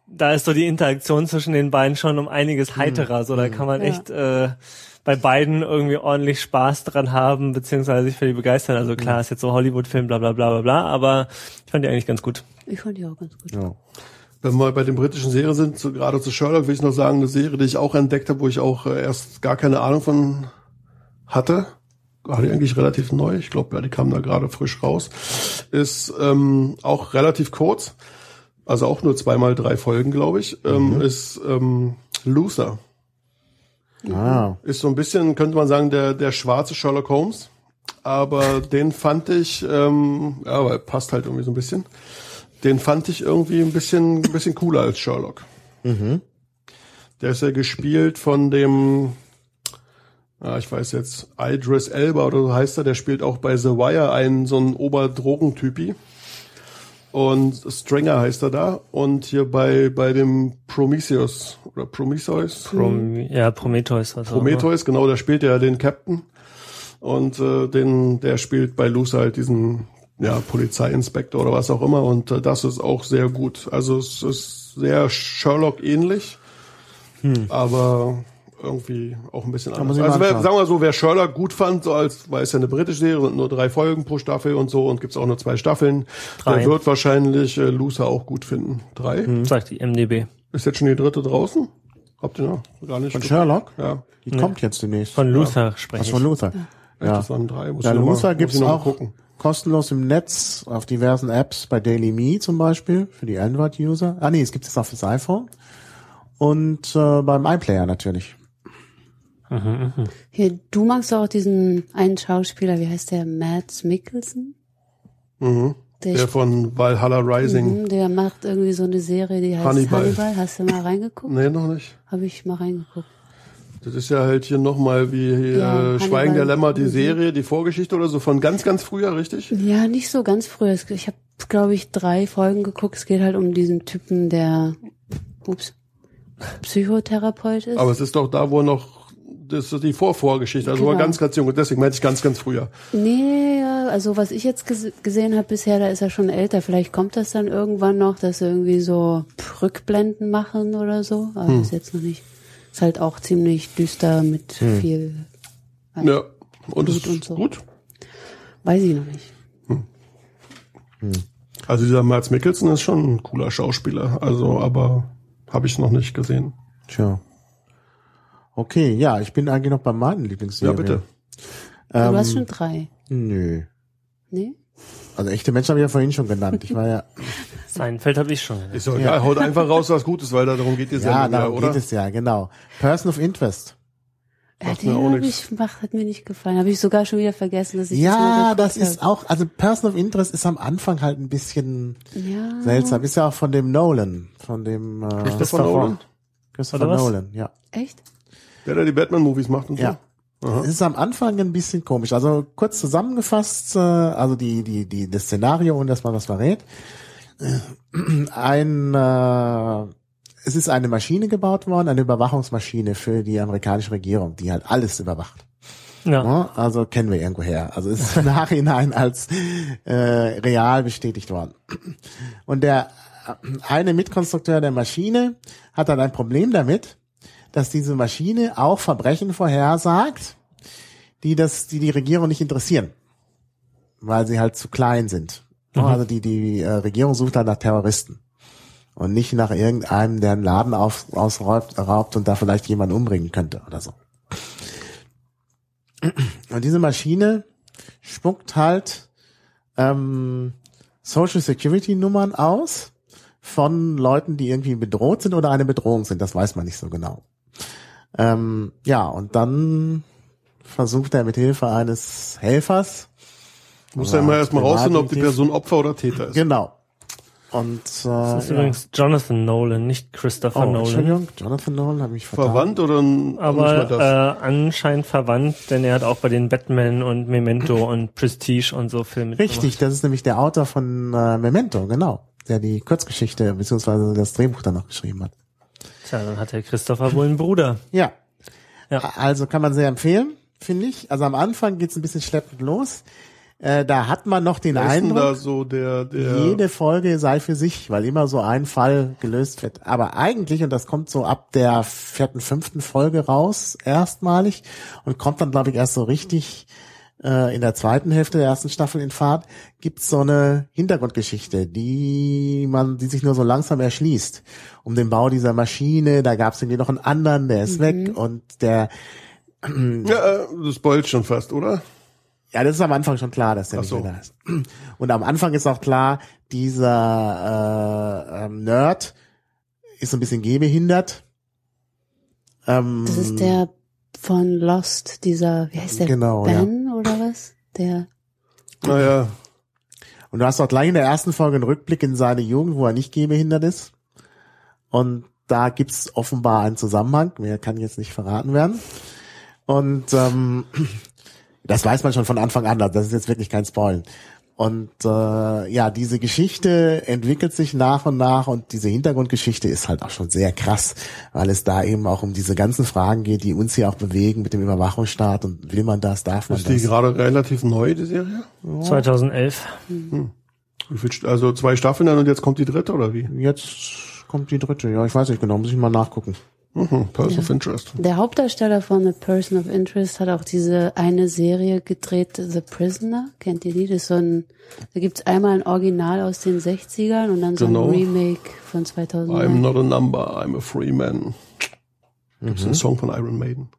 da ist so die Interaktion zwischen den beiden schon um einiges heiterer. So, da kann man echt bei beiden irgendwie ordentlich Spaß dran haben, beziehungsweise sich für die begeistern. Also klar, ist jetzt so Hollywood-Film, bla bla bla bla bla, aber ich fand die eigentlich ganz gut. Ich fand die auch ganz gut. Ja. Wenn wir bei den britischen Serien sind, so gerade zu Sherlock, will ich noch sagen, eine Serie, die ich auch entdeckt habe, wo ich auch erst gar keine Ahnung von hatte, war die eigentlich relativ neu, ich glaube, ja, die kam da gerade frisch raus, ist auch relativ kurz, also auch nur 2x3 Folgen, glaube ich, ist Luther. Ist so ein bisschen, könnte man sagen, der schwarze Sherlock Holmes, aber den fand ich, aber passt halt irgendwie so ein bisschen, den fand ich irgendwie ein bisschen cooler als Sherlock. Der ist ja gespielt von dem, ich weiß jetzt, Idris Elba oder so heißt er, der spielt auch bei The Wire einen so einen Oberdrogentypi. Und Stringer heißt er da. Und hier bei dem Prometheus oder Prometheus. Prometheus. Prometheus, genau, da spielt er den Captain. Und der spielt bei Luther halt diesen Polizeiinspektor oder was auch immer. Und das ist auch sehr gut. Also es ist sehr Sherlock-ähnlich, aber irgendwie auch ein bisschen anders. Also sagen wir so, wer Sherlock gut fand, so weil es ja eine britische Serie, sind nur 3 Folgen pro Staffel und so und gibt's auch nur 2 Staffeln, 3. Der wird wahrscheinlich Luther auch gut finden. 3? Sagt die MDB. Ist jetzt schon die 3. draußen? Habt ihr noch gar nicht? Von Sherlock? Ja. Die kommt jetzt demnächst. Von Luther spreche ich. Von Luther. Ja. Das waren 3. Luther gibt's auch kostenlos im Netz auf diversen Apps, bei Daily Me zum Beispiel, für die Android-User. Es gibt es auch fürs iPhone. Und beim iPlayer natürlich. Hier, du magst auch diesen einen Schauspieler, wie heißt der? Mads Mikkelsen? Der von Valhalla Rising. Der macht irgendwie so eine Serie, die heißt Hannibal. Hast du mal reingeguckt? Nee, noch nicht. Habe ich mal reingeguckt. Das ist ja halt hier nochmal wie Schweigen der Lämmer, die Serie, die Vorgeschichte oder so von ganz, ganz früher, richtig? Ja, nicht so ganz früher. Ich habe, glaube ich, 3 Folgen geguckt. Es geht halt um diesen Typen, der Psychotherapeut ist. Aber es ist doch da, wo noch, das ist die Vorgeschichte, also war ganz, ganz jung. Deswegen meinte ich ganz, ganz früher. Nee, also was ich jetzt gesehen habe bisher, da ist er schon älter. Vielleicht kommt das dann irgendwann noch, dass sie irgendwie so Rückblenden machen oder so. Aber das ist jetzt noch nicht. Ist halt auch ziemlich düster mit viel. Ja, und es ist so. gut. Weiß ich noch nicht. Also dieser Mads Mikkelsen ist schon ein cooler Schauspieler, also aber habe ich noch nicht gesehen. Tja. Okay, ja, ich bin eigentlich noch bei meinen Lieblingsserien. Ja, bitte. Du hast schon 3. Nö. Nee? Also echte Menschen habe ich ja vorhin schon genannt. Ich war ja. Seinfeld habe ich schon. Ist doch egal, haut einfach raus, was gut ist, weil darum geht die Sendung, darum oder? geht es ja, genau. Person of Interest. Hat mir nicht gefallen. Habe ich sogar schon wieder vergessen, dass ich das ist auch, also Person of Interest ist am Anfang halt ein bisschen seltsam. Ist ja auch von dem Nolan, von dem Christopher Nolan? Christopher Nolan, ja. Echt? Der die Batman-Movies macht und so? Ja. Es ist am Anfang ein bisschen komisch. Also kurz zusammengefasst, also das Szenario und dass man was verrät. Es ist eine Maschine gebaut worden, eine Überwachungsmaschine für die amerikanische Regierung, die halt alles überwacht. Ja. Also kennen wir irgendwoher. Also ist im Nachhinein als real bestätigt worden. Und der eine Mitkonstrukteur der Maschine hat dann ein Problem damit, dass diese Maschine auch Verbrechen vorhersagt, die die Regierung nicht interessieren, weil sie halt zu klein sind. Also die Regierung sucht dann nach Terroristen und nicht nach irgendeinem, der einen Laden ausraubt und da vielleicht jemanden umbringen könnte oder so. Und diese Maschine spuckt halt Social Security Nummern aus von Leuten, die irgendwie bedroht sind oder eine Bedrohung sind. Das weiß man nicht so genau. Und dann versucht er mit Hilfe eines Helfers. Muss er immer erstmal rausfinden, ob die Person Opfer oder Täter ist. Genau. Und das ist übrigens Jonathan Nolan, nicht Christopher Nolan. Entschuldigung, Jonathan Nolan habe ich vertan. Verwandt oder aber anscheinend verwandt, denn er hat auch bei den Batman und Memento und Prestige und so Filme Richtig, gemacht. Das ist nämlich der Autor von Memento, genau, der die Kurzgeschichte bzw. das Drehbuch dann noch geschrieben hat. Tja, dann hat der Christopher wohl einen Bruder. Ja. Also kann man sehr empfehlen, finde ich. Also am Anfang geht's ein bisschen schleppend los. Da hat man noch den Wer ist denn Eindruck, da so der jede Folge sei für sich, weil immer so ein Fall gelöst wird. Aber eigentlich, und das kommt so ab der 4., 5. Folge raus, erstmalig, und kommt dann, glaube ich, erst so richtig in der zweiten Hälfte der ersten Staffel in Fahrt, gibt's so eine Hintergrundgeschichte, die sich nur so langsam erschließt. Um den Bau dieser Maschine, da gab's irgendwie noch einen anderen, der ist weg, und der Ja, das spoilt schon fast, oder? ja, das ist am Anfang schon klar, dass der nicht mehr da ist. Und am Anfang ist auch klar, dieser Nerd ist so ein bisschen gehbehindert. Das ist der von Lost, dieser, wie heißt der? Genau, Ben oder was? Der. Naja. Und du hast auch gleich in der ersten Folge einen Rückblick in seine Jugend, wo er nicht gehbehindert ist. Und da gibt's offenbar einen Zusammenhang. Mehr kann jetzt nicht verraten werden. Und das weiß man schon von Anfang an. Das ist jetzt wirklich kein Spoilen. Und ja, diese Geschichte entwickelt sich nach und nach, und diese Hintergrundgeschichte ist halt auch schon sehr krass, weil es da eben auch um diese ganzen Fragen geht, die uns hier auch bewegen mit dem Überwachungsstaat, und will man das, darf man Ist das? die gerade relativ neu, die Serie? 2011. Wie viel, also 2 Staffeln dann und jetzt kommt die 3. oder wie? Jetzt kommt die 3. Ja, ich weiß nicht genau, muss ich mal nachgucken. Person of Interest. Der Hauptdarsteller von A Person of Interest hat auch diese eine Serie gedreht, The Prisoner. Kennt ihr die? Das ist so ein, da gibt's einmal ein Original aus den 60ern und dann so Genau. ein Remake von 2009. I'm not a number, I'm a free man. Gibt's einen Song von Iron Maiden?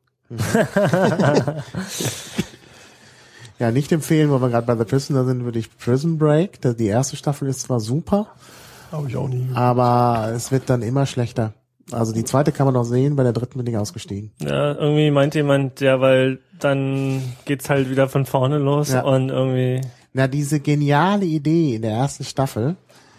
Ja, nicht empfehlen, wo wir gerade bei The Prisoner sind, würde ich Prison Break. Die erste Staffel ist zwar super, Habe ich auch nie. aber es wird dann immer schlechter. Also die zweite kann man noch sehen, bei der 3. bin ich ausgestiegen. Ja, irgendwie meint jemand, ja, weil dann geht's halt wieder von vorne los Ja. und irgendwie. Na, diese geniale Idee in der ersten Staffel,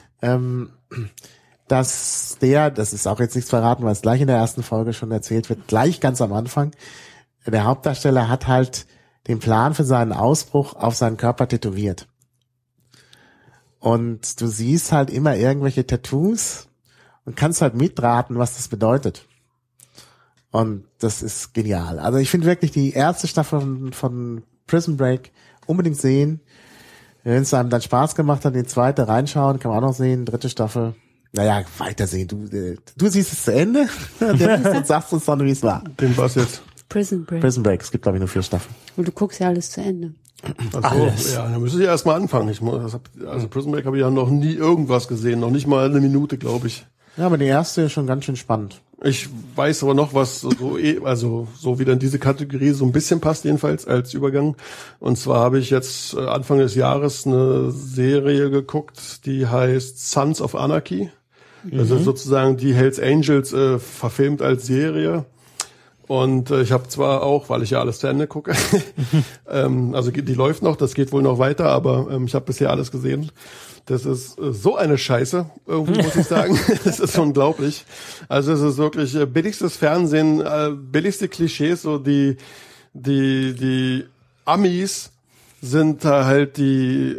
dass das ist auch jetzt nichts verraten, weil es gleich in der ersten Folge schon erzählt wird, gleich ganz am Anfang, der Hauptdarsteller hat halt den Plan für seinen Ausbruch auf seinen Körper tätowiert. Und du siehst halt immer irgendwelche Tattoos und kannst halt mitraten, was das bedeutet. Und das ist genial. Also ich finde wirklich die erste Staffel von Prison Break unbedingt sehen. Wenn es einem dann Spaß gemacht hat, die zweite reinschauen, kann man auch noch sehen, 3. Staffel. Naja, weitersehen. Du siehst es zu Ende und sagst uns dann, wie es war. Den war's jetzt. Prison Break. Prison Break, es gibt glaube ich nur 4 Staffeln. Und du guckst ja alles zu Ende. Alles. Ja, dann müssen Sie erst mal anfangen. Also Prison Break habe ich ja noch nie irgendwas gesehen, noch nicht mal eine Minute, glaube ich. Ja, aber die erste ist schon ganz schön spannend. Ich weiß aber noch, was so wieder in diese Kategorie so ein bisschen passt, jedenfalls als Übergang. Und zwar habe ich jetzt Anfang des Jahres eine Serie geguckt, die heißt Sons of Anarchy. Das ist sozusagen die Hells Angels verfilmt als Serie. Und ich habe zwar auch, weil ich ja alles zu Ende gucke, also die läuft noch, das geht wohl noch weiter, aber ich habe bisher alles gesehen. Das ist so eine Scheiße, irgendwie muss ich sagen. Das ist unglaublich. Also es ist wirklich billigstes Fernsehen, billigste Klischees, so die Amis sind halt die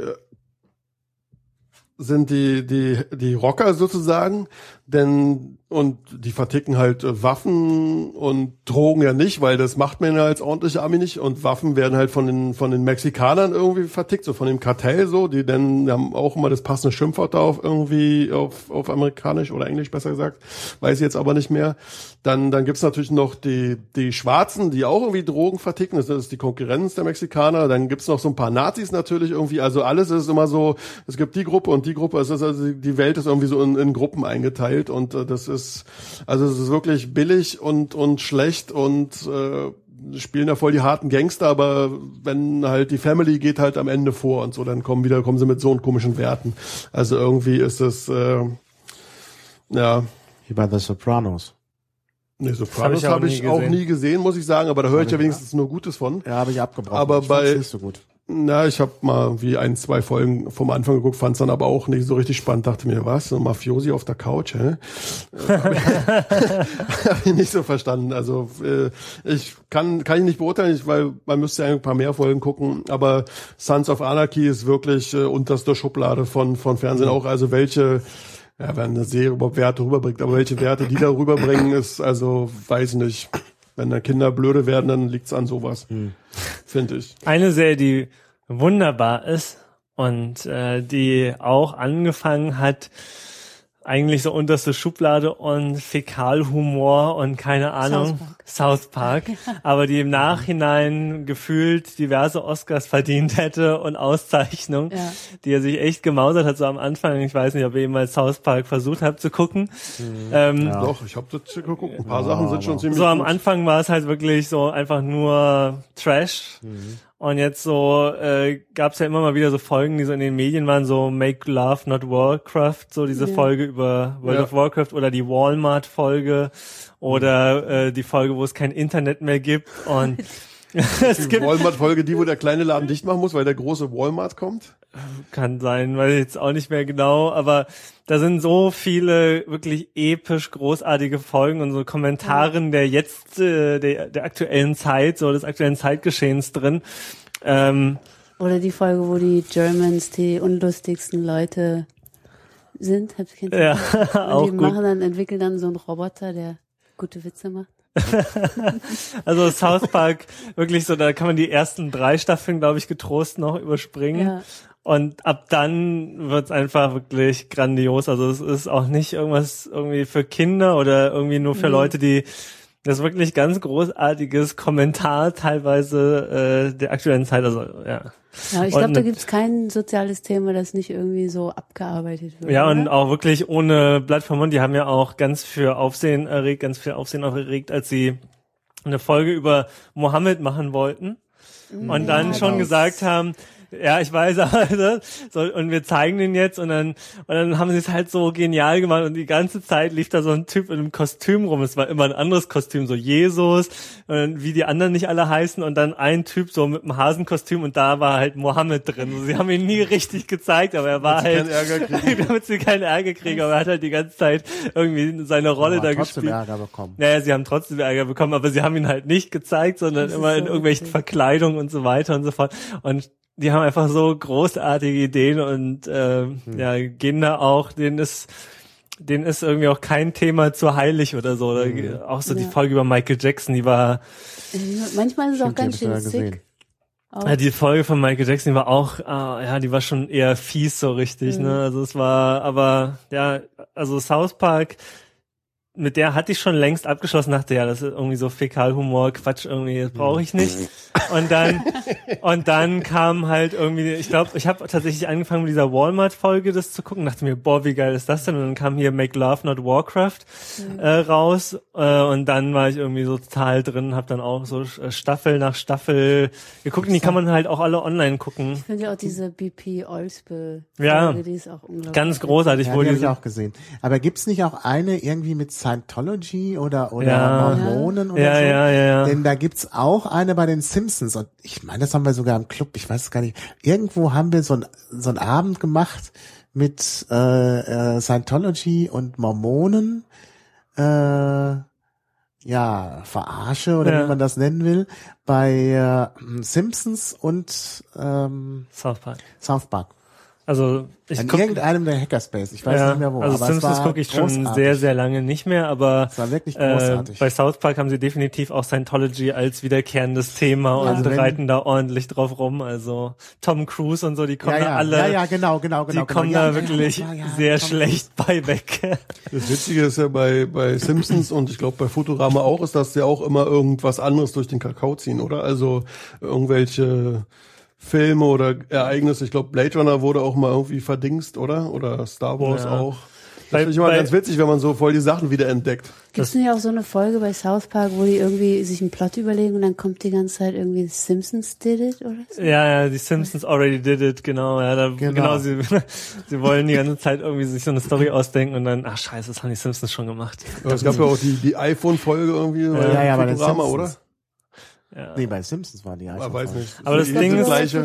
Rocker sozusagen, denn und die verticken halt Waffen und Drogen ja nicht, weil das macht man ja als ordentliche Ami nicht, und Waffen werden halt von den Mexikanern irgendwie vertickt, so von dem Kartell so, die haben auch immer das passende Schimpfwort da auf amerikanisch oder englisch besser gesagt, weiß ich jetzt aber nicht mehr. Dann gibt's natürlich noch die Schwarzen, die auch irgendwie Drogen verticken, das ist die Konkurrenz der Mexikaner. Dann gibt's noch so ein paar Nazis natürlich irgendwie, also alles ist immer so, es gibt die Gruppe und die Gruppe, es ist also die Welt ist irgendwie so in Gruppen eingeteilt, und es ist wirklich billig und schlecht, und spielen da voll die harten Gangster, aber wenn halt die Family geht halt am Ende vor und so, dann kommen sie mit so komischen Werten. Also irgendwie ist es ja. Wie bei The Sopranos. Nee, Sopranos habe ich auch nie gesehen, muss ich sagen, aber da höre ich ja wenigstens nur Gutes von. Ja, habe ich abgebrochen. Aber ich fand's nicht so gut. Ich habe mal wie 1, 2 Folgen vom Anfang geguckt, fand es dann aber auch nicht so richtig spannend. Dachte mir, was? So ein Mafiosi auf der Couch, hä? Hab ich nicht so verstanden. Also ich kann ich nicht beurteilen, weil man müsste ja ein paar mehr Folgen gucken. Aber Sons of Anarchy ist wirklich unterste Schublade von Fernsehen auch. Also welche, ja, wenn eine Serie überhaupt Werte rüberbringt, aber welche Werte die da rüberbringen, ist, also weiß ich nicht. Wenn da Kinder blöde werden, dann liegt's an sowas, finde ich. Eine Serie, die wunderbar ist und die auch angefangen hat, eigentlich so unterste Schublade und Fäkalhumor und keine Ahnung, South Park, aber die im Nachhinein gefühlt diverse Oscars verdient hätte und Auszeichnungen, die er sich echt gemausert hat, so am Anfang. Ich weiß nicht, ob ihr jemals South Park versucht habt zu gucken. Doch, ich habe das geguckt. Ein paar Sachen sind schon ziemlich so gut. am Anfang war es halt wirklich so einfach nur Trash. Und jetzt so gab es ja immer mal wieder so Folgen, die so in den Medien waren, so Make Love Not Warcraft, so diese Folge über World of Warcraft oder die Walmart-Folge oder die Folge, wo es kein Internet mehr gibt. Und es gibt die Walmart-Folge, die, wo der kleine Laden dicht machen muss, weil der große Walmart kommt. Kann sein, weiß ich jetzt auch nicht mehr genau, aber da sind so viele wirklich episch großartige Folgen und so Kommentaren der jetzt, der aktuellen Zeit, so des aktuellen Zeitgeschehens drin. Oder die Folge, wo die Germans die unlustigsten Leute sind. Ja, auch und die gut. entwickeln dann so einen Roboter, der gute Witze macht. Also South Park, wirklich so, da kann man die ersten 3 Staffeln, glaube ich, getrost noch überspringen. Ja. Und ab dann wird's einfach wirklich grandios. Also es ist auch nicht irgendwas irgendwie für Kinder oder irgendwie nur für Leute, die das ist wirklich ganz großartiges Kommentar teilweise der aktuellen Zeit. Also ja. Ja, ich glaube, da gibt's kein soziales Thema, das nicht irgendwie so abgearbeitet wird. Ja, oder? und auch wirklich ohne Blatt vom Mund. Die haben ja auch ganz viel Aufsehen erregt, als sie eine Folge über Mohammed machen wollten und dann schon gesagt haben, ja, ich weiß, aber so, und wir zeigen den jetzt und dann haben sie es halt so genial gemacht und die ganze Zeit lief da so ein Typ in einem Kostüm rum. Es war immer ein anderes Kostüm, so Jesus, und wie die anderen nicht alle heißen und dann ein Typ so mit einem Hasenkostüm und da war halt Mohammed drin. Also sie haben ihn nie richtig gezeigt, aber er war halt, damit sie keinen Ärger kriegen, aber er hat halt die ganze Zeit irgendwie seine Rolle da gespielt. Ärger bekommen. Naja, sie haben trotzdem Ärger bekommen, aber sie haben ihn halt nicht gezeigt, sondern immer in irgendwelchen Verkleidungen und so weiter und so fort. Und die haben einfach so großartige Ideen und gehen da auch, denen ist irgendwie auch kein Thema zu heilig oder so. Oder auch so die Folge über Michael Jackson, die war manchmal ist es auch ganz schön sick. Ja, die Folge von Michael Jackson, die war auch, die war schon eher fies so richtig, ne? Also es war, aber ja, also South Park, mit der hatte ich schon längst abgeschlossen, dachte, ja, das ist irgendwie so Fäkalhumor, Quatsch irgendwie, das brauche ich nicht. Und dann kam halt irgendwie, ich glaube, ich habe tatsächlich angefangen mit dieser Walmart-Folge das zu gucken, dachte mir, boah, wie geil ist das denn? Und dann kam hier Make Love Not Warcraft raus und dann war ich irgendwie so total drin, habe dann auch so Staffel nach Staffel geguckt und die kann man halt auch alle online gucken. Ich finde ja auch diese BP Oilspill Folge, die ist auch unglaublich. Ganz großartig. Ja, die habe ich auch gesehen. Aber gibt's nicht auch eine irgendwie mit Scientology oder Mormonen oder so? Ja. Denn da gibt's auch eine bei den Simpsons und ich meine, das haben wir sogar im Club, ich weiß es gar nicht. Irgendwo haben wir so einen Abend gemacht mit Scientology und Mormonen, Verarsche oder wie man das nennen will, bei Simpsons und South Park. Also in irgendeinem der Hackerspace, ich weiß nicht mehr wo. Also aber Simpsons gucke ich schon sehr, sehr lange nicht mehr, aber es war wirklich großartig. Bei South Park haben sie definitiv auch Scientology als wiederkehrendes Thema und reiten da ordentlich drauf rum. Also Tom Cruise und so, die kommen da alle. Ja, genau. Die kommen da wirklich sehr schlecht bei weg. Das Witzige ist ja bei Simpsons und ich glaube bei Futurama auch, ist, dass sie auch immer irgendwas anderes durch den Kakao ziehen, oder? Also irgendwelche Filme oder Ereignisse. Ich glaube, Blade Runner wurde auch mal irgendwie verdingst, oder? Oder Star Wars auch. Das finde ich immer ganz witzig, wenn man so voll die Sachen wieder entdeckt. Gibt es nicht auch so eine Folge bei South Park, wo die irgendwie sich einen Plot überlegen und dann kommt die ganze Zeit irgendwie Simpsons did it oder so? Ja, die Simpsons already did it, genau. Ja, genau. Sie wollen die ganze Zeit irgendwie sich so eine Story ausdenken und dann, ach scheiße, das haben die Simpsons schon gemacht. Aber es gab ja auch die iPhone-Folge irgendwie bei Futurama, oder? Ja. Nee, bei Simpsons war die iPhone. Weiß nicht. Aber das Ding ist gleiche.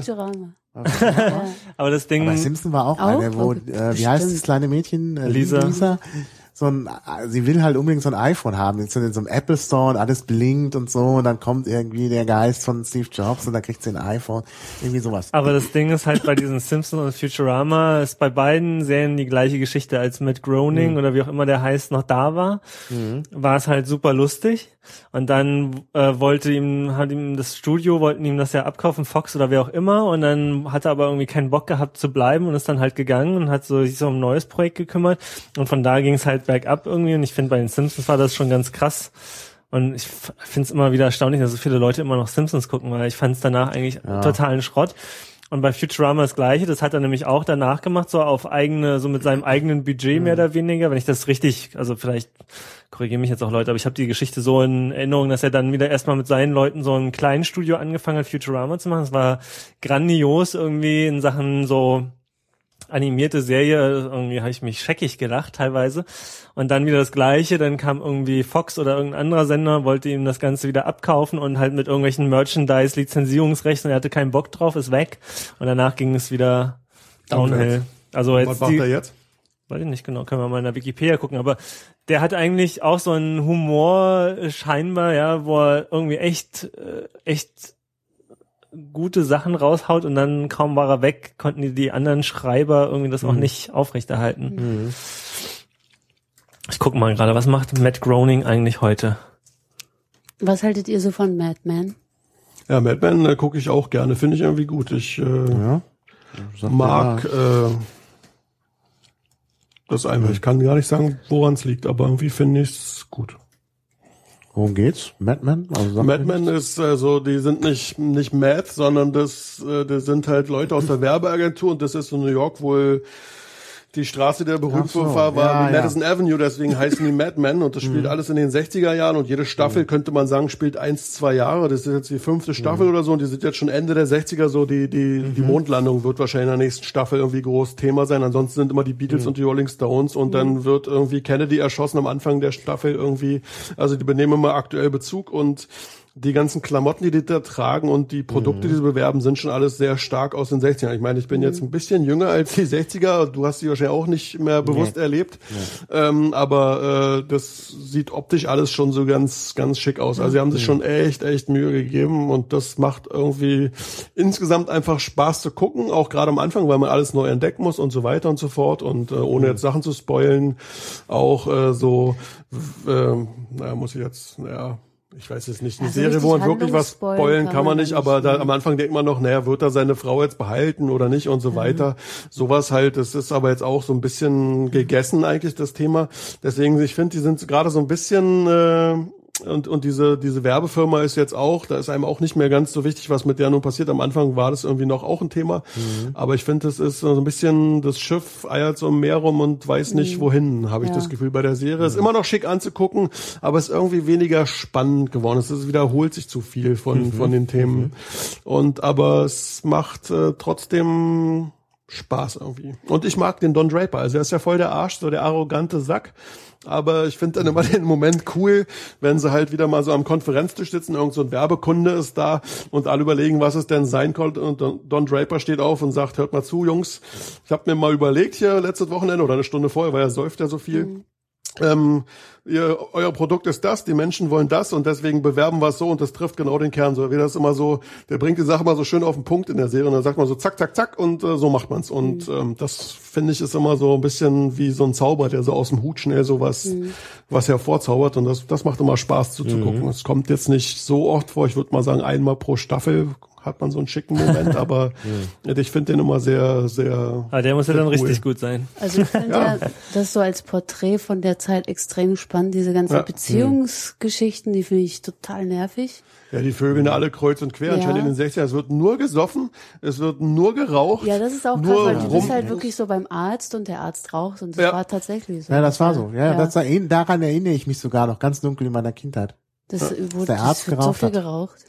Aber das Ding. Aber bei Simpsons war auch eine, wo, wie heißt das kleine Mädchen? Lisa. sie will halt unbedingt so ein iPhone haben. Jetzt sind in so einem Apple Store und alles blinkt und so und dann kommt irgendwie der Geist von Steve Jobs und dann kriegt sie ein iPhone. Irgendwie sowas. Aber das Ding ist halt bei diesen Simpsons und Futurama ist bei beiden Serien die gleiche Geschichte, als Matt Groening oder wie auch immer der heißt noch da war. War es halt super lustig und dann wollten ihm das ja abkaufen, Fox oder wer auch immer und dann hat er aber irgendwie keinen Bock gehabt zu bleiben und ist dann halt gegangen und hat sich so um ein neues Projekt gekümmert und von da ging es halt bergab irgendwie und ich finde bei den Simpsons war das schon ganz krass und ich finde es immer wieder erstaunlich, dass so viele Leute immer noch Simpsons gucken, weil ich fand es danach eigentlich totalen Schrott. Und bei Futurama das Gleiche, das hat er nämlich auch danach gemacht, so mit seinem eigenen Budget mehr oder weniger, wenn ich das richtig, also vielleicht korrigiere mich jetzt auch Leute, aber ich habe die Geschichte so in Erinnerung, dass er dann wieder erstmal mit seinen Leuten so ein kleines Studio angefangen hat, Futurama zu machen. Das war grandios irgendwie in Sachen so animierte Serie, irgendwie habe ich mich scheckig gelacht teilweise und dann wieder das Gleiche, dann kam irgendwie Fox oder irgendein anderer Sender, wollte ihm das Ganze wieder abkaufen und halt mit irgendwelchen Merchandise-Lizenzierungsrechten und er hatte keinen Bock drauf, ist weg und danach ging es wieder downhill. Also jetzt was macht er jetzt? Weiß ich nicht genau, können wir mal in der Wikipedia gucken, aber der hat eigentlich auch so einen Humor scheinbar, ja, wo er irgendwie echt gute Sachen raushaut und dann kaum war er weg, konnten die anderen Schreiber irgendwie das auch nicht aufrechterhalten. Ich gucke mal gerade, was macht Matt Groening eigentlich heute? Was haltet ihr so von Mad Men? Ja, Mad Men gucke ich auch gerne, finde ich irgendwie gut. Ich mag das einfach. Ich kann gar nicht sagen, woran es liegt, aber irgendwie finde ich es gut. Worum geht's? Mad Men? Also Mad Men ist die sind nicht Mad, sondern das sind halt Leute aus der Werbeagentur und das ist in New York wohl die Straße, der berühmt war die Madison Avenue, deswegen heißen die Mad Men und das spielt alles in den 60er Jahren und jede Staffel, könnte man sagen, spielt 1-2 Jahre. Das ist jetzt die 5. Staffel oder so und die sind jetzt schon Ende der 60er so, die Mondlandung wird wahrscheinlich in der nächsten Staffel irgendwie groß Thema sein. Ansonsten sind immer die Beatles und die Rolling Stones und dann wird irgendwie Kennedy erschossen am Anfang der Staffel irgendwie. Also die benehmen immer aktuell Bezug und die ganzen Klamotten, die da tragen und die Produkte, die sie bewerben, sind schon alles sehr stark aus den 60ern. Ich meine, ich bin jetzt ein bisschen jünger als die 60er. Du hast die wahrscheinlich auch nicht mehr bewusst erlebt. Aber das sieht optisch alles schon so ganz, ganz schick aus. Also sie haben sich schon echt Mühe gegeben und das macht irgendwie insgesamt einfach Spaß zu gucken. Auch gerade am Anfang, weil man alles neu entdecken muss und so weiter und so fort. Und ohne jetzt Sachen zu spoilen, auch ich weiß jetzt nicht, eine Serie, wo man wirklich was spoilen kann man nicht, aber da am Anfang denkt man noch, wird er seine Frau jetzt behalten oder nicht und so weiter. Sowas halt, das ist aber jetzt auch so ein bisschen gegessen eigentlich, das Thema. Deswegen, ich finde, die sind gerade so ein bisschen und diese Werbefirma ist jetzt auch, da ist einem auch nicht mehr ganz so wichtig, was mit der nun passiert. Am Anfang war das irgendwie noch auch ein Thema, aber ich finde, das ist so ein bisschen, das Schiff eiert so im Meer rum und weiß nicht wohin, habe ich das Gefühl bei der Serie. Ist immer noch schick anzugucken, aber ist irgendwie weniger spannend geworden. Es wiederholt sich zu viel von den Themen aber es macht trotzdem Spaß irgendwie. Und ich mag den Don Draper, also er ist ja voll der Arsch, so der arrogante Sack. Aber ich finde dann immer den Moment cool, wenn sie halt wieder mal so am Konferenztisch sitzen, irgend so ein Werbekunde ist da und alle überlegen, was es denn sein könnte und Don Draper steht auf und sagt, hört mal zu, Jungs, ich habe mir mal überlegt hier letztes Wochenende oder eine Stunde vorher, weil er säuft ja so viel. Euer Produkt ist das, die Menschen wollen das und deswegen bewerben wir es so und das trifft genau den Kern. So wie das immer so, der bringt die Sache mal so schön auf den Punkt in der Serie und dann sagt man so zack, zack, zack und so macht man's. Und das finde ich ist immer so ein bisschen wie so ein Zauber, der so aus dem Hut schnell so was hervorzaubert und das macht immer Spaß zuzugucken. Es kommt jetzt nicht so oft vor, ich würde mal sagen einmal pro Staffel hat man so einen schicken Moment, aber ich finde den immer sehr, sehr. Aber der muss ja dann cool. Richtig gut sein. Also ich finde das so als Porträt von der Zeit extrem spannend. Diese ganzen Beziehungsgeschichten, die finde ich total nervig. Ja, die Vögeln alle kreuz und quer. Anscheinend in den 60ern. Es wird nur gesoffen, es wird nur geraucht. Ja, das ist auch krass, weil du bist halt wirklich so beim Arzt und der Arzt raucht und das war tatsächlich so. Ja, das war so. Daran erinnere ich mich sogar noch ganz dunkel in meiner Kindheit. Das der Arzt wird so viel geraucht.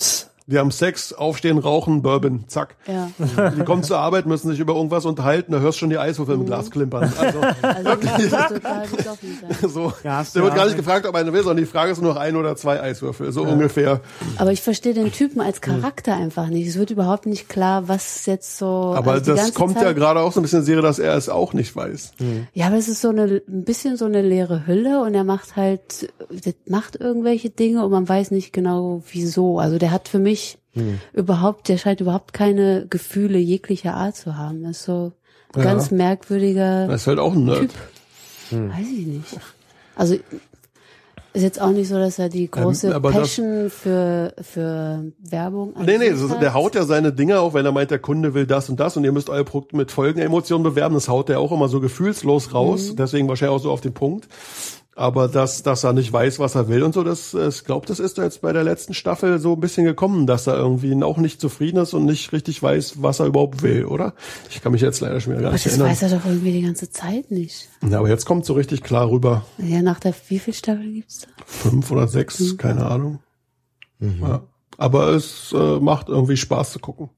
Die haben Sex, aufstehen, rauchen, Bourbon, zack. Ja. Die kommen zur Arbeit, müssen sich über irgendwas unterhalten, da hörst du schon die Eiswürfel im Glas klimpern. Also Das ist total besoffen sein. so. Ja, hast Der du wird ja gar auch nicht gefragt, ob einer will, sondern die Frage ist nur noch 1 oder 2 Eiswürfel, so ungefähr. Aber ich verstehe den Typen als Charakter einfach nicht. Es wird überhaupt nicht klar, was jetzt so. Aber also die das ganze kommt Zeit, ja gerade auch so ein bisschen in Serie, dass er es auch nicht weiß. Ja, aber es ist so ein bisschen so eine leere Hülle und er macht irgendwelche Dinge und man weiß nicht genau wieso. Also der hat für mich der scheint überhaupt keine Gefühle jeglicher Art zu haben. Das ist so ein ganz merkwürdiger Das ist halt auch ein Nerd. Typ. Weiß ich nicht. Also ist jetzt auch nicht so, dass er die große aber Passion für Werbung an Nee, sich hat. der haut ja seine Dinge auch, wenn er meint, der Kunde will das und das und ihr müsst euer Produkt mit Folgenemotionen bewerben. Das haut er auch immer so gefühlslos raus. Deswegen wahrscheinlich auch so auf den Punkt. Aber dass er nicht weiß, was er will und so, ich glaube, das ist jetzt bei der letzten Staffel so ein bisschen gekommen, dass er irgendwie auch nicht zufrieden ist und nicht richtig weiß, was er überhaupt will, oder? Ich kann mich jetzt leider schon wieder gar Aber nicht das erinnern. weiß er doch irgendwie die ganze Zeit nicht. Ja, aber jetzt kommt so richtig klar rüber. Ja, nach der, wie viel Staffel gibt's da? 5 oder 6, keine Ahnung. Ja. Aber es macht irgendwie Spaß zu gucken.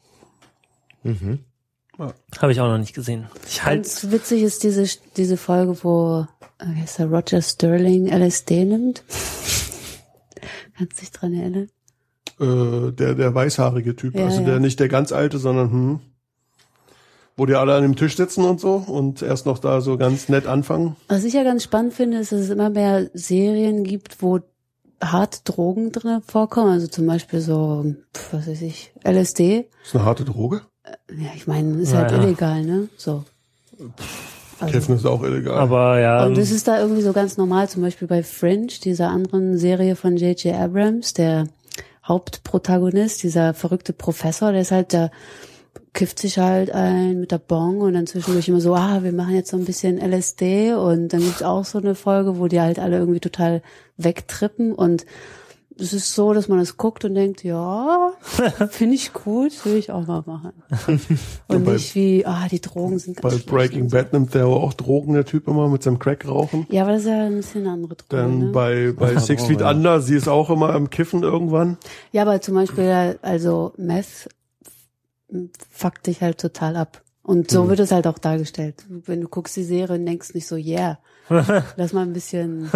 Habe ich auch noch nicht gesehen. Ganz witzig ist diese Folge, wo wie heißt der, Roger Sterling LSD nimmt. Kannst du dich dran erinnern? Der weißhaarige Typ, Ja, also ja. der nicht der ganz alte, sondern wo die alle an dem Tisch sitzen und so und erst noch da so ganz nett anfangen. Was ich ja ganz spannend finde, ist, dass es immer mehr Serien gibt, wo harte Drogen drin vorkommen. Also zum Beispiel so, was weiß ich, LSD. Ist eine harte Droge? Ja, ich meine, ist halt illegal, ne? So. Also. Kiffen ist auch illegal. Aber ja. Und das ist da irgendwie so ganz normal, zum Beispiel bei Fringe, dieser anderen Serie von J.J. Abrams, der Hauptprotagonist, dieser verrückte Professor, der ist halt, der kifft sich halt ein mit der Bong und dann zwischendurch immer so, wir machen jetzt so ein bisschen LSD und dann gibt's auch so eine Folge, wo die halt alle irgendwie total wegtrippen und es ist so, dass man das guckt und denkt, ja, finde ich gut, will ich auch mal machen. Und nicht wie, die Drogen sind ganz Bei schlecht Breaking und so. Bad nimmt der auch Drogen, der Typ immer mit seinem Crack rauchen. Ja, aber das ist ja ein bisschen eine andere Droge. Dann Ne? bei 6 Feet ja. Under, sie ist auch immer am Kiffen irgendwann. Ja, aber zum Beispiel, also Meth fuckt dich halt total ab. Und so wird es halt auch dargestellt. Wenn du guckst die Serie und denkst nicht so, lass mal ein bisschen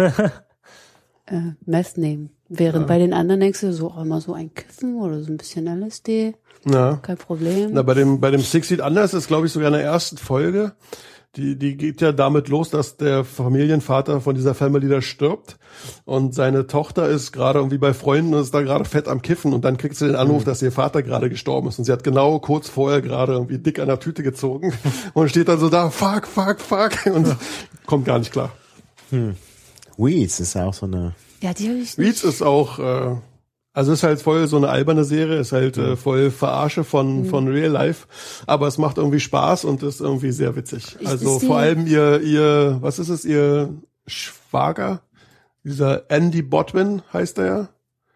Meth nehmen. Während bei den anderen denkst du so, immer so ein Kiffen oder so ein bisschen LSD, Ja. kein Problem. Na, bei dem 6 Feet Under ist es, glaube ich, sogar in der ersten Folge. Die geht ja damit los, dass der Familienvater von dieser Family da stirbt und seine Tochter ist gerade irgendwie bei Freunden und ist da gerade fett am Kiffen und dann kriegt sie den Anruf, dass ihr Vater gerade gestorben ist und sie hat genau kurz vorher gerade irgendwie dick an der Tüte gezogen und steht dann so da, fuck und kommt gar nicht klar. Weeds ist ja auch so eine. Ja, die habe ich nicht. Weeds ist auch, also ist halt voll so eine alberne Serie, ist halt voll Verarsche von Real Life, aber es macht irgendwie Spaß und ist irgendwie sehr witzig. Also ist die- vor allem ihr, was ist es, ihr Schwager, dieser Andy Bodwin heißt er ja.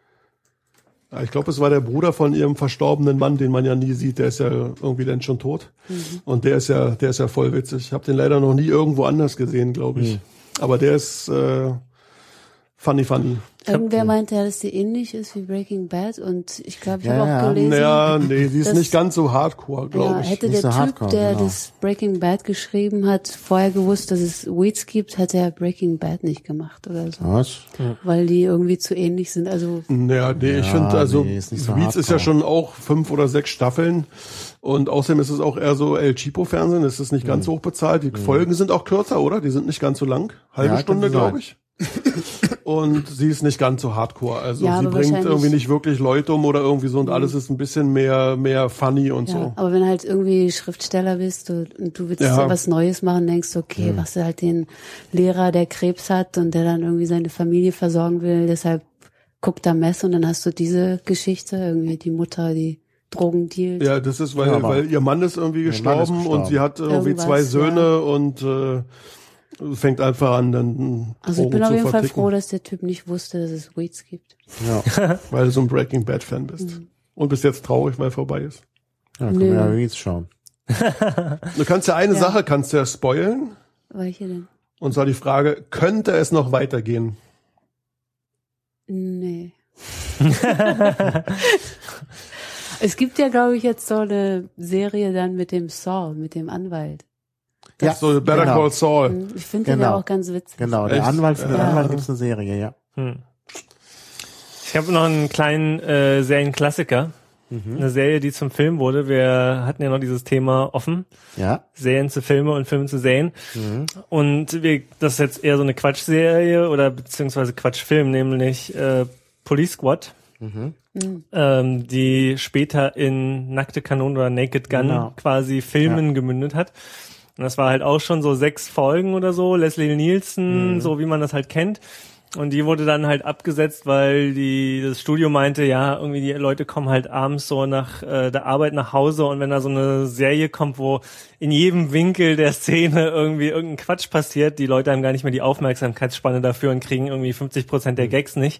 Ja, ich glaube, es war der Bruder von ihrem verstorbenen Mann, den man ja nie sieht, der ist ja irgendwie dann schon tot. Und der ist ja voll witzig. Ich habe den leider noch nie irgendwo anders gesehen, glaube ich. Aber der ist funny. Irgendwer meinte ja, dass die ähnlich ist wie Breaking Bad und ich glaube, ich Ja, habe ja. auch gelesen, Naja, nee, die ist das- nicht ganz so hardcore, glaube ich. hätte Nicht der so Typ, hardcore, der genau. das Breaking Bad geschrieben hat, vorher gewusst, dass es Weeds gibt, hätte er Breaking Bad nicht gemacht oder so. Was? Weil die irgendwie zu ähnlich sind. Also Ja, nee, ich Ja, finde, also nee, ist nicht so Weeds ist ja hardcore. schon auch 5 oder 6 Staffeln und außerdem ist es auch eher so El Chipo-Fernsehen, es ist nicht ganz so hoch bezahlt. Die Folgen sind auch kürzer, oder? Die sind nicht ganz so lang. Halbe Ja, Stunde, kann sein. glaube ich. Und sie ist nicht ganz so hardcore. Also Ja, sie aber bringt wahrscheinlich- irgendwie nicht wirklich Leute um oder irgendwie so und alles ist ein bisschen mehr funny und ja, so. aber wenn du halt irgendwie Schriftsteller bist und du willst Ja. was Neues machen, denkst du, okay, machst du halt den Lehrer, der Krebs hat und der dann irgendwie seine Familie versorgen will, deshalb guckt da Mess und dann hast du diese Geschichte, irgendwie die Mutter, die Drogen dealt. Ja, das ist, weil, Ja, aber- weil ihr Mann ist irgendwie Mann ist gestorben und gestorben. sie hat irgendwie Irgendwas, 2 Söhne ja. und fängt einfach an, dann Also ich Drogen bin auf zu jeden Fall verticken. froh, dass der Typ nicht wusste, dass es Weeds gibt. Ja. Weil du so ein Breaking Bad Fan bist. Und bist jetzt traurig, weil vorbei ist. Ja, können wir ja Weeds schauen. Du kannst ja eine Ja. Sache, kannst ja spoilen. Welche denn? Und zwar die Frage, könnte es noch weitergehen? Nee. Es gibt ja, glaube ich, jetzt so eine Serie dann mit dem Saul, mit dem Anwalt. Ja, So Better genau. Call Saul. Ich finde den ja auch ganz witzig. Genau, der Echt? Anwalt, für den Ja. Anwalt gibt's eine Serie, ja. Ich habe noch einen kleinen Serienklassiker. Eine Serie, die zum Film wurde. Wir hatten ja noch dieses Thema offen. Ja. Serien zu Filme und Filme zu Serien. Und das ist jetzt eher so eine Quatschserie oder beziehungsweise Quatschfilm, nämlich Police Squad. Die später in Nackte Kanone oder Naked Gun Genau. quasi Filmen gemündet hat. Und das war halt auch schon so 6 Folgen oder so. Leslie Nielsen, so wie man das halt kennt. Und die wurde dann halt abgesetzt, weil das Studio meinte, ja, irgendwie die Leute kommen halt abends so nach der Arbeit nach Hause und wenn da so eine Serie kommt, wo in jedem Winkel der Szene irgendwie irgendein Quatsch passiert, die Leute haben gar nicht mehr die Aufmerksamkeitsspanne dafür und kriegen irgendwie 50% der Gags nicht.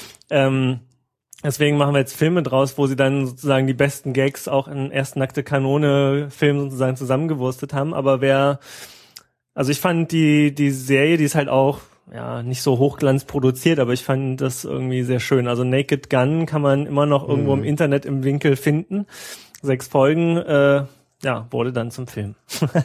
Deswegen machen wir jetzt Filme draus, wo sie dann sozusagen die besten Gags auch in ersten Nackte Kanone-Film sozusagen zusammengewurstet haben. Aber also ich fand die Serie, die ist halt auch nicht so hochglanz produziert, aber ich fand das irgendwie sehr schön. Also Naked Gun kann man immer noch irgendwo im Internet im Winkel finden. 6 Folgen, wurde dann zum Film.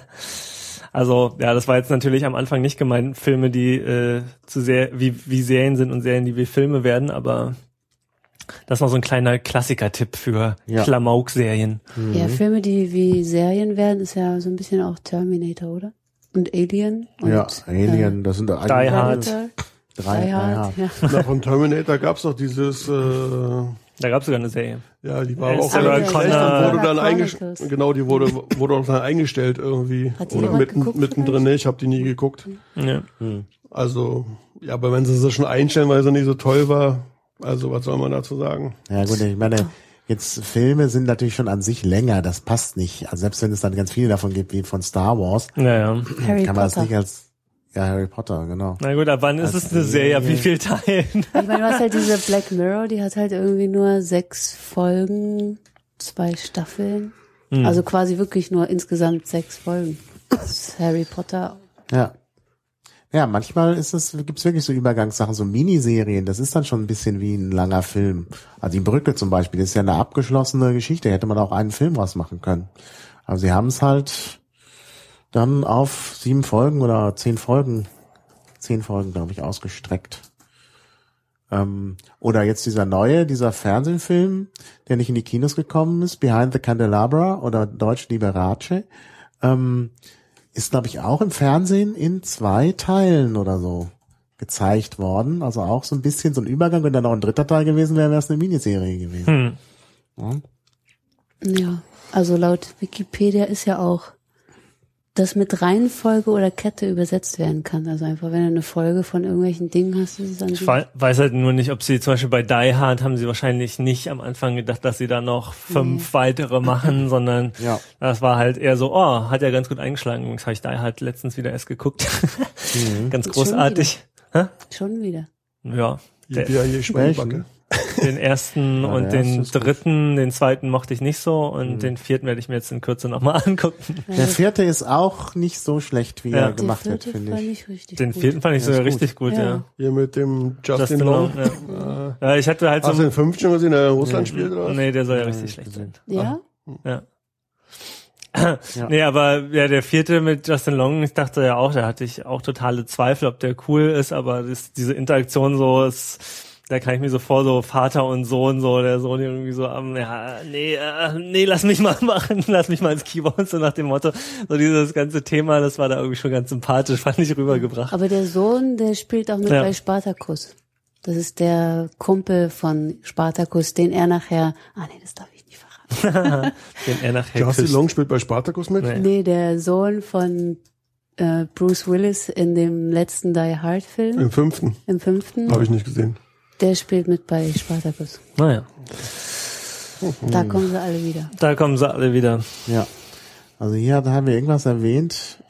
Also, das war jetzt natürlich am Anfang nicht gemeint, Filme, die zu sehr wie Serien sind und Serien, die wie Filme werden, aber das ist noch so ein kleiner Klassiker-Tipp für Klamauk-Serien. Ja, Filme, die wie Serien werden, ist ja so ein bisschen auch Terminator, oder? Und Alien. Und, Ja, Alien, das sind Die Hard. drei Hard. Ja. Na, von Terminator gab's doch dieses, Da gab es sogar eine Serie. ja, die war auch Sarah relativ schlecht Connor. und wurde dann Chronicles. genau, die wurde auch dann eingestellt irgendwie. Hat die Oder jemand geguckt mittendrin, ne? Ich habe die nie geguckt. Ja. Also, ja, aber wenn sie sie schon einstellen, weil sie nicht so toll war, also was soll man dazu sagen? Ja gut, ich meine, jetzt Filme sind natürlich schon an sich länger, das passt nicht. Also selbst wenn es dann ganz viele davon gibt, wie von Star Wars, Naja. Harry kann man das Potter. nicht als Harry Potter, genau. Na gut, ab wann ist es eine Serie? Ab wie viel Teilen? Ich meine, du hast halt diese Black Mirror, die hat halt irgendwie nur 6 Folgen, 2 Staffeln. Also quasi wirklich nur insgesamt 6 Folgen. Das ist Harry Potter. Ja. Ja, manchmal gibt's wirklich so Übergangssachen, so Miniserien, das ist dann schon ein bisschen wie ein langer Film. Also die Brücke zum Beispiel, das ist ja eine abgeschlossene Geschichte, hätte man auch einen Film draus machen können. Aber sie haben es halt dann auf 7 Folgen oder 10 Folgen, glaube ich, ausgestreckt. Oder jetzt dieser Fernsehfilm, der nicht in die Kinos gekommen ist, Behind the Candelabra oder Deutsch Liberace, ist, glaube ich, auch im Fernsehen in 2 Teilen oder so gezeigt worden. Also auch so ein bisschen so ein Übergang. Wenn dann noch ein 3. Teil gewesen wäre, wäre es eine Miniserie gewesen. Ja, also laut Wikipedia ist ja auch, dass mit Reihenfolge oder Kette übersetzt werden kann. Also einfach, wenn du eine Folge von irgendwelchen Dingen hast, ist es dann Ich weiß halt nur nicht, ob sie zum Beispiel bei Die Hard haben sie wahrscheinlich nicht am Anfang gedacht, dass sie da noch 5 weitere machen, sondern das war halt eher so, hat ja ganz gut eingeschlagen. Übrigens habe ich Die Hard letztens wieder erst geguckt. Ganz großartig. schon wieder. Ja. Hier Schweinebacke. Den ersten Ja, und der den erste ist 3., den 2. mochte ich nicht so und den 4. werde ich mir jetzt in Kürze nochmal angucken. Der 4. ist auch nicht so schlecht, wie er gemacht wird, finde ich. Richtig Den 4. fand ich sogar richtig gut, ja. Hier mit dem Justin Long. Ja. Ja, ich hatte halt Hast du so... den 5. schon gesehen, der in Russland spielt, oder was? Nee, der soll ja richtig schlecht sein. Ja? Ja. Nee, aber ja, der 4. mit Justin Long, ich dachte ja auch, da hatte ich auch totale Zweifel, ob der cool ist, aber diese Interaktion so ist, da kann ich mir so vor, so Vater und Sohn, so der Sohn irgendwie so nee, lass mich mal machen, lass mich mal ins Keyboard, so nach dem Motto, so dieses ganze Thema, das war da irgendwie schon ganz sympathisch, fand ich rübergebracht. Aber der Sohn, der spielt auch mit bei Spartacus. Das ist der Kumpel von Spartacus, den er nachher, das darf ich nicht verraten. Den er nachher Justin küsst. Long spielt bei Spartacus mit? Nee, der Sohn von Bruce Willis in dem letzten Die Hard Film, Im 5. im 5. Habe ich nicht gesehen. Der spielt mit bei Spartacus. Naja, Da kommen sie alle wieder. da kommen sie alle wieder. Ja. Also hier haben wir irgendwas erwähnt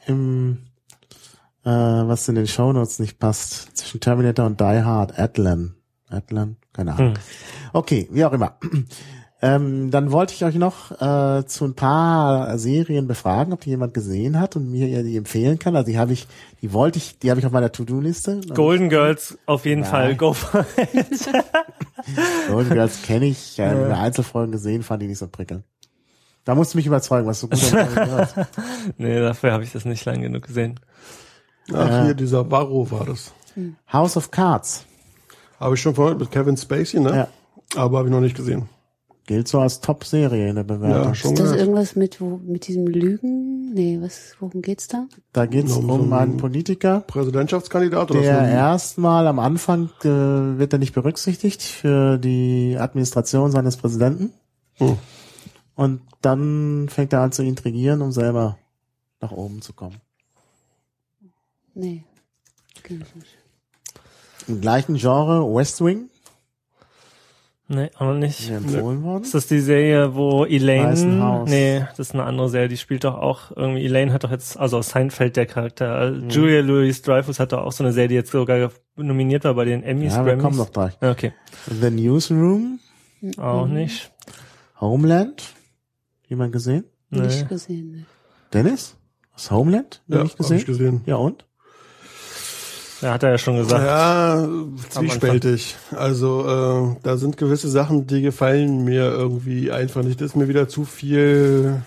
was in den Shownotes nicht passt. Zwischen Terminator und Die Hard. Atlan. Keine Ahnung. Okay, wie auch immer. Dann wollte ich euch noch zu ein paar Serien befragen, ob die jemand gesehen hat und mir die empfehlen kann. Also die habe ich auf meiner To-Do-Liste. Golden Girls auf jeden Nein. Fall. Go for it. Golden Girls kenne ich, eine Einzelfolgen gesehen, fand ich nicht so prickelnd. Da musst du mich überzeugen, was so gut an Golden Girls. Nee, dafür habe ich das nicht lang genug gesehen. Ach, hier, dieser Varro war das. House of Cards. Habe ich schon vorhin mit Kevin Spacey, ne? Ja. Aber habe ich noch nicht gesehen. Gilt so als Top-Serie in der Bewertung. Ja, schon Ist das gehört. irgendwas mit diesem Lügen? Nee, worum geht's da? Da geht's Um so um einen einen Politiker, Präsidentschaftskandidat oder der so? erstmal am Anfang wird er nicht berücksichtigt für die Administration seines Präsidenten. Und dann fängt er an zu intrigieren, um selber nach oben zu kommen. Nee, kenn ich nicht. Im gleichen Genre West Wing, Nee, auch noch nicht. mir empfohlen worden. Ist das die Serie, wo Weißen Elaine, Haus. nee, das ist eine andere Serie, die spielt doch auch irgendwie, Elaine hat doch jetzt, also aus Seinfeld der Charakter, Julia Louis-Dreyfus hat doch auch so eine Serie, die jetzt sogar nominiert war bei den Emmys, Ja, wir Grammys. kommen noch gleich. Ja, okay, The Newsroom, auch nicht. Homeland, jemand gesehen? Nee. Nicht gesehen, ne. Dennis? Hast Homeland? Ja, Nicht habe ich gesehen. Ja und? Ja, hat er ja schon gesagt. Ja, zwiespältig. Also da sind gewisse Sachen, die gefallen mir irgendwie einfach nicht. Das ist mir wieder zu viel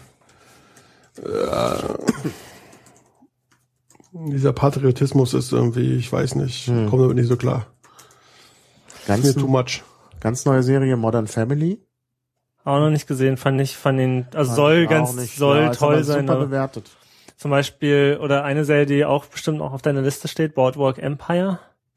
dieser Patriotismus ist irgendwie, ich weiß nicht, komme damit nicht so klar. Ganz, Mir too much. ganz neue Serie Modern Family. Auch noch nicht gesehen, fand ich, also Fand soll ich auch ganz, nicht. soll Ja, ist aber toll sein. Super Aber bewertet. zum Beispiel, oder eine Serie, die auch bestimmt auch auf deiner Liste steht, Boardwalk Empire.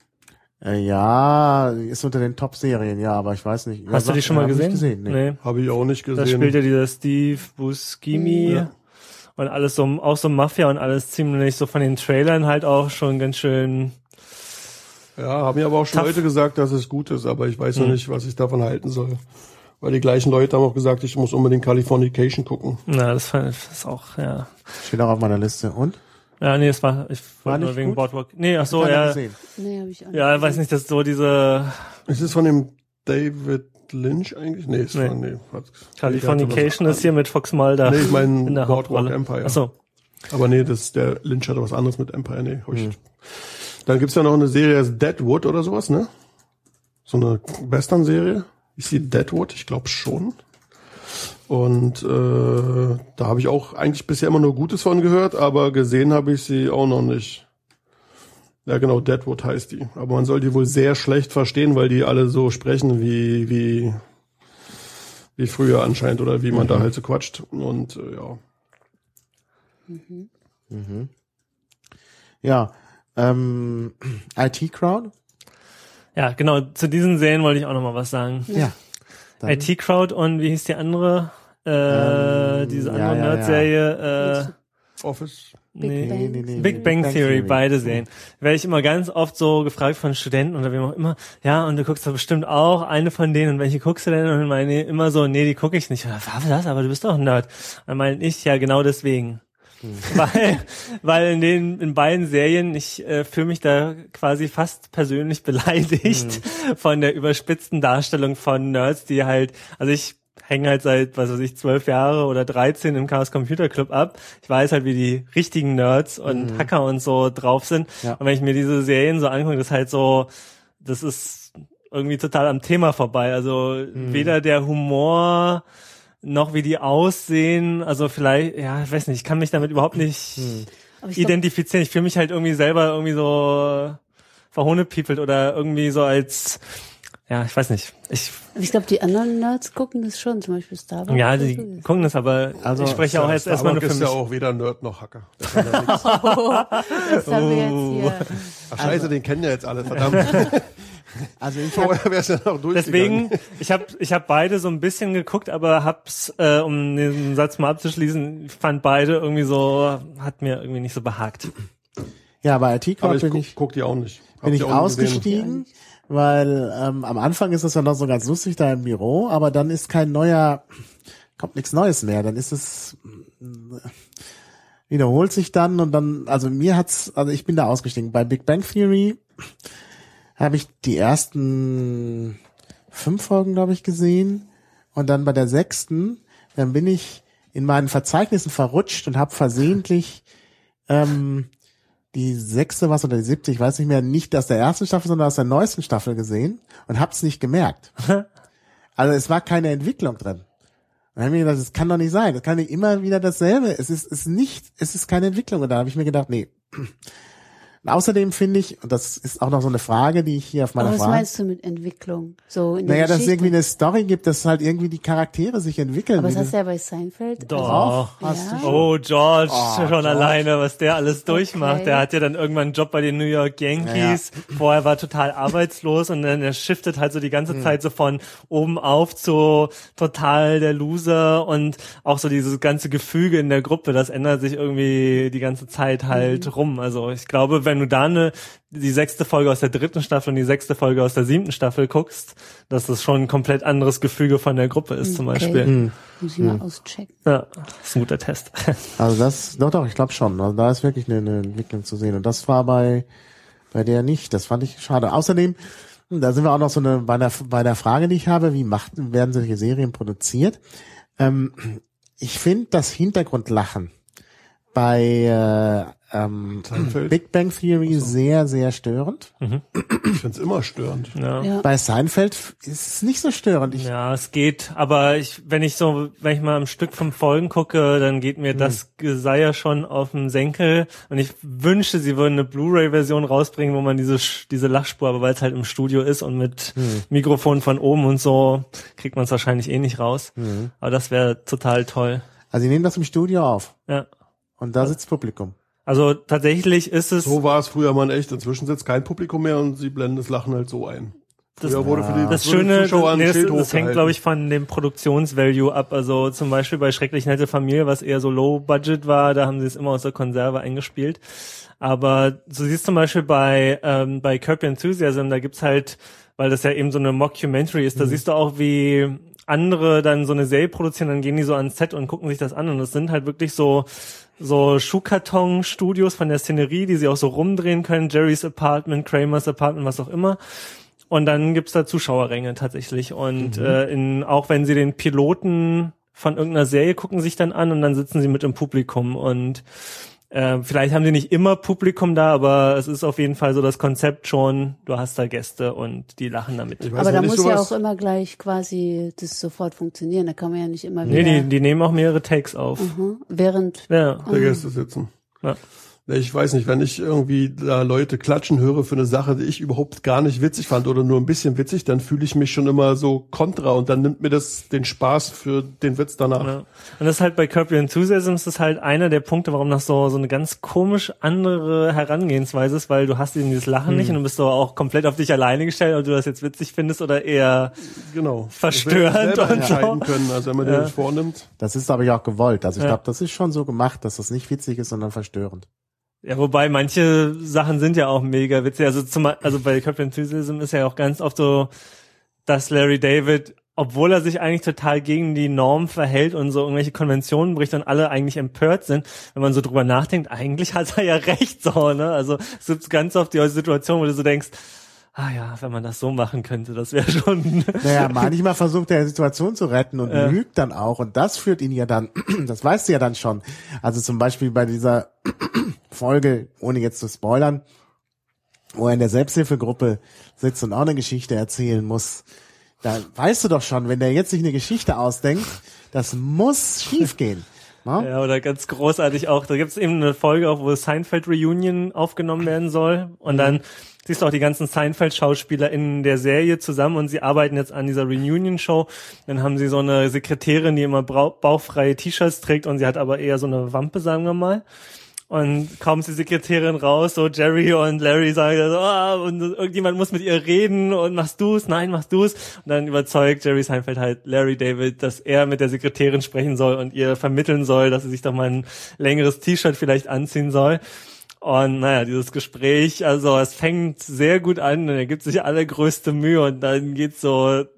Ja, ist unter den Top-Serien, ja, aber ich weiß nicht. Hast du die schon mal hab ich gesehen? nicht gesehen? Nee. Habe ich auch nicht gesehen. Da spielt ja dieser Steve Buscemi Ja. und alles so, auch so Mafia und alles ziemlich so von den Trailern halt auch schon ganz schön. Ja, haben mir aber auch schon Tough. Leute gesagt, dass es gut ist, aber ich weiß noch nicht, was ich davon halten soll. Weil die gleichen Leute haben auch gesagt, ich muss unbedingt Californication gucken. Na, das fand ich, das ist auch, ja. Steht auch auf meiner Liste. Und? Ja, nee, es war, ich War wollte nur nicht wegen gut? Boardwalk. Nee, ach so, Keiner ja. gesehen. Nee, habe ich auch nicht. Ja, ich weiß nicht, das ist so diese Ist es von dem David Lynch eigentlich? Nee, ist Nee. von, Californication ist hier mit Fox Mulder Nee, ich meine in der Boardwalk Hauptrolle. Empire. Ach so. Aber nee, der Lynch hatte was anderes mit Empire, nee. Dann gibt's ja noch eine Serie, das ist Deadwood oder sowas, ne? So eine Western-Serie. Ist die Deadwood? Ich glaube schon. Und da habe ich auch eigentlich bisher immer nur Gutes von gehört, aber gesehen habe ich sie auch noch nicht. Ja genau, Deadwood heißt die. Aber man soll die wohl sehr schlecht verstehen, weil die alle so sprechen wie früher anscheinend oder wie man da halt so quatscht. Und ja. Ja, IT Crowd? Ja, genau, zu diesen Serien wollte ich auch noch mal was sagen. Ja. Dann- IT Crowd und wie hieß die andere? Diese andere ja, ja. Nerd-Serie, Office. Big Bang. Nee. Big Bang Theory, beide Serien. Werde ich immer ganz oft so gefragt von Studenten oder wem auch immer, ja, und du guckst doch bestimmt auch eine von denen und welche guckst du denn? Und dann meine ich immer so, nee, die gucke ich nicht. Was, aber du bist doch ein Nerd. Dann meine ich, ja, genau deswegen. Weil in beiden Serien, ich fühle mich da quasi fast persönlich beleidigt von der überspitzten Darstellung von Nerds, die halt, also ich hänge halt seit, 12 Jahre oder 13 im Chaos Computer Club ab. Ich weiß halt, wie die richtigen Nerds und Hacker und so drauf sind. Ja. Und wenn ich mir diese Serien so angucke, das ist halt so, das ist irgendwie total am Thema vorbei. Also weder der Humor noch wie die aussehen, also vielleicht, ja, ich weiß nicht, ich kann mich damit überhaupt nicht Aber ich glaub, identifizieren. Ich fühle mich halt irgendwie selber irgendwie so verhohnepiepelt oder irgendwie so als, ja, ich weiß nicht. ich glaube, die anderen Nerds gucken das schon, zum Beispiel Star Wars. Ja, oder die so. gucken das, aber Also, ich spreche auch jetzt erstmal nur für ist mich. ja auch weder Nerd noch Hacker. Der kann ja nix. Das haben wir jetzt hier. Ach scheiße, den kennen ja jetzt alle, verdammt. Also ich hab, Vorher wär's ja noch Deswegen, durchgegangen. ich hab beide so ein bisschen geguckt, aber hab's, um den Satz mal abzuschließen, ich fand beide irgendwie so, hat mir irgendwie nicht so behagt. ja, bei IT Aber Crowd ich guck die auch nicht. Hab bin die ich auch nie gesehen. ausgestiegen, weil am Anfang ist es ja noch so ganz lustig da im Büro, aber dann ist kommt nichts Neues mehr. Dann ist es wiederholt sich dann und dann, also ich bin da ausgestiegen. Bei Big Bang Theory habe ich die ersten 5 Folgen, glaube ich, gesehen und dann bei der 6., dann bin ich in meinen Verzeichnissen verrutscht und habe versehentlich die 6. was oder die 7., ich weiß nicht mehr, nicht aus der ersten Staffel, sondern aus der neuesten Staffel gesehen und hab's nicht gemerkt. Also es war keine Entwicklung drin. Und dann habe ich mir gedacht, das kann doch nicht sein. Das kann nicht immer wieder dasselbe. Es ist keine Entwicklung. Und da habe ich mir gedacht, nee. Und außerdem finde ich, und das ist auch noch so eine Frage, die ich hier auf meiner Aber was Frage... meinst du mit Entwicklung? So in der Naja, dass es Geschichte? irgendwie eine Story gibt, dass halt irgendwie die Charaktere sich entwickeln. Aber das hast du ja bei Seinfeld. Doch. Hast du Ja. schon. Oh, George, schon George. alleine, was der alles durchmacht. Der hat ja dann irgendwann einen Job bei den New York Yankees. Vorher war total arbeitslos und dann er shiftet halt so die ganze Zeit so von oben auf zu total der Loser und auch so dieses ganze Gefüge in der Gruppe, das ändert sich irgendwie die ganze Zeit halt rum. Also ich glaube, wenn du da die 6. Folge aus der 3. Staffel und die 6. Folge aus der 7. Staffel guckst, dass das schon ein komplett anderes Gefüge von der Gruppe ist zum Beispiel. Muss ich mal auschecken. Ja, das ist ein guter Test. Also das, doch, ich glaube schon. Also da ist wirklich eine Entwicklung zu sehen. Und das war bei der nicht. Das fand ich schade. Außerdem, da sind wir auch noch so bei der Frage, die ich habe, wie werden solche Serien produziert? Ich finde das Hintergrundlachen bei Big Bang Theory sehr, sehr störend. Ich find's immer störend. Ja. Bei Seinfeld ist es nicht so störend. Ja, es geht, aber wenn ich mal ein Stück von Folgen gucke, dann geht mir das Geseier schon auf den Senkel und ich wünschte, sie würden eine Blu-ray-Version rausbringen, wo man diese Lachspur, aber weil es halt im Studio ist und mit Mikrofon von oben und so, kriegt man es wahrscheinlich eh nicht raus. Aber das wäre total toll. Also sie nehmen das im Studio auf Ja. und da sitzt Publikum. Also tatsächlich ist es... So war es früher mal echt. Inzwischen sitzt kein Publikum mehr und sie blenden das Lachen halt so ein. Früher wurde für die Das wurde Schöne, Zuschauer ein Schild das hängt, hochgehalten. glaube ich, von dem Produktionsvalue ab. Also zum Beispiel bei Schrecklich nette Familie, was eher so Low-Budget war, da haben sie es immer aus der Konserve eingespielt. Aber du siehst zum Beispiel bei Curb Your Enthusiasm, da gibt's halt, weil das ja eben so eine Mockumentary ist, da siehst du auch, wie andere dann so eine Serie produzieren, dann gehen die so ans Set und gucken sich das an und das sind halt wirklich so Schuhkarton-Studios von der Szenerie, die sie auch so rumdrehen können, Jerry's Apartment, Kramer's Apartment, was auch immer. Und dann gibt's da Zuschauerränge tatsächlich. Und auch wenn sie den Piloten von irgendeiner Serie gucken sich dann an und dann sitzen sie mit im Publikum. Und vielleicht haben sie nicht immer Publikum da, aber es ist auf jeden Fall so das Konzept schon, du hast da Gäste und die lachen damit. Ich weiß Aber da nicht, muss ja sowas- auch immer gleich quasi das sofort funktionieren. Da kann man ja nicht immer wieder... Nee, die nehmen auch mehrere Takes auf. Während... Ja. der Gäste sitzen. Ja. Ich weiß nicht, wenn ich irgendwie da Leute klatschen höre für eine Sache, die ich überhaupt gar nicht witzig fand oder nur ein bisschen witzig, dann fühle ich mich schon immer so kontra und dann nimmt mir das den Spaß für den Witz danach. Ja. Und das ist halt bei Curb Your Enthusiasm ist das halt einer der Punkte, warum das so eine ganz komisch andere Herangehensweise ist, weil du hast eben dieses Lachen nicht und du bist so auch komplett auf dich alleine gestellt, ob du das jetzt witzig findest oder eher Genau. verstörend selber und entscheiden so. können, also wenn man dir das vornimmt. Das ist aber ja auch gewollt. Also ich Ja. glaube, das ist schon so gemacht, dass das nicht witzig ist, sondern verstörend. Ja, wobei manche Sachen sind ja auch mega witzig. Also bei Curb Your Enthusiasm ist ja auch ganz oft so, dass Larry David, obwohl er sich eigentlich total gegen die Norm verhält und so irgendwelche Konventionen bricht und alle eigentlich empört sind, wenn man so drüber nachdenkt, eigentlich hat er ja recht so, ne? Also es gibt ganz oft die Situation, wo du so denkst, ah ja, wenn man das so machen könnte, das wäre schon... Naja, manchmal versucht er die Situation zu retten und lügt dann auch. Und das führt ihn ja dann, das weißt du ja dann schon. Also zum Beispiel bei dieser Folge, ohne jetzt zu spoilern, wo er in der Selbsthilfegruppe sitzt und auch eine Geschichte erzählen muss. Da weißt du doch schon, wenn der jetzt sich eine Geschichte ausdenkt, das muss schiefgehen. Ne? Ja, oder ganz großartig auch, da gibt's eben eine Folge auch, wo Seinfeld Reunion aufgenommen werden soll und dann siehst du auch die ganzen Seinfeld-Schauspieler in der Serie zusammen und sie arbeiten jetzt an dieser Reunion-Show. Dann haben sie so eine Sekretärin, die immer bauchfreie T-Shirts trägt und sie hat aber eher so eine Wampe, sagen wir mal. Und kaum ist die Sekretärin raus, so Jerry und Larry sagen so, und irgendjemand muss mit ihr reden und machst du's? Nein, machst du's? Und dann überzeugt Jerry Seinfeld halt Larry David, dass er mit der Sekretärin sprechen soll und ihr vermitteln soll, dass sie sich doch mal ein längeres T-Shirt vielleicht anziehen soll. Und naja, dieses Gespräch, also es fängt sehr gut an und er gibt sich allergrößte Mühe und dann geht da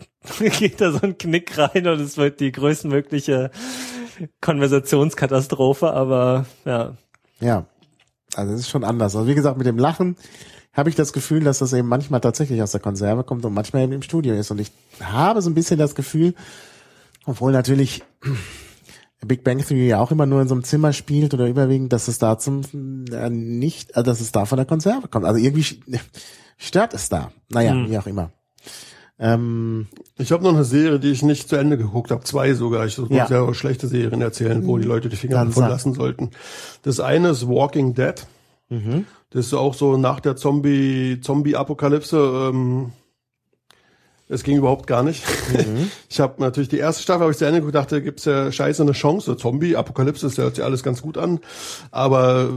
so ein Knick rein und es wird die größtmögliche Konversationskatastrophe, aber ja. Ja, also es ist schon anders. Also wie gesagt, mit dem Lachen habe ich das Gefühl, dass das eben manchmal tatsächlich aus der Konserve kommt und manchmal eben im Studio ist. Und ich habe so ein bisschen das Gefühl, Obwohl natürlich Big Bang Theory ja auch immer nur in so einem Zimmer spielt oder überwiegend, dass es da dass es da von der Konserve kommt. Also irgendwie stört es da. Naja, wie auch immer. Ich habe noch eine Serie, die ich nicht zu Ende geguckt habe, 2 sogar. Ich muss ja auch schlechte Serien erzählen, wo die Leute die Finger davon lassen sollten. Das eine ist Walking Dead. Das ist auch so nach der Zombie-Apokalypse. Es ging überhaupt gar nicht. Ich habe natürlich die erste Staffel, habe ich zu Ende geguckt, dachte, gibt's ja scheiße eine Chance. Zombie-Apokalypse, das hört sich alles ganz gut an. Aber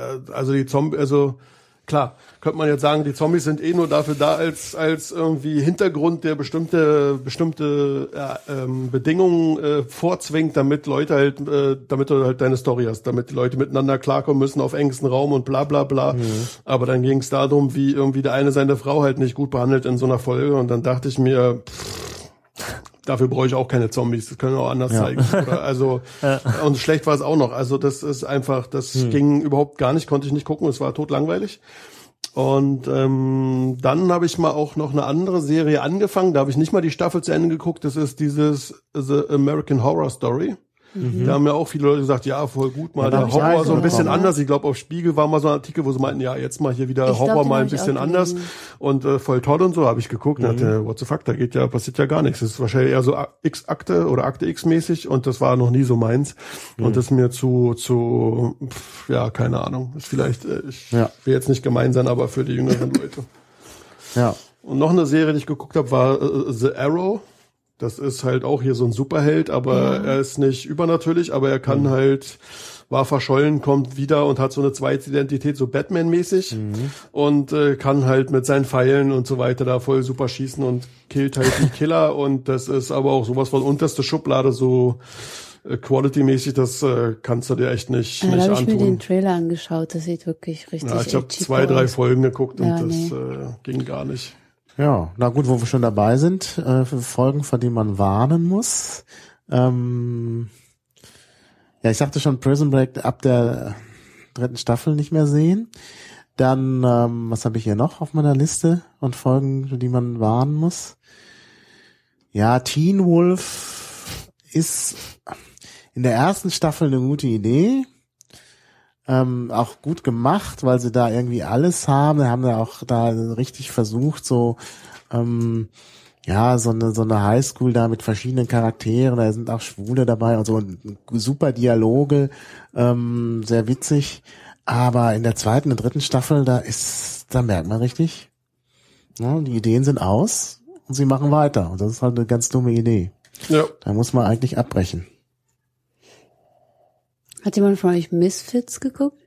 klar, könnte man jetzt sagen, die Zombies sind eh nur dafür da, als irgendwie Hintergrund, der bestimmte Bedingungen vorzwingt, damit du halt deine Story hast, damit die Leute miteinander klarkommen müssen auf engstem Raum und bla bla bla. Aber dann ging es darum, wie irgendwie der eine seine Frau halt nicht gut behandelt in so einer Folge, und dann dachte ich mir, dafür brauche ich auch keine Zombies, das können wir auch anders zeigen. Und schlecht war es auch noch. Also das ist einfach, das ging überhaupt gar nicht, konnte ich nicht gucken, es war totlangweilig. Und dann habe ich mal auch noch eine andere Serie angefangen, da habe ich nicht mal die Staffel zu Ende geguckt, das ist dieses The American Horror Story. Da haben ja auch viele Leute gesagt, ja, voll gut, mal der Horror so ein bisschen anders. Ich glaube, auf Spiegel war mal so ein Artikel, wo sie meinten, ja, jetzt mal hier wieder Horror mal ein bisschen anders und voll toll und so, habe ich geguckt und dachte, what the fuck, passiert ja gar nichts. Das ist wahrscheinlich eher so X-Akte oder Akte X-mäßig, und das war noch nie so meins. Und das ist mir keine Ahnung. Ist vielleicht, ich will jetzt nicht gemein sein, aber für die jüngeren Leute. Ja. Und noch eine Serie, die ich geguckt habe, war The Arrow. Das ist halt auch hier so ein Superheld, aber er ist nicht übernatürlich, aber er kann war verschollen, kommt wieder und hat so eine zweite Identität, so Batman-mäßig, und kann halt mit seinen Pfeilen und so weiter da voll super schießen und killt halt die Killer, und das ist aber auch sowas von unterste Schublade, so Quality-mäßig, das kannst du dir echt nicht antun. Da habe ich mir den Trailer angeschaut, das sieht wirklich richtig aus. Ja, ich habe 2, 3 Folgen geguckt und das ging gar nicht. Ja, na gut, wo wir schon dabei sind, für Folgen, vor denen man warnen muss. Ja, ich sagte schon, Prison Break ab der 3. Staffel nicht mehr sehen. Dann, was habe ich hier noch auf meiner Liste und Folgen, für die man warnen muss? Ja, Teen Wolf ist in der ersten Staffel eine gute Idee. Auch gut gemacht, weil sie da irgendwie alles haben. Wir haben ja auch da richtig versucht, so eine Highschool da mit verschiedenen Charakteren, da sind auch Schwule dabei und so, super Dialoge, sehr witzig. Aber in der 2. und 3. Staffel, da merkt man richtig, die Ideen sind aus und sie machen weiter. Und das ist halt eine ganz dumme Idee. Ja. Da muss man eigentlich abbrechen. Hat jemand von euch Misfits geguckt?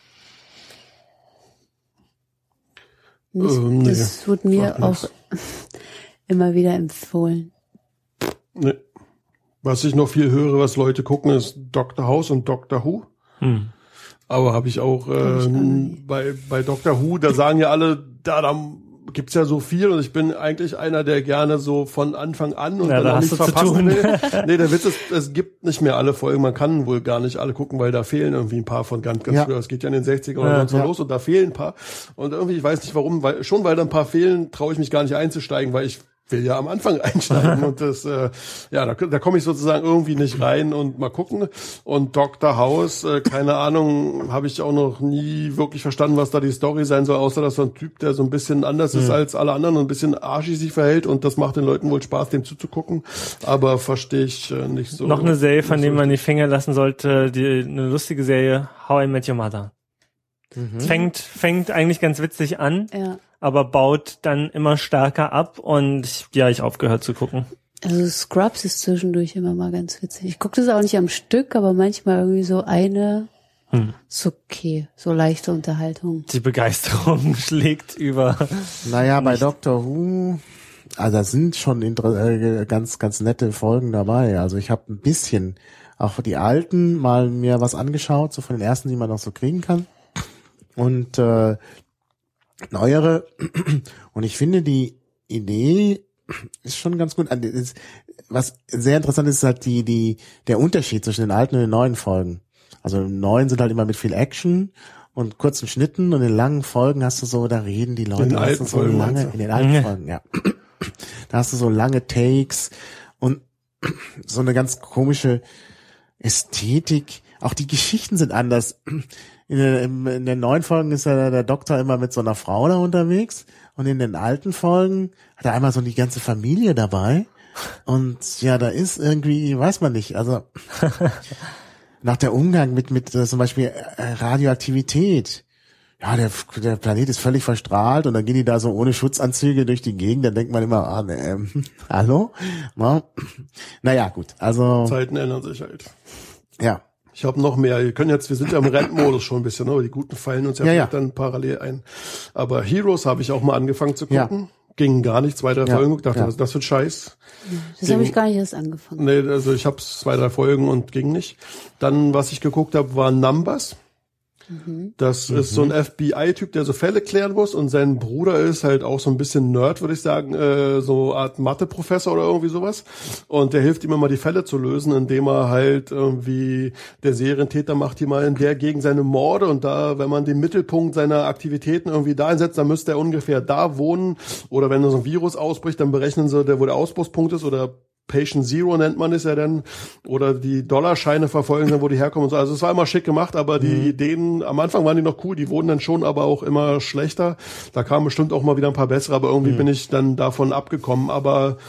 Nee, das wurde mir auch immer wieder empfohlen. Nee. Was ich noch viel höre, was Leute gucken, ist Dr. House und Doctor Who. Aber habe ich auch bei Doctor Who, da sagen ja alle, da gibt's ja so viel, und ich bin eigentlich einer, der gerne so von Anfang an und dann auch nichts verpassen will. Nee, der Witz ist, es gibt nicht mehr alle Folgen, man kann wohl gar nicht alle gucken, weil da fehlen irgendwie ein paar von ganz früher. Es geht ja in den 60ern oder so los, und da fehlen ein paar. Und irgendwie, ich weiß nicht warum, weil da ein paar fehlen, traue ich mich gar nicht einzusteigen, weil ich will ja am Anfang einsteigen und das, da komme ich sozusagen irgendwie nicht rein, und mal gucken. Und Dr. House, keine Ahnung, habe ich auch noch nie wirklich verstanden, was da die Story sein soll, außer dass so ein Typ, der so ein bisschen anders ist als alle anderen und ein bisschen arschig sich verhält, und das macht den Leuten wohl Spaß, dem zuzugucken, aber verstehe ich nicht so. Noch eine Serie, von der man die Finger lassen sollte, eine lustige Serie, How I Met Your Mother. Fängt eigentlich ganz witzig an, aber baut dann immer stärker ab, und ich aufgehört zu gucken. Also Scrubs ist zwischendurch immer mal ganz witzig. Ich gucke das auch nicht am Stück, aber manchmal irgendwie so eine, ist okay, so leichte Unterhaltung. Die Begeisterung schlägt über. Naja, bei Doctor Who, also da sind schon ganz, ganz nette Folgen dabei. Also ich habe ein bisschen, auch die alten, mal mir was angeschaut, so von den ersten, die man noch so kriegen kann. Und neuere, und ich finde, die Idee ist schon ganz gut. Was sehr interessant ist halt der Unterschied zwischen den alten und den neuen Folgen. Also die neuen sind halt immer mit viel Action und kurzen Schnitten, und in langen Folgen hast du so, da reden die Leute in den alten Folgen, in den alten Folgen, ja. Da hast du so lange Takes, und so eine ganz komische Ästhetik. Auch die Geschichten sind anders. In den neuen Folgen ist ja der Doktor immer mit so einer Frau da unterwegs und in den alten Folgen hat er einmal so die ganze Familie dabei und ja, da ist irgendwie, weiß man nicht, also nach der Umgang mit zum Beispiel Radioaktivität. Ja, der Planet ist völlig verstrahlt und dann gehen die da so ohne Schutzanzüge durch die Gegend, dann denkt man immer, hallo? Naja, gut, also. Zeiten ändern sich halt. Ja. Ich habe noch mehr. Wir sind ja im Rentmodus schon ein bisschen, aber die Guten fallen uns ja dann parallel ein. Aber Heroes habe ich auch mal angefangen zu gucken. Ja. Ging gar nicht, 2, 3 Folgen geguckt, dachte, was ist das für ein Scheiß? Das habe ich gar nicht erst angefangen. Nee, also ich habe 2, 3 Folgen und ging nicht. Dann, was ich geguckt habe, war Numbers. Das ist so ein FBI-Typ, der so Fälle klären muss und sein Bruder ist halt auch so ein bisschen Nerd, würde ich sagen, so eine Art Mathe-Professor oder irgendwie sowas. Und der hilft ihm immer, die Fälle zu lösen, indem er halt irgendwie, der Serientäter macht hier mal in der Gegend seine Morde und da, wenn man den Mittelpunkt seiner Aktivitäten irgendwie da einsetzt, dann müsste er ungefähr da wohnen. Oder wenn so ein Virus ausbricht, dann berechnen sie, wo der Ausbruchspunkt ist oder Patient Zero nennt man es ja dann, oder die Dollarscheine verfolgen dann, wo die herkommen und so. Also es war immer schick gemacht, aber die Ideen, am Anfang waren die noch cool, die wurden dann schon aber auch immer schlechter. Da kamen bestimmt auch mal wieder ein paar bessere, aber irgendwie bin ich dann davon abgekommen. Aber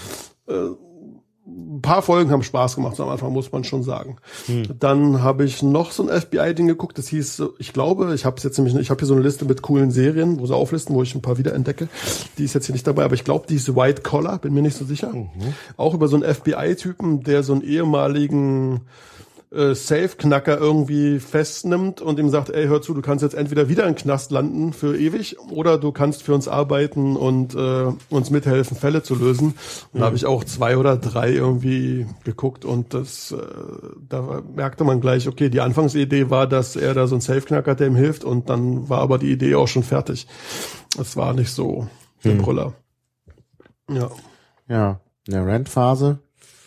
ein paar Folgen haben Spaß gemacht, so am Anfang muss man schon sagen. Dann habe ich noch so ein FBI-Ding geguckt, das hieß, ich glaube, ich habe hier so eine Liste mit coolen Serien, wo sie auflisten, wo ich ein paar wiederentdecke. Die ist jetzt hier nicht dabei, aber ich glaube, die ist White Collar, bin mir nicht so sicher. Auch über so einen FBI-Typen, der so einen ehemaligen Safe-Knacker irgendwie festnimmt und ihm sagt, ey, hör zu, du kannst jetzt entweder wieder in den Knast landen für ewig oder du kannst für uns arbeiten und uns mithelfen, Fälle zu lösen. Und da habe ich auch 2 oder 3 irgendwie geguckt und das da merkte man gleich, okay, die Anfangsidee war, dass er da so ein Safe-Knacker hat, der ihm hilft und dann war aber die Idee auch schon fertig. Das war nicht so der Brüller. Ja. Ja, in der Rent-Phase.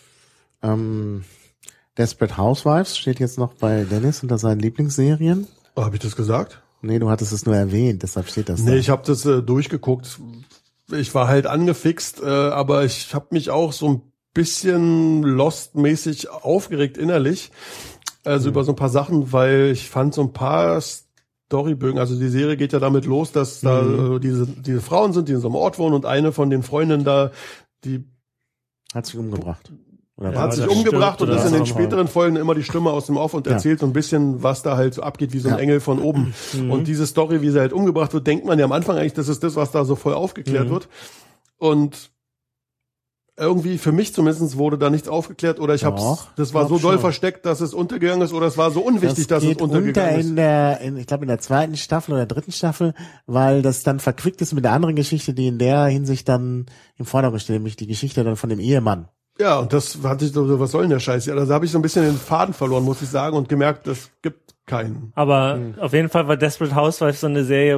Desperate Housewives steht jetzt noch bei Dennis unter seinen Lieblingsserien. Oh, habe ich das gesagt? Nee, du hattest es nur erwähnt, deshalb steht das da. Nee, ich habe das durchgeguckt. Ich war halt angefixt, aber ich habe mich auch so ein bisschen Lost-mäßig aufgeregt innerlich. Also über so ein paar Sachen, weil ich fand so ein paar Storybögen, also die Serie geht ja damit los, dass da diese Frauen sind, die in so einem Ort wohnen und eine von den Freundinnen da, die hat sich umgebracht. Oder hat sich umgebracht und ist in den späteren Folgen immer die Stimme aus dem Off und erzählt so ein bisschen, was da halt so abgeht, wie so ein Engel von oben. Und diese Story, wie sie halt umgebracht wird, denkt man ja am Anfang eigentlich, das ist das, was da so voll aufgeklärt wird. Und irgendwie, für mich zumindest, wurde da nichts aufgeklärt oder das war so doll versteckt, dass es untergegangen ist oder es war so unwichtig, dass es untergegangen ist. Ich glaube in der 2. Staffel oder 3. Staffel, weil das dann verquickt ist mit der anderen Geschichte, die in der Hinsicht dann im Vordergrund steht, nämlich die Geschichte dann von dem Ehemann. Ja, und das hatte ich so, was soll denn der Scheiß? Ja, da habe ich so ein bisschen den Faden verloren, muss ich sagen, und gemerkt, es gibt keinen. Aber auf jeden Fall war Desperate Housewives so eine Serie,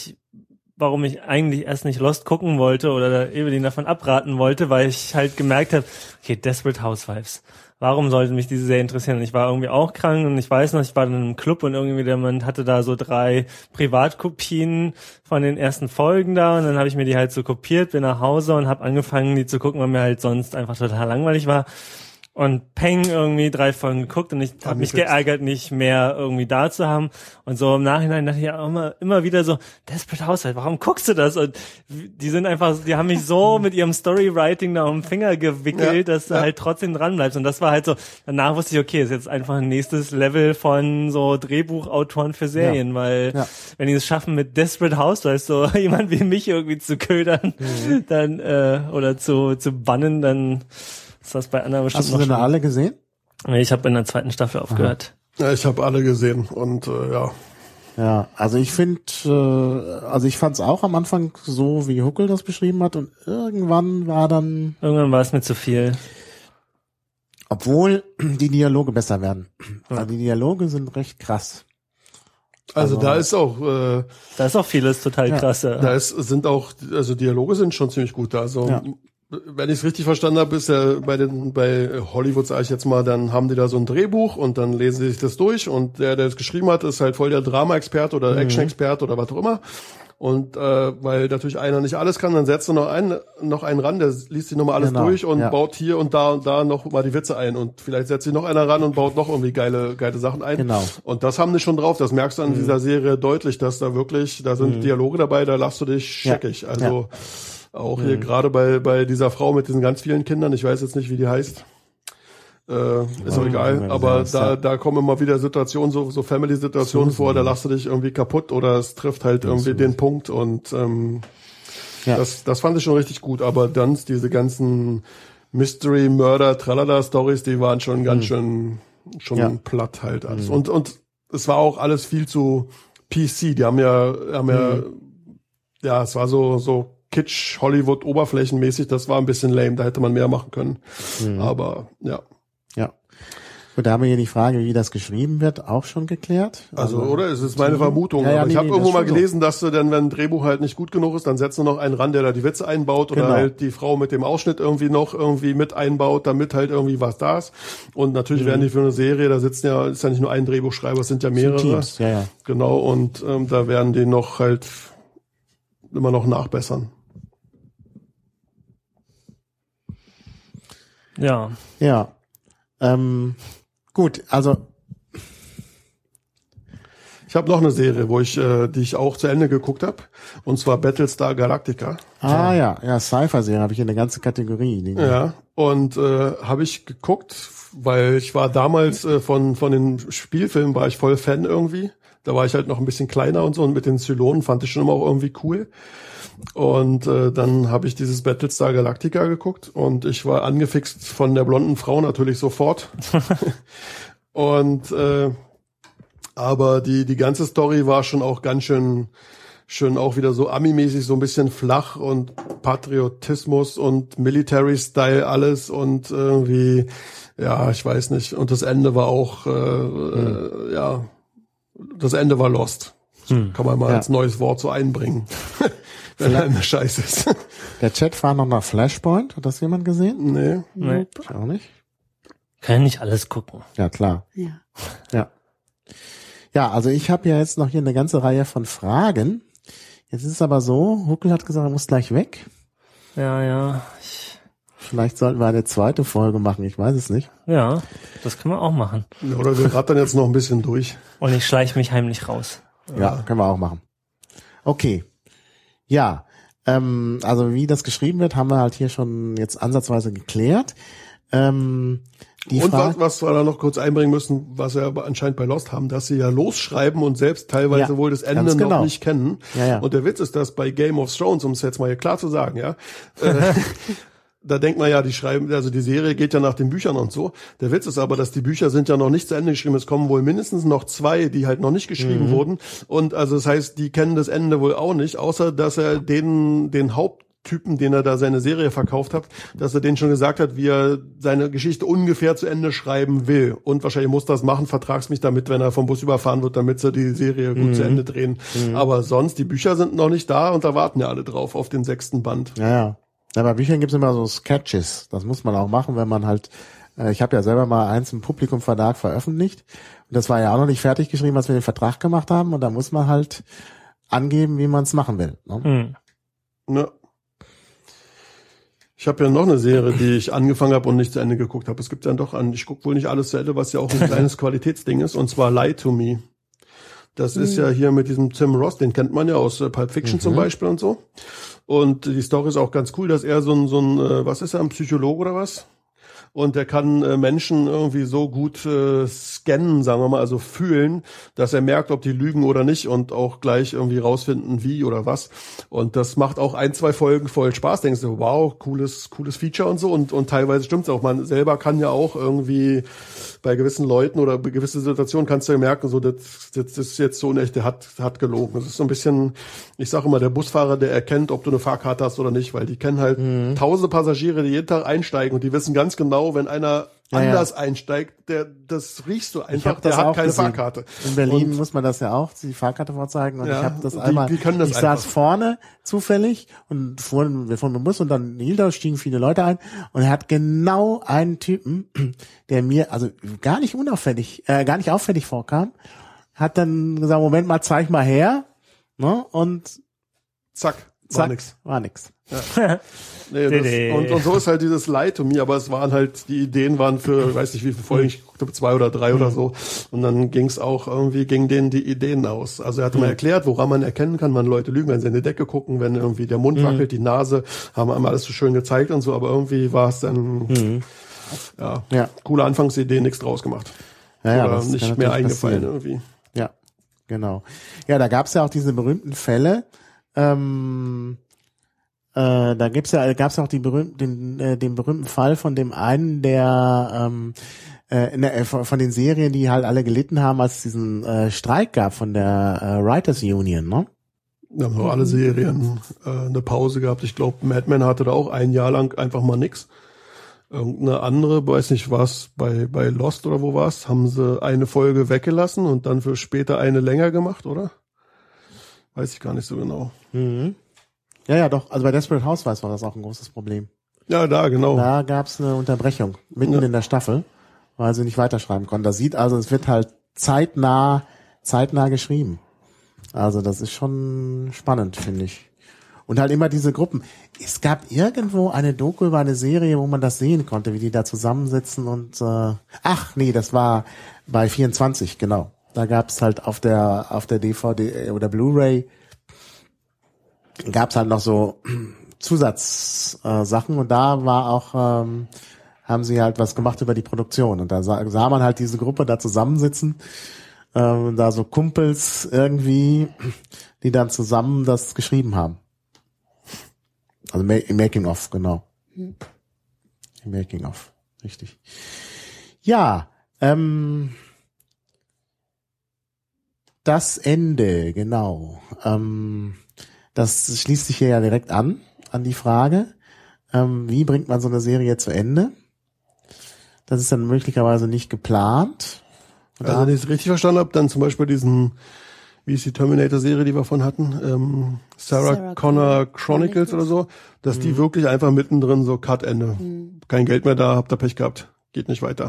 warum ich eigentlich erst nicht Lost gucken wollte oder Evelyn davon abraten wollte, weil ich halt gemerkt habe, okay, Desperate Housewives. Warum sollte mich diese Serie interessieren? Und ich war irgendwie auch krank und ich weiß noch, ich war in einem Club und irgendwie der Mann hatte da so 3 Privatkopien von den ersten Folgen da und dann habe ich mir die halt so kopiert, bin nach Hause und habe angefangen, die zu gucken, weil mir halt sonst einfach total langweilig war. Und Peng irgendwie 3 Folgen geguckt und ich habe mich geärgert, nicht mehr irgendwie da zu haben. Und so im Nachhinein dachte ich ja immer wieder so, Desperate Housewives, warum guckst du das? Und die haben mich so mit ihrem Storywriting da um den Finger gewickelt, dass du halt trotzdem dran bleibst. Und das war halt so, danach wusste ich, okay, ist jetzt einfach ein nächstes Level von so Drehbuchautoren für Serien, weil wenn die es schaffen mit Desperate Housewives so jemand wie mich irgendwie zu ködern, dann oder zu bannen, dann ist das bei anderen bestimmt. Hast du denn alle gesehen? Ich habe in der 2. Staffel aufgehört. Ja, ich habe alle gesehen und ja. Ja, also ich finde, ich fand es auch am Anfang so, wie Huckel das beschrieben hat und irgendwann war es mir zu viel. Obwohl die Dialoge besser werden. Ja. Also die Dialoge sind recht krass. Also da ist auch vieles total krass. Ja. Dialoge sind schon ziemlich gut da. Also wenn ich es richtig verstanden habe, ist ja bei Hollywood, sage ich jetzt mal, dann haben die da so ein Drehbuch und dann lesen sie sich das durch und der es geschrieben hat, ist halt voll der Drama-Experte oder Action-Experte oder was auch immer. Und weil natürlich einer nicht alles kann, dann setzt du noch einen ran, der liest sich nochmal alles durch und baut hier und da noch mal die Witze ein. Und vielleicht setzt sich noch einer ran und baut noch irgendwie geile Sachen ein. Genau. Und das haben die schon drauf. Das merkst du an dieser Serie deutlich, dass da sind Dialoge dabei, da lachst du dich scheckig. Also auch hier gerade bei dieser Frau mit diesen ganz vielen Kindern, ich weiß jetzt nicht, wie die heißt. Ist auch egal, aber da kommen immer wieder Situationen, so Family-Situationen vor, da lachst du dich irgendwie kaputt oder es trifft halt irgendwie den Punkt und das fand ich schon richtig gut, aber dann diese ganzen Mystery, Murder, Tralala-Stories, die waren schon ganz schön platt halt alles. Und es war auch alles viel zu PC, die haben ja, es war so Kitsch, Hollywood, oberflächenmäßig, das war ein bisschen lame, da hätte man mehr machen können, aber ja. Ja. Gut, da haben wir hier die Frage, wie das geschrieben wird, auch schon geklärt. Also oder? Es ist meine Vermutung. Aber ich habe irgendwo mal gelesen, dass du dann, wenn ein Drehbuch halt nicht gut genug ist, dann setzt du noch einen ran, der da die Witze einbaut oder halt die Frau mit dem Ausschnitt irgendwie mit einbaut, damit halt irgendwie was da ist. Und natürlich werden die für eine Serie, da ist ja nicht nur ein Drehbuchschreiber, es sind ja mehrere. Teams, ja. Genau, und da werden die noch halt immer noch nachbessern. Ja. Ja. Gut, also ich habe noch eine Serie, die ich auch zu Ende geguckt habe, und zwar Battlestar Galactica. Sci-Fi-Serie habe ich hier eine ganze Kategorie. Ja, und habe ich geguckt, weil ich war damals von den Spielfilmen war ich voll Fan irgendwie. Da war ich halt noch ein bisschen kleiner und so, und mit den Zylonen fand ich schon immer auch irgendwie cool. Und dann habe ich dieses Battlestar Galactica geguckt und ich war angefixt von der blonden Frau natürlich sofort. Und aber die ganze Story war schon auch ganz schön auch wieder so Ami-mäßig, so ein bisschen flach und Patriotismus und Military-Style alles und irgendwie, ja, ich weiß nicht. Und das Ende war auch, das Ende war Lost. Kann man mal als neues Wort so einbringen. Wenn er eine Scheiße ist. Der Chat war noch nach Flashpoint. Hat das jemand gesehen? Nee. Ich auch nicht. Kann ja nicht alles gucken. Ja, klar. Ja. Ja, also ich habe ja jetzt noch hier eine ganze Reihe von Fragen. Jetzt ist es aber so, Huckel hat gesagt, er muss gleich weg. Ja. Vielleicht sollten wir eine zweite Folge machen, ich weiß es nicht. Ja, das können wir auch machen. Oder wir rattern jetzt noch ein bisschen durch. Und ich schleiche mich heimlich raus. Ja, können wir auch machen. Okay. Ja, also wie das geschrieben wird, haben wir halt hier schon jetzt ansatzweise geklärt. Was wir da noch kurz einbringen müssen, was wir aber anscheinend bei Lost haben, dass sie ja losschreiben und selbst teilweise wohl das Ende noch nicht kennen. Ja. Und der Witz ist, dass bei Game of Thrones, um es jetzt mal hier klar zu sagen, da denkt man ja, die Serie geht ja nach den Büchern und so. Der Witz ist aber, dass die Bücher sind ja noch nicht zu Ende geschrieben. Es kommen wohl mindestens noch 2, die halt noch nicht geschrieben wurden. Und also das heißt, die kennen das Ende wohl auch nicht, außer dass er den Haupttypen, den er da seine Serie verkauft hat, dass er denen schon gesagt hat, wie er seine Geschichte ungefähr zu Ende schreiben will. Und wahrscheinlich muss das machen, vertrag's mich damit, wenn er vom Bus überfahren wird, damit sie die Serie gut zu Ende drehen. Aber sonst, die Bücher sind noch nicht da und da warten ja alle drauf auf den 6. Band. Ja, bei Büchern gibt's immer so Sketches. Das muss man auch machen, wenn man halt, ich habe ja selber mal eins im Publikum Verlag veröffentlicht. Und das war ja auch noch nicht fertig geschrieben, als wir den Vertrag gemacht haben. Und da muss man halt angeben, wie man es machen will. Ne? Ja. Ich habe ja noch eine Serie, die ich angefangen habe und nicht zu Ende geguckt habe. Es gibt ja doch ich gucke wohl nicht alles zu Ende, was ja auch ein kleines Qualitätsding ist, und zwar Lie to Me. Das ist ja hier mit diesem Tim Roth, den kennt man ja aus Pulp Fiction zum Beispiel und so. Und die Story ist auch ganz cool, dass er so ein was ist er, ein Psychologe oder was? Und der kann Menschen irgendwie so gut scannen, sagen wir mal, also fühlen, dass er merkt, ob die lügen oder nicht, und auch gleich irgendwie rausfinden, wie oder was. Und das macht auch 1, 2 Folgen voll Spaß. Denkst du, wow, cooles Feature und so. Und teilweise stimmt's auch. Man selber kann ja auch irgendwie bei gewissen Leuten oder bei gewissen Situationen kannst du ja merken, so das ist jetzt so echt, der hat gelogen. Das ist so ein bisschen, ich sage immer, der Busfahrer, der erkennt, ob du eine Fahrkarte hast oder nicht, weil die kennen halt tausende Passagiere, die jeden Tag einsteigen, und die wissen ganz genau, wenn einer anders einsteigt, das riechst du einfach, der hat keine Fahrkarte. In Berlin muss man das ja auch, die Fahrkarte vorzeigen, und ich habe das einmal, die können das ich einfach. saß vorne zufällig und wir fuhren mit dem Bus, und dann hielt er, stiegen viele Leute ein, und er hat genau einen Typen, der mir also gar nicht auffällig vorkam, hat dann gesagt, Moment mal, zeig mal her, ne, und zack, war nix. War nix. Ja. Nee, und so ist halt dieses Lie to Me, aber es waren halt, die Ideen waren für, ich weiß nicht wie viele Folgen, ich guckte 2 oder 3 oder so. Und dann ging's auch irgendwie, ging denen die Ideen aus. Also er hatte mal erklärt, woran man erkennen kann, wann Leute lügen, wenn sie in die Decke gucken, wenn irgendwie der Mund wackelt, die Nase, haben einmal alles so schön gezeigt und so, aber irgendwie war es dann, coole Anfangsidee, nichts draus gemacht. Ja, oder das nicht mehr eingefallen irgendwie. Ja, genau. Ja, da gab's ja auch diese berühmten Fälle, da gab's ja auch den berühmten Fall von dem einen, der von den Serien, die halt alle gelitten haben, als es diesen Streik gab von der Writers Union, ne? Da haben alle Serien eine Pause gehabt. Ich glaube, Mad Men hatte da auch ein Jahr lang einfach mal nix. Irgendeine andere, weiß nicht was, bei Lost oder wo war's, haben sie eine Folge weggelassen und dann für später eine länger gemacht, oder? Weiß ich gar nicht so genau. Mhm. Ja, doch. Also bei Desperate Housewives war das auch ein großes Problem. Ja, da, genau. Da gab's eine Unterbrechung mitten in der Staffel, weil sie nicht weiterschreiben konnten. Das sieht also, es wird halt zeitnah geschrieben. Also das ist schon spannend, finde ich. Und halt immer diese Gruppen. Es gab irgendwo eine Doku über eine Serie, wo man das sehen konnte, wie die da zusammensitzen und das war bei 24, genau. Da gab's halt auf der DVD oder Blu-ray gab's halt noch so Zusatzsachen und da war auch haben sie halt was gemacht über die Produktion und da sah man halt diese Gruppe da zusammensitzen, da so Kumpels irgendwie, die dann zusammen das geschrieben haben. Also im Making of, genau. Im Making of, richtig. Ja, das Ende, genau. Das schließt sich hier ja direkt an die Frage, wie bringt man so eine Serie zu Ende? Das ist dann möglicherweise nicht geplant. Und also, wenn ich es richtig verstanden habe, dann zum Beispiel diesen, wie ist die Terminator-Serie, die wir von hatten, Sarah Connor Chronicles oder so, dass die wirklich einfach mittendrin so Cut-Ende. Kein Geld mehr da, habt ihr Pech gehabt, geht nicht weiter.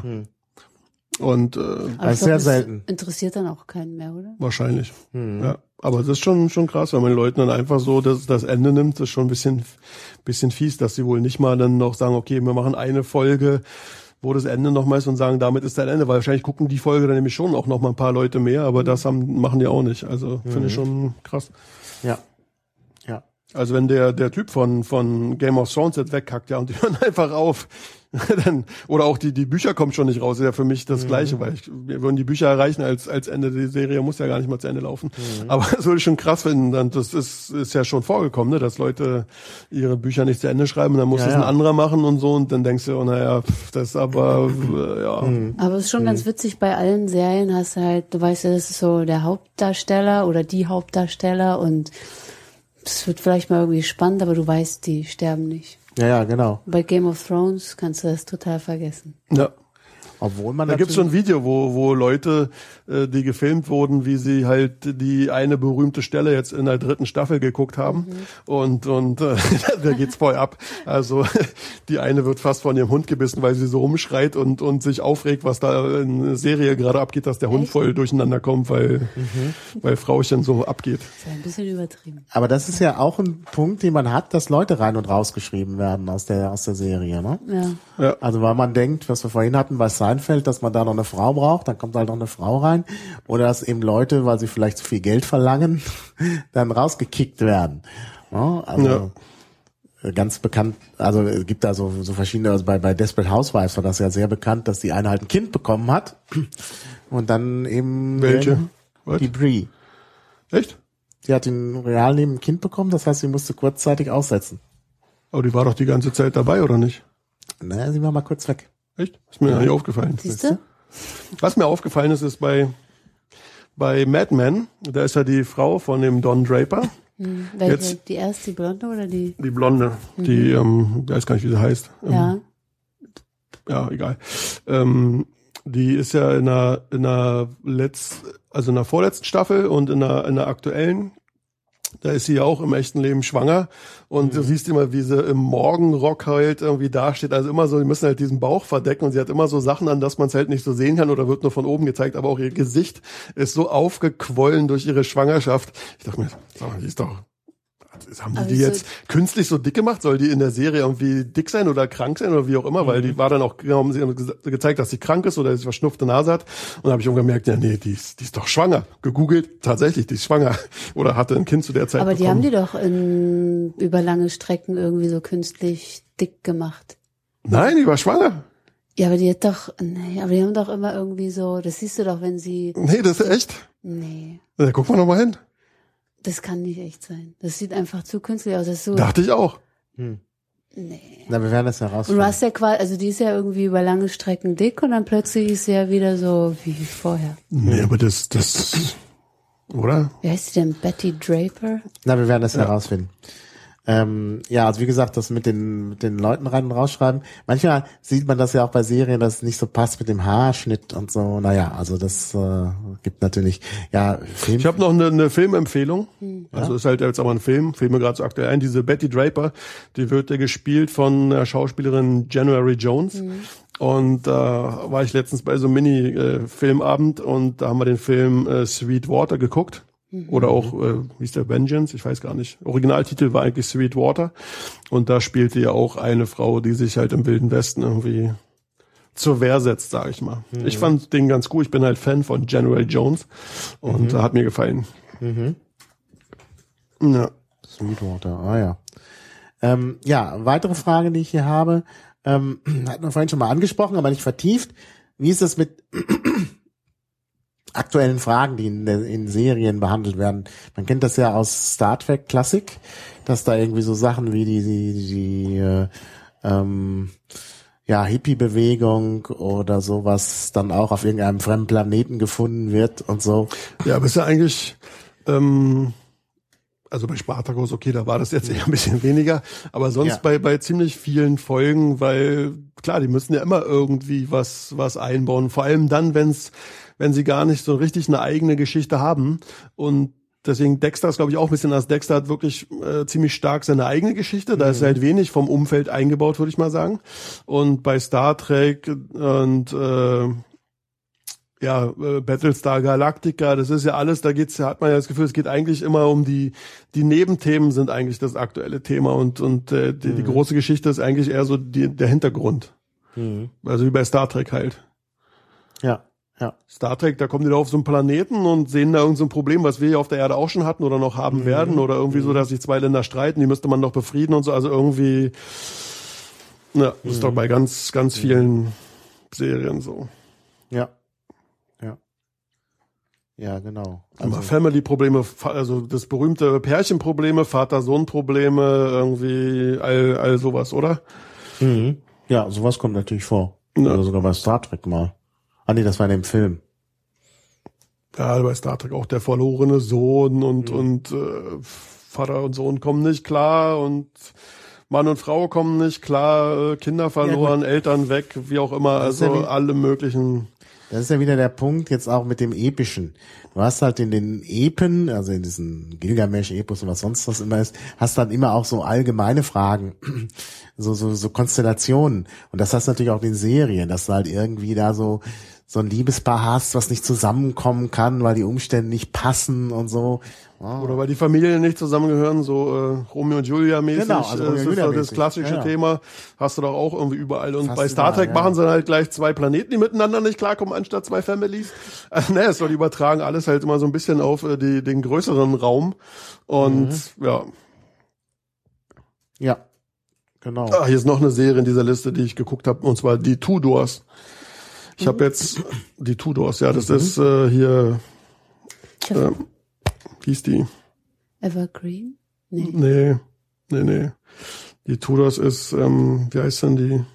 Und das ist sehr selten. Interessiert dann auch keinen mehr, oder? Wahrscheinlich. Ja. Aber es ist schon krass, wenn man den Leuten dann einfach so das Ende nimmt, ist schon ein bisschen fies, dass sie wohl nicht mal dann noch sagen, okay, wir machen eine Folge, wo das Ende nochmal ist und sagen, damit ist dein Ende, weil wahrscheinlich gucken die Folge dann nämlich schon auch noch mal ein paar Leute mehr, aber das machen die auch nicht. Also finde ich schon krass. Ja. Also wenn der Typ von Game of Thrones jetzt wegkackt, ja, und die hören einfach auf, dann, oder auch die Bücher kommen schon nicht raus, ist ja für mich das Gleiche, weil wir würden die Bücher erreichen als Ende, die Serie muss ja gar nicht mal zu Ende laufen. Aber das würde ich schon krass finden, dann, das ist ja schon vorgekommen, ne, dass Leute ihre Bücher nicht zu Ende schreiben, dann muss das ein anderer machen und so, und dann denkst du, oh, naja, das ist aber, ja. Aber es ist schon ganz witzig, bei allen Serien hast du halt, du weißt ja, das ist so der Hauptdarsteller oder die Hauptdarsteller und es wird vielleicht mal irgendwie spannend, aber du weißt, die sterben nicht. Ja, genau. Bei Game of Thrones kannst du das total vergessen. Ja. Obwohl man da gibt's schon ein Video, wo Leute, die gefilmt wurden, wie sie halt die eine berühmte Stelle jetzt in der 3. Staffel geguckt haben. Und da geht's voll ab. Also die eine wird fast von ihrem Hund gebissen, weil sie so rumschreit und sich aufregt, was da in der Serie gerade abgeht, dass der Hund voll durcheinander kommt, weil Frauchen so abgeht. Das ist ja ein bisschen übertrieben. Aber das ist ja auch ein Punkt, den man hat, dass Leute rein und rausgeschrieben werden aus der Serie, ne? Ja. Also weil man denkt, was wir vorhin hatten bei Seinfeld, dass man da noch eine Frau braucht, dann kommt halt noch eine Frau rein. Oder dass eben Leute, weil sie vielleicht zu viel Geld verlangen, dann rausgekickt werden. Ja, also ganz bekannt, also es gibt da so verschiedene, also bei Desperate Housewives war das ja sehr bekannt, dass die eine halt ein Kind bekommen hat und dann eben Welche? Die Brie. Echt? Die hat im Realleben ein Kind bekommen, das heißt, sie musste kurzzeitig aussetzen. Aber die war doch die ganze Zeit dabei, oder nicht? Naja, sie war mal kurz weg. Echt? Ist mir nicht aufgefallen. Siehst du? Was mir aufgefallen ist bei Mad Men, da ist ja die Frau von dem Don Draper. Welche? Jetzt- Die erste, die Blonde oder die? Die Blonde, die, ich weiß gar nicht, wie sie heißt. Ja. Ja, egal. Die ist ja in der vorletzten Staffel und in der aktuellen, da ist sie ja auch im echten Leben schwanger und du siehst immer, wie sie im Morgenrock halt irgendwie dasteht, also immer so, die müssen halt diesen Bauch verdecken und sie hat immer so Sachen an, dass man es halt nicht so sehen kann oder wird nur von oben gezeigt, aber auch ihr Gesicht ist so aufgequollen durch ihre Schwangerschaft. Ich dachte mir, die ist doch Haben die jetzt künstlich so dick gemacht? Soll die in der Serie irgendwie dick sein oder krank sein oder wie auch immer? Weil die war dann auch, haben sie gezeigt, dass sie krank ist oder dass sie verschnupfte Nase hat. Und dann habe ich irgendwann gemerkt, ja nee, die ist doch schwanger. Gegoogelt, tatsächlich, die ist schwanger. Oder hatte ein Kind zu der Zeit Aber bekommen. die haben die doch über lange Strecken irgendwie so künstlich dick gemacht. Nein, die war schwanger. Ja, aber die haben doch immer irgendwie so, das siehst du doch, wenn sie... Nee, das ist echt? Nee, Na, guck mal nochmal hin. das kann nicht echt sein. Das sieht einfach zu künstlich aus. Das ist so, Dachte ich auch. nee. Na, wir werden das Und herausfinden. du hast ja quasi, also die ist ja irgendwie über lange Strecken dick und dann plötzlich ist sie ja wieder so wie vorher. Nee, aber das, oder? Wie heißt die denn? Betty Draper? Na, wir werden das herausfinden. Ja, also wie gesagt, das mit den Leuten rein und rausschreiben. Manchmal sieht man das ja auch bei Serien, dass es nicht so passt mit dem Haarschnitt und so. Naja, also das gibt natürlich, ja, Film. Ich habe noch eine Filmempfehlung. Also ist halt jetzt aber ein Film, fällt mir gerade so aktuell ein. Diese Betty Draper, die wird ja gespielt von der Schauspielerin January Jones. Und da war ich letztens bei so einem Mini-Filmabend und da haben wir den Film Sweet Water geguckt. Oder auch, wie ist der, Vengeance? Ich weiß gar nicht. Originaltitel war eigentlich Sweet Water. Und da spielte ja auch eine Frau, die sich halt im Wilden Westen irgendwie zur Wehr setzt, sag ich mal. Ich fand den ganz gut. Ich bin halt Fan von January Jones. Und hat mir gefallen. Ja. Sweetwater, ja. Ja, weitere Frage, die ich hier habe, hatten wir vorhin schon mal angesprochen, aber nicht vertieft. Wie ist das mit aktuellen Fragen, die in Serien behandelt werden? Man kennt das ja aus Star Trek Classic, dass da irgendwie so Sachen wie die Hippie-Bewegung oder sowas dann auch auf irgendeinem fremden Planeten gefunden wird und so. Ja, aber ist ja eigentlich, also bei Spartacus, okay, da war das jetzt eher ein bisschen weniger, aber sonst bei ziemlich vielen Folgen, weil klar, die müssen ja immer irgendwie was einbauen, vor allem dann, wenn sie gar nicht so richtig eine eigene Geschichte haben. Und deswegen Dexter ist, glaube ich, auch ein bisschen anders. Dexter hat wirklich ziemlich stark seine eigene Geschichte. Da ist halt wenig vom Umfeld eingebaut, würde ich mal sagen. Und bei Star Trek und Battlestar Galactica, das ist ja alles, hat man ja das Gefühl, es geht eigentlich immer um die Nebenthemen sind eigentlich das aktuelle Thema und die große Geschichte ist eigentlich eher so der Hintergrund. Also wie bei Star Trek halt. Ja. Star Trek, da kommen die da auf so einen Planeten und sehen da irgend so ein Problem, was wir hier auf der Erde auch schon hatten oder noch haben werden oder irgendwie so, dass sich zwei Länder streiten, die müsste man noch befrieden und so, also irgendwie, das ist doch bei ganz, ganz vielen Serien so. Ja, genau. Also Family-Probleme, also das berühmte Pärchenprobleme, Vater-Sohn-Probleme, irgendwie all sowas, oder? Ja, sowas kommt natürlich vor. Ja. Oder sogar bei Star Trek mal. Ah nee, das war in dem Film. Ja, bei Star Trek auch der verlorene Sohn und Vater und Sohn kommen nicht klar und Mann und Frau kommen nicht klar, Kinder verloren, Eltern weg, wie auch immer, also alle möglichen. Das ist ja wieder der Punkt jetzt auch mit dem Epischen. Du hast halt in den Epen, also in diesen Gilgamesch-Epos und was sonst was immer ist, hast dann immer auch so allgemeine Fragen, so Konstellationen. Und das hast du natürlich auch in den Serien, dass du halt irgendwie da so ein Liebespaar hast, was nicht zusammenkommen kann, weil die Umstände nicht passen und so. Oh. Oder weil die Familien nicht zusammengehören, so Romeo und Julia mäßig. Genau, also das ist so das klassische Thema. Hast du doch auch irgendwie überall. Und fast bei Star Trek überall, machen sie halt gleich zwei Planeten, die miteinander nicht klarkommen, anstatt zwei Families. Es soll übertragen alles halt immer so ein bisschen auf den größeren Raum. Und Ja, genau. Hier ist noch eine Serie in dieser Liste, die ich geguckt habe, und zwar die Tudors. Ich habe jetzt die Tudors, das ist hier, wie ist die? Evergreen? Nee. Nee. Die Tudors ist, wie heißt denn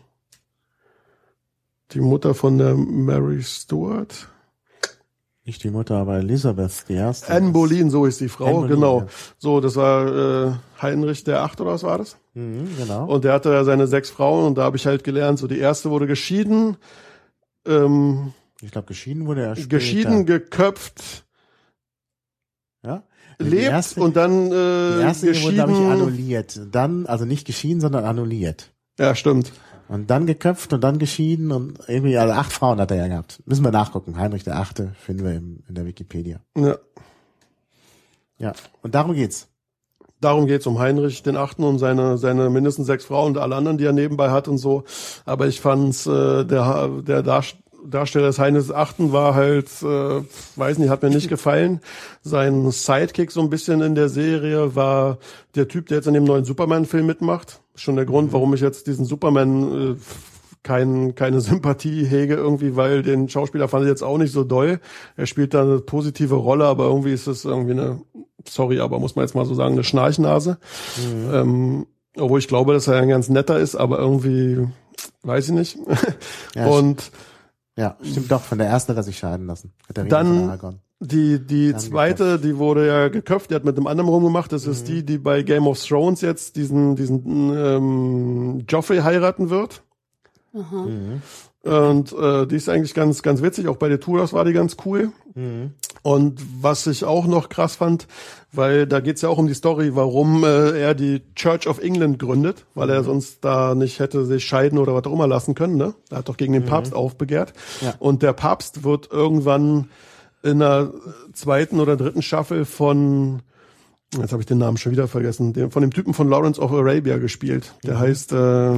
die Mutter von der Mary Stuart? Nicht die Mutter, aber Elizabeth, die erste. Anne Boleyn, so ist die Frau, Anne Boleyn, genau. ja. So, das war Heinrich der Achte, oder was war das? Genau. Und der hatte ja seine 6 Frauen und da habe ich halt gelernt, so die erste wurde geschieden, ich glaube, geschieden wurde er später. geschieden, geköpft, Ja? lebt und dann die erste Ehe wurde, geschieden. glaube ich, annulliert. Dann, also nicht geschieden, sondern annulliert. Ja, stimmt. Und dann geköpft und dann geschieden und irgendwie, also 8 Frauen hat er ja gehabt. Müssen wir nachgucken. Heinrich der Achte finden wir in der Wikipedia. Ja. Ja. Und darum geht's. Darum geht's um Heinrich den Achten und seine mindestens 6 Frauen und alle anderen, die er nebenbei hat und so. Aber ich fand's, der Darsteller des Heinrich des Achten war halt, weiß nicht, hat mir nicht gefallen. Sein Sidekick so ein bisschen in der Serie war der Typ, der jetzt in dem neuen Superman-Film mitmacht. Schon der Grund, warum ich jetzt diesen Superman keine Sympathie hege irgendwie, weil den Schauspieler fand ich jetzt auch nicht so doll. Er spielt da eine positive Rolle, aber irgendwie ist es irgendwie aber muss man jetzt mal so sagen, eine Schnarchnase. Obwohl ich glaube, dass er ein ganz netter ist, aber irgendwie, weiß ich nicht. Ja, und ja, stimmt doch, von der ersten hat er sich scheiden lassen. Katharina dann von Aragon. die zweite, geköpft. die wurde ja geköpft, die hat mit einem anderen rumgemacht. Das ist die bei Game of Thrones jetzt diesen Joffrey heiraten wird. Aha. Und die ist eigentlich ganz, ganz witzig. Auch bei The Tudors war die ganz cool. Und was ich auch noch krass fand, weil da geht's ja auch um die Story, warum er die Church of England gründet, weil er sonst da nicht hätte sich scheiden oder was auch immer lassen können. Ne? Er hat doch gegen den Papst aufbegehrt. Ja. Und der Papst wird irgendwann in der 2. oder 3. Staffel von, jetzt habe ich den Namen schon wieder vergessen, von dem Typen von Lawrence of Arabia gespielt. Der heißt,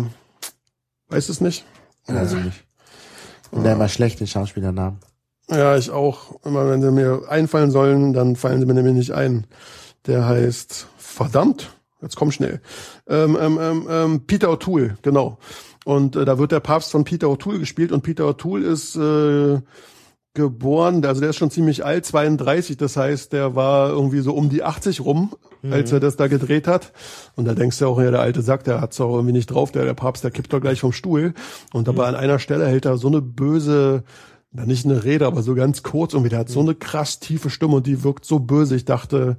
weiß es nicht? Also nicht. Und der immer schlecht, den Schauspielernamen. Ja, ich auch. Immer wenn sie mir einfallen sollen, dann fallen sie mir nämlich nicht ein. Der heißt, verdammt, jetzt komm schnell. Peter O'Toole, genau. Und da wird der Papst von Peter O'Toole gespielt und Peter O'Toole ist geboren, also der ist schon ziemlich alt, 32, das heißt, der war irgendwie so um die 80 rum, als er das da gedreht hat. Und da denkst du auch, ja, der alte Sack, der hat's auch irgendwie nicht drauf, der Papst, der kippt doch gleich vom Stuhl. Und aber an einer Stelle hält er so eine böse, na nicht eine Rede, aber so ganz kurz irgendwie, der hat so eine krass tiefe Stimme und die wirkt so böse. Ich dachte,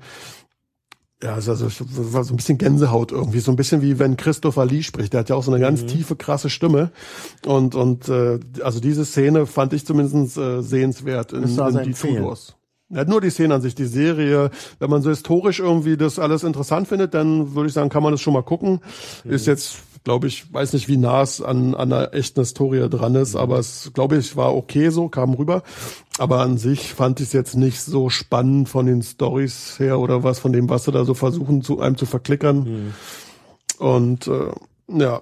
ja, also war so ein bisschen Gänsehaut irgendwie, so ein bisschen wie wenn Christopher Lee spricht. Der hat ja auch so eine ganz tiefe, krasse Stimme. Und also diese Szene fand ich zumindest sehenswert in die Tudors. Ja, nur die Szene an sich, die Serie. Wenn man so historisch irgendwie das alles interessant findet, dann würde ich sagen, kann man das schon mal gucken. Ist jetzt, glaube ich, weiß nicht, wie nah es an einer echten Historie dran ist, aber es, glaube ich, war okay so, kam rüber. Aber an sich fand ich es jetzt nicht so spannend von den Storys her oder was, von dem, was sie da so versuchen, einem zu verklickern. Und ja.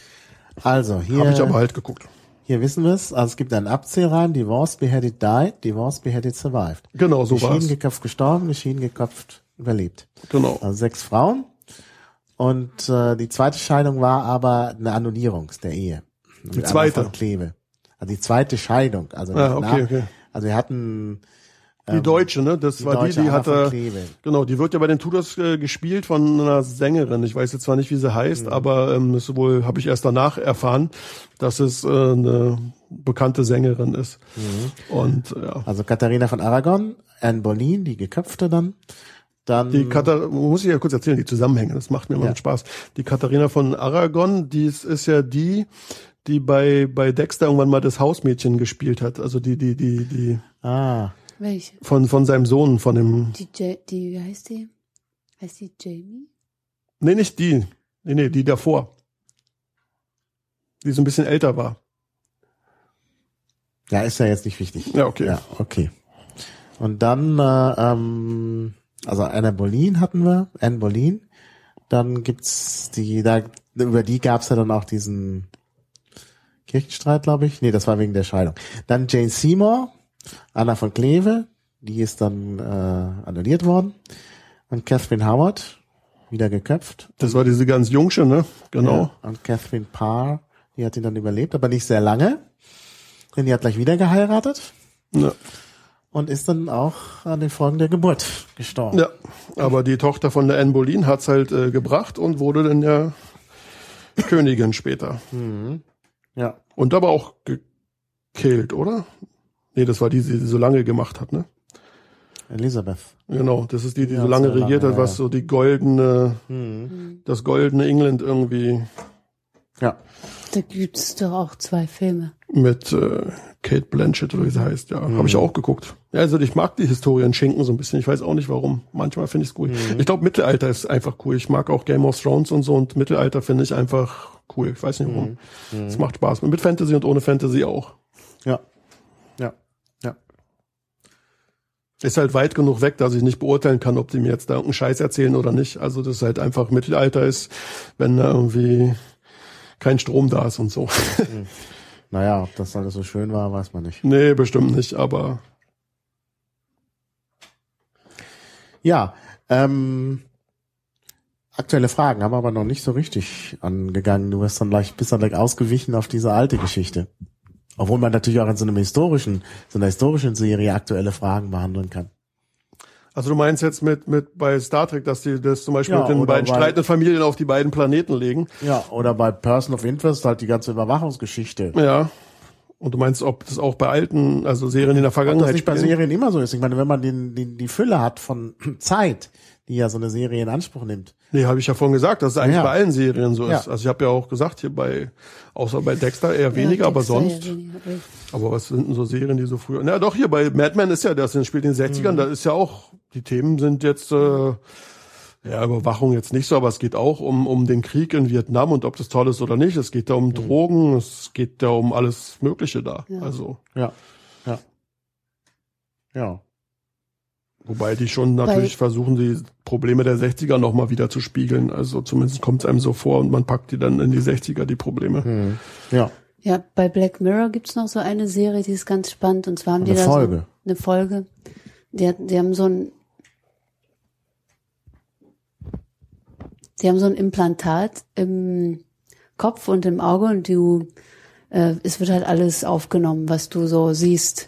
Also hier habe ich aber halt geguckt. Hier wissen wir es. Also es gibt einen Abzählreim. Divorced, beheaded, died. Divorced, beheaded, survived. Genau, so war's. Geschieden, geköpft, gestorben. Geschieden, geköpft, überlebt. Genau. Also 6 Frauen. Und die zweite Scheidung war aber eine Annullierung der Ehe. Die zweite? Von Kleve. Also die zweite Scheidung. Also okay. Also wir hatten die Deutsche, ne? Das war die hatte, genau, die wird ja bei den Tudors gespielt von einer Sängerin. Ich weiß jetzt zwar nicht, wie sie heißt, aber das wohl habe ich erst danach erfahren, dass es eine bekannte Sängerin ist. Und ja. Also Katharina von Aragon, Anne Boleyn, die geköpfte dann. Muss ich ja kurz erzählen, die Zusammenhänge, das macht mir immer Spaß. Die Katharina von Aragon, die ist ja die bei Dexter irgendwann mal das Hausmädchen gespielt hat. Also die. Welche? Von seinem Sohn, von dem. Wie heißt die? Heißt die Jamie? Nee, nicht die. Nee, die davor. Die so ein bisschen älter war. Ja, ist ja jetzt nicht wichtig. Ja, okay. Ja, okay. Und dann, also Anne Boleyn hatten wir, Anne Boleyn. Dann gibt's über die gab's ja dann auch diesen Kirchenstreit, glaube ich. Nee, das war wegen der Scheidung. Dann Jane Seymour, Anna von Kleve, die ist dann annulliert worden. Und Catherine Howard, wieder geköpft. Das war diese ganz Jungsche, ne? Genau. Ja, und Catherine Parr, die hat ihn dann überlebt, aber nicht sehr lange. Denn die hat gleich wieder geheiratet. Ja. Und ist dann auch an den Folgen der Geburt gestorben. Ja, aber die Tochter von der Anne Boleyn hat's halt gebracht und wurde dann ja Königin später. Ja. Und aber auch gekillt, oder? Nee, das war die so lange gemacht hat, ne? Elisabeth. Genau, das ist die so lange regiert hat, was so die goldene, das goldene England irgendwie. Ja. Da gibt's doch auch 2 Filme. Mit Kate Blanchett oder wie sie heißt, ja. Habe ich auch geguckt. Ja, also ich mag die Historien schenken so ein bisschen. Ich weiß auch nicht warum. Manchmal finde ich es cool. Ich glaube, Mittelalter ist einfach cool. Ich mag auch Game of Thrones und so und Mittelalter finde ich einfach cool. Ich weiß nicht warum. Es macht Spaß. Mit Fantasy und ohne Fantasy auch. Ja. Ja. Ja. Ist halt weit genug weg, dass ich nicht beurteilen kann, ob die mir jetzt da irgendeinen Scheiß erzählen oder nicht. Also das ist halt einfach Mittelalter ist, wenn da irgendwie kein Strom da ist und so. Naja, ob das alles so schön war, weiß man nicht. Nee, bestimmt nicht, aber Ja, aktuelle Fragen haben wir aber noch nicht so richtig angegangen. Du bist dann gleich ausgewichen auf diese alte Geschichte. Obwohl man natürlich auch in so einer historischen Serie aktuelle Fragen behandeln kann. also du meinst jetzt mit bei Star Trek, dass die das zum Beispiel Ja, mit den oder beiden bei- streitenden Familien auf die beiden Planeten legen? Ja, oder bei Person of Interest halt die ganze Überwachungsgeschichte. Ja. Und du meinst, ob das auch bei alten, also Serien in der Ob das Vergangenheit nicht bei spielen? Serien immer so ist. Ich meine, wenn man die Fülle hat von Zeit, die ja so eine Serie in Anspruch nimmt. Nee, habe ich ja vorhin gesagt, dass es eigentlich Ja. bei allen Serien so Ja. ist. Also ich habe ja auch gesagt, hier außer bei Dexter eher weniger, Ja, aber Dexter sonst. eher weniger. Aber was sind denn so Serien, die so früher... Na doch, hier bei Mad Men ist ja, das spielt in den 60ern, da ist ja auch, die Themen sind jetzt, Überwachung jetzt nicht so, aber es geht auch um den Krieg in Vietnam und ob das toll ist oder nicht. Es geht da um Drogen, es geht da um alles Mögliche da. Ja. Also, Ja. wobei die schon natürlich versuchen, die Probleme der 60er nochmal wieder zu spiegeln. Also zumindest kommt es einem so vor und man packt die dann in die 60er, die Probleme. Ja. Ja, bei Black Mirror gibt's noch so eine Serie, die ist ganz spannend. Und zwar haben die Eine da Folge. so eine Folge. Die haben so ein Implantat im Kopf und im Auge und es wird halt alles aufgenommen, was du so siehst.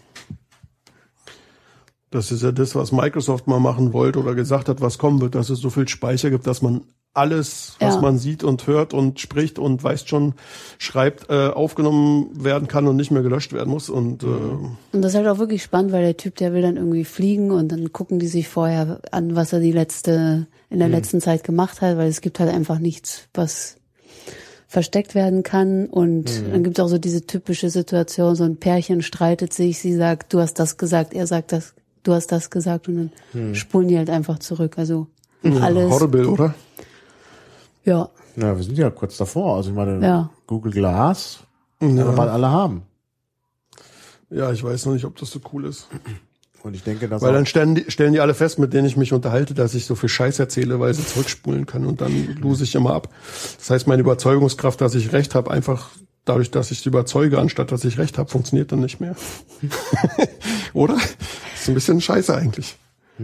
Das ist ja das, was Microsoft mal machen wollte oder gesagt hat, was kommen wird, dass es so viel Speicher gibt, dass man alles, was Ja. man sieht und hört und spricht und weiß schon, schreibt, aufgenommen werden kann und nicht mehr gelöscht werden muss. Und Und das ist halt auch wirklich spannend, weil der Typ, der will dann irgendwie fliegen und dann gucken die sich vorher an, was er in der letzten Zeit gemacht hat, weil es gibt halt einfach nichts, was versteckt werden kann. Und dann gibt es auch so diese typische Situation, so ein Pärchen streitet sich, sie sagt, du hast das gesagt, er sagt das, du hast das gesagt und dann spulen die halt einfach zurück. Also alles. Horrible, oder? Ja, Ja, wir sind ja kurz davor. Also ich meine, Ja. Google Glass werden wir bald alle haben. Ja, ich weiß noch nicht, ob das so cool ist. Und ich denke, dass Weil auch, dann stellen die alle fest, mit denen ich mich unterhalte, dass ich so viel Scheiß erzähle, weil sie zurückspulen können und dann lose ich immer ab. Das heißt, meine Überzeugungskraft, dass ich recht habe, einfach dadurch, dass ich die überzeuge, anstatt dass ich recht habe, funktioniert dann nicht mehr. Oder? Ist ein bisschen scheiße eigentlich.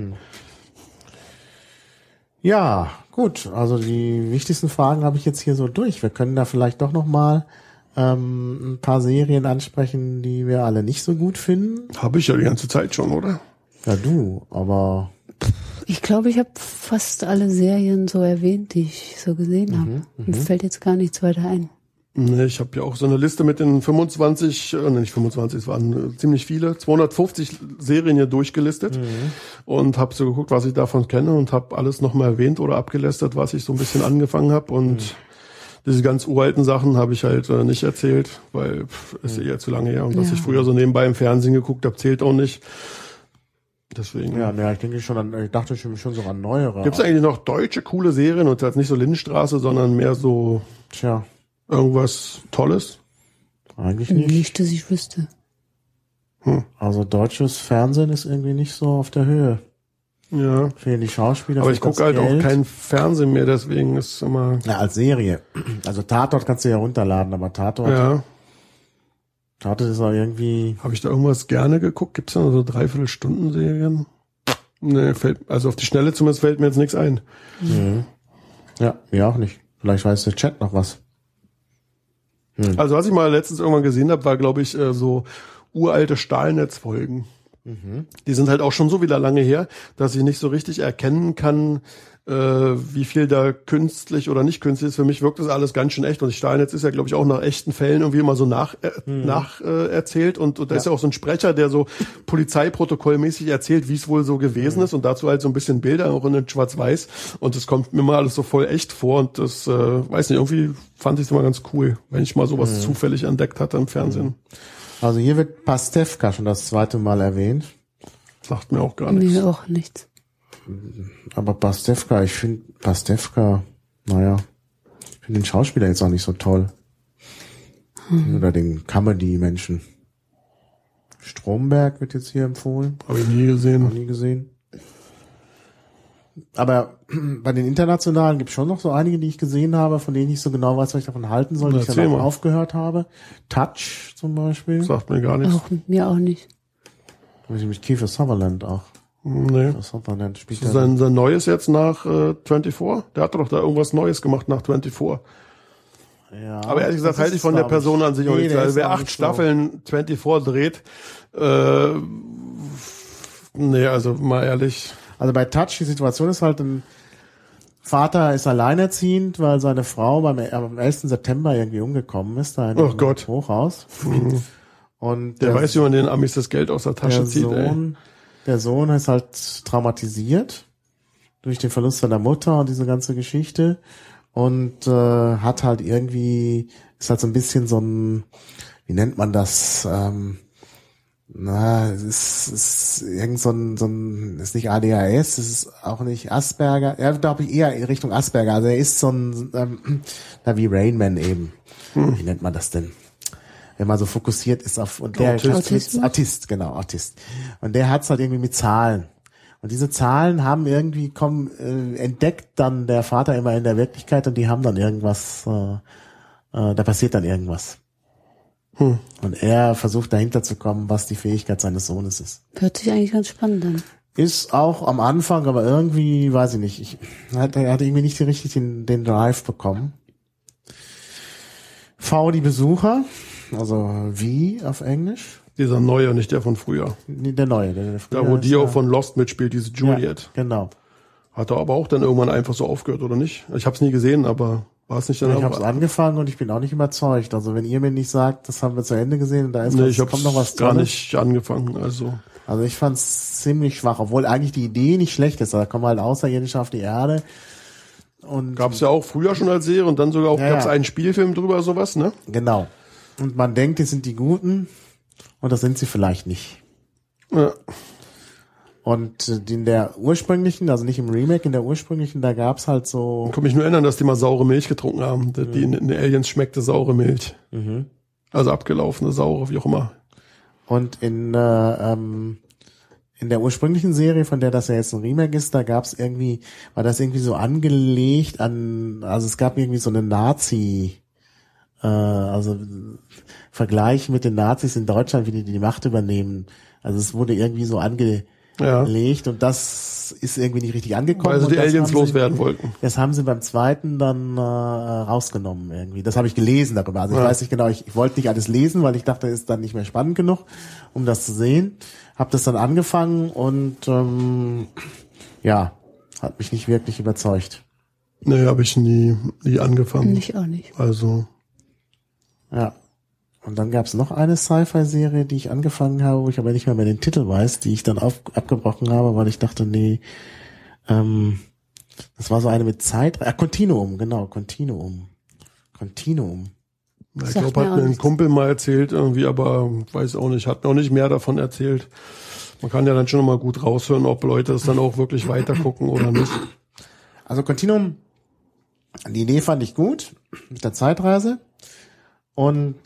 ja, gut. Also die wichtigsten Fragen habe ich jetzt hier so durch. Wir können da vielleicht doch noch mal ein paar Serien ansprechen, die wir alle nicht so gut finden. Habe ich ja die ganze Zeit schon, oder? Ja, du, aber ich glaube, ich habe fast alle Serien so erwähnt, die ich so gesehen habe. Mir fällt jetzt gar nichts weiter ein. Nee, ich habe ja auch so eine Liste mit den 25, nicht 25, es waren ziemlich viele, 250 Serien hier durchgelistet und habe so geguckt, was ich davon kenne und habe alles nochmal erwähnt oder abgelästert, was ich so ein bisschen angefangen habe und diese ganz uralten Sachen habe ich halt nicht erzählt, weil ist eher zu lange her und was Ja. ich früher so nebenbei im Fernsehen geguckt habe, zählt auch nicht. Deswegen. ja, ich denke ich dachte schon so an neuere. Gibt's eigentlich noch deutsche coole Serien und halt nicht so Lindenstraße, sondern mehr so Tja, irgendwas Tolles? eigentlich nicht. Nicht, dass ich wüsste. Also deutsches Fernsehen ist irgendwie nicht so auf der Höhe. Ja. Fehlen die Schauspieler. Aber ich fehlt gucke halt das auch Geld. kein Fernsehen mehr, deswegen ist immer, Ja, als Serie. Also Tatort kannst du ja runterladen, aber Tatort ist auch irgendwie... habe ich da irgendwas gerne geguckt? Gibt's da noch so 3/4-Stunden-Serien? Nee, also auf die Schnelle zumindest fällt mir jetzt nichts ein. Ja, mir auch nicht. Vielleicht weiß der Chat noch was. Also was ich mal letztens irgendwann gesehen habe, war glaube ich so uralte Stahlnetzfolgen. Die sind halt auch schon so wieder lange her, dass ich nicht so richtig erkennen kann, wie viel da künstlich oder nicht künstlich ist. Für mich wirkt das alles ganz schön echt. Und Stahlnetz ist ja, glaube ich, auch nach echten Fällen irgendwie immer so erzählt. Und da ist ja auch so ein Sprecher, der so polizeiprotokollmäßig erzählt, wie es wohl so gewesen ist. Und dazu halt so ein bisschen Bilder, auch in Schwarz-Weiß. Und das kommt mir mal alles so voll echt vor. Und das, weiß nicht, irgendwie fand ich es immer ganz cool, wenn ich mal sowas zufällig entdeckt hatte im Fernsehen. Also hier wird Pastewka schon das zweite Mal erwähnt. Sagt mir auch gar nichts. Mir auch nichts. Aber Pastewka, ich finde Pastewka, naja, ich finde den Schauspieler jetzt auch nicht so toll. Oder den Comedy-Menschen. Stromberg wird jetzt hier empfohlen. Habe ich nie gesehen. Noch nie gesehen. Aber bei den internationalen gibt es schon noch so einige, die ich gesehen habe, von denen ich nicht so genau weiß, was ich davon halten soll, die ich dann auch aufgehört habe. Touch zum Beispiel. Sagt mir gar nichts. Mir auch nicht. Mit Kiefer Sutherland auch. Nee. Sutherland spielt Sein Neues jetzt nach 24? Der hat doch da irgendwas Neues gemacht nach 24. Ja, aber ehrlich gesagt halte ich von der Person an sich auch nichts. Also wer 8 Staffeln 24 dreht, nee, also mal ehrlich. Also bei Touch, die Situation ist halt, ein Vater ist alleinerziehend, weil seine Frau am 11. September irgendwie umgekommen ist, da in oh Gott. Hochhaus. Und der weiß, wie man den Amis das Geld aus der Tasche zieht. Der Sohn ist halt traumatisiert durch den Verlust seiner Mutter und diese ganze Geschichte und hat halt irgendwie, ist halt so ein bisschen so ein, wie nennt man das, es ist irgend so ein, ist nicht ADHS, es ist auch nicht Asperger, ja, glaube ich eher in Richtung Asperger, also er ist so ein, wie Rain Man eben. Wie nennt man das denn? Wenn man so fokussiert ist auf, und der Autist, genau, Autist. Und der hat's halt irgendwie mit Zahlen. Und diese Zahlen haben irgendwie entdeckt dann der Vater immer in der Wirklichkeit und die haben dann irgendwas, da passiert dann irgendwas. Und er versucht dahinter zu kommen, was die Fähigkeit seines Sohnes ist. Hört sich eigentlich ganz spannend an. Ist auch am Anfang, aber irgendwie, weiß ich nicht, er hat irgendwie nicht richtig den Drive bekommen. Die Besucher, also wie auf Englisch. Dieser neue, nicht der von früher. Nee, der neue. Der da, wo die auch von Lost mitspielt, diese Juliet. Ja, genau. Hat er aber auch dann irgendwann einfach so aufgehört, oder nicht? Ich habe es nie gesehen, aber war es nicht dann Ich habe es angefangen und ich bin auch nicht überzeugt. Also wenn ihr mir nicht sagt, das haben wir zu Ende gesehen und da ist kommt noch was gar nicht angefangen. Also ich fand es ziemlich schwach, obwohl eigentlich die Idee nicht schlecht ist. Da kommen halt Außerirdische auf die Erde. Und gab es ja auch früher schon als Serie und dann sogar auch gab es einen Spielfilm drüber, sowas, ne? Genau. Und man denkt, die sind die Guten und das sind sie vielleicht nicht. Ja. Und in der ursprünglichen, also nicht im Remake, in der ursprünglichen, da gab's halt so... Ich kann mich nur erinnern, dass die mal saure Milch getrunken haben. Die in den Aliens schmeckte saure Milch. Mhm. Also abgelaufene, saure, wie auch immer. Und in der ursprünglichen Serie, von der das ja jetzt ein Remake ist, da gab's irgendwie, war das irgendwie so angelegt an, also es gab irgendwie so eine Vergleich mit den Nazis in Deutschland, wie die Macht übernehmen. Also es wurde irgendwie so angelegt und das ist irgendwie nicht richtig angekommen. Weil sie die Aliens loswerden wollten. Das haben sie beim zweiten dann rausgenommen irgendwie. Das habe ich gelesen darüber. Also ich weiß nicht genau, ich wollte nicht alles lesen, weil ich dachte, ist dann nicht mehr spannend genug, um das zu sehen. Hab das dann angefangen und hat mich nicht wirklich überzeugt. Nee, habe ich nie angefangen. Ich auch nicht. Also. Ja. Und dann gab's noch eine Sci-Fi-Serie, die ich angefangen habe, wo ich aber nicht mehr den Titel weiß, die ich dann abgebrochen habe, weil ich dachte, das war so eine mit Zeit. Continuum, genau, Continuum. Ich glaube, hat mir ein Kumpel mal erzählt irgendwie, aber weiß auch nicht, hat noch nicht mehr davon erzählt. Man kann ja dann schon mal gut raushören, ob Leute es dann auch wirklich weiter gucken oder nicht. Also Continuum, die Idee fand ich gut mit der Zeitreise. Und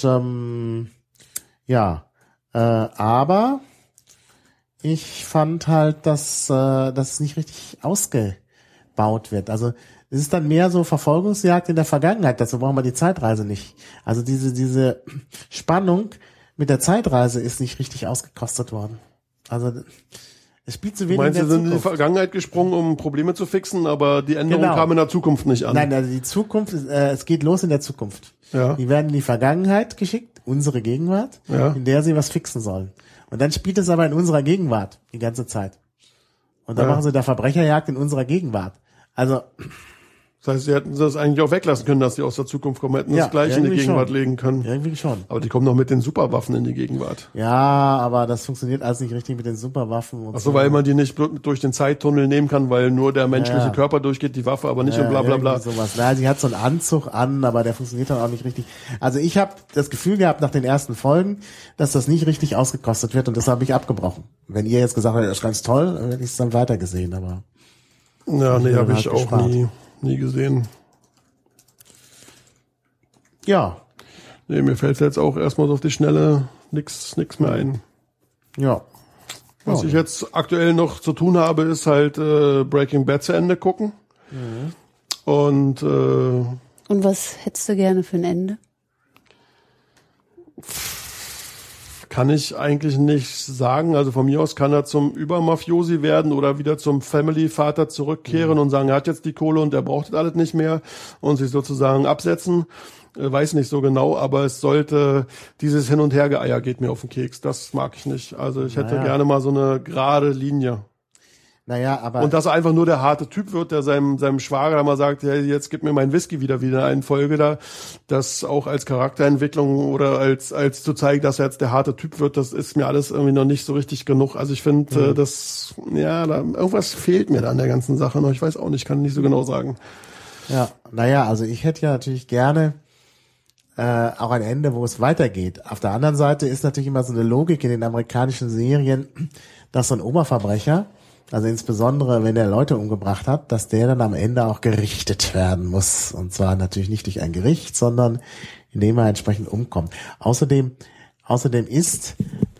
aber ich fand halt, dass es nicht richtig ausgebaut wird. Also es ist dann mehr so Verfolgungsjagd in der Vergangenheit. Dazu brauchen wir die Zeitreise nicht. Also diese Spannung mit der Zeitreise ist nicht richtig ausgekostet worden. Also es spielt zu wenig in der Zukunft. Meinst du, sind in die Vergangenheit gesprungen, um Probleme zu fixen, aber die Änderung kam in der Zukunft nicht an? Nein, also die Zukunft, es geht los in der Zukunft. Ja. Die werden in die Vergangenheit geschickt, unsere Gegenwart, in der sie was fixen sollen. Und dann spielt es aber in unserer Gegenwart die ganze Zeit. Und dann machen sie da Verbrecherjagd in unserer Gegenwart. Also das heißt, sie hätten das eigentlich auch weglassen können, dass die aus der Zukunft kommen, hätten das gleich in die Gegenwart legen können. Irgendwie schon. Aber die kommen noch mit den Superwaffen in die Gegenwart. Ja, aber das funktioniert alles nicht richtig mit den Superwaffen. Und so, weil man die nicht durch den Zeittunnel nehmen kann, weil nur der menschliche Körper durchgeht, die Waffe aber nicht und bla bla bla. Sowas. Na, sie hat so einen Anzug an, aber der funktioniert dann auch nicht richtig. Also ich habe das Gefühl gehabt nach den ersten Folgen, dass das nicht richtig ausgekostet wird und das habe ich abgebrochen. Wenn ihr jetzt gesagt habt, das ist ganz toll, dann hätte ich es dann weitergesehen, aber... Ja, nee, habe ich auch nie gesehen. Ja. Nee, mir fällt jetzt auch erstmal so auf die Schnelle nix mehr ein. Ja. Was ich jetzt aktuell noch zu tun habe, ist halt Breaking Bad zu Ende gucken. Und was hättest du gerne für ein Ende? kann ich eigentlich nicht sagen. Also von mir aus kann er zum Übermafiosi werden oder wieder zum Family-Vater zurückkehren und sagen, er hat jetzt die Kohle und er braucht das alles nicht mehr und sich sozusagen absetzen. Weiß nicht so genau, aber es sollte, dieses Hin- und Hergeeier geht mir auf den Keks. Das mag ich nicht. Also ich hätte gerne mal so eine gerade Linie. Naja, aber. Und dass er einfach nur der harte Typ wird, der seinem Schwager mal sagt, ja, jetzt gib mir meinen Whisky wieder in Folge da. Das auch als Charakterentwicklung oder als zu zeigen, dass er jetzt der harte Typ wird, das ist mir alles irgendwie noch nicht so richtig genug. Also ich finde, da irgendwas fehlt mir da an der ganzen Sache noch. Ich weiß auch nicht, kann nicht so genau sagen. Ja, naja, also ich hätte ja natürlich gerne auch ein Ende, wo es weitergeht. Auf der anderen Seite ist natürlich immer so eine Logik in den amerikanischen Serien, dass so ein Oberverbrecher, also insbesondere wenn er Leute umgebracht hat, dass der dann am Ende auch gerichtet werden muss. Und zwar natürlich nicht durch ein Gericht, sondern indem er entsprechend umkommt. Außerdem ist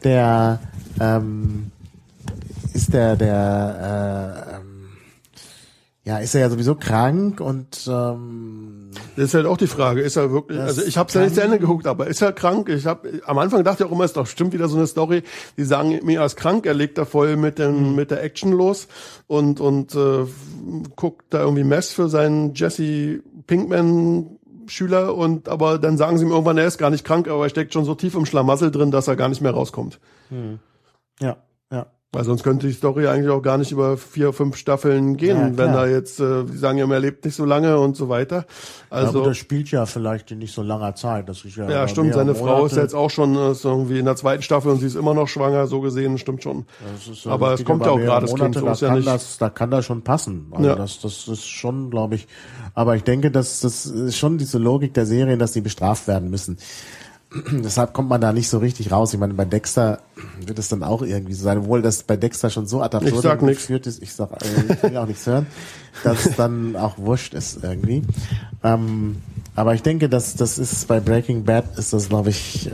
ist er ja sowieso krank und das ist halt auch die Frage, ist er wirklich, also ich habe es ja nicht zu Ende geguckt, aber ist er krank? Am Anfang dachte ich auch immer, es ist doch bestimmt wieder so eine Story, die sagen mir, er ist krank, er legt da voll mit der Action los und guckt da irgendwie Mess für seinen Jesse Pinkman Schüler aber dann sagen sie ihm irgendwann, er ist gar nicht krank, aber er steckt schon so tief im Schlamassel drin, dass er gar nicht mehr rauskommt. Ja. Weil sonst könnte die Story eigentlich auch gar nicht über 4, 5 Staffeln gehen, wenn er jetzt, die sagen ja, er lebt nicht so lange und so weiter. Also ja, das spielt ja vielleicht in nicht so langer Zeit. Das ist ja stimmt, seine Frau ist jetzt auch schon ist irgendwie in der 2. Staffel und sie ist immer noch schwanger, so gesehen, stimmt schon. Ja, aber es kommt ja auch gerade das Kind, so ist ja nicht. Da kann das schon passen. Also das ist schon, glaube ich. Aber ich denke, das ist schon diese Logik der Serien, dass die bestraft werden müssen. Deshalb kommt man da nicht so richtig raus. Ich meine, bei Dexter wird es dann auch irgendwie so sein, obwohl das bei Dexter schon so ad absurdum geführt ist. Ich will auch nichts hören, dass es dann auch wurscht ist irgendwie. Aber ich denke, das ist bei Breaking Bad ist das, glaube ich,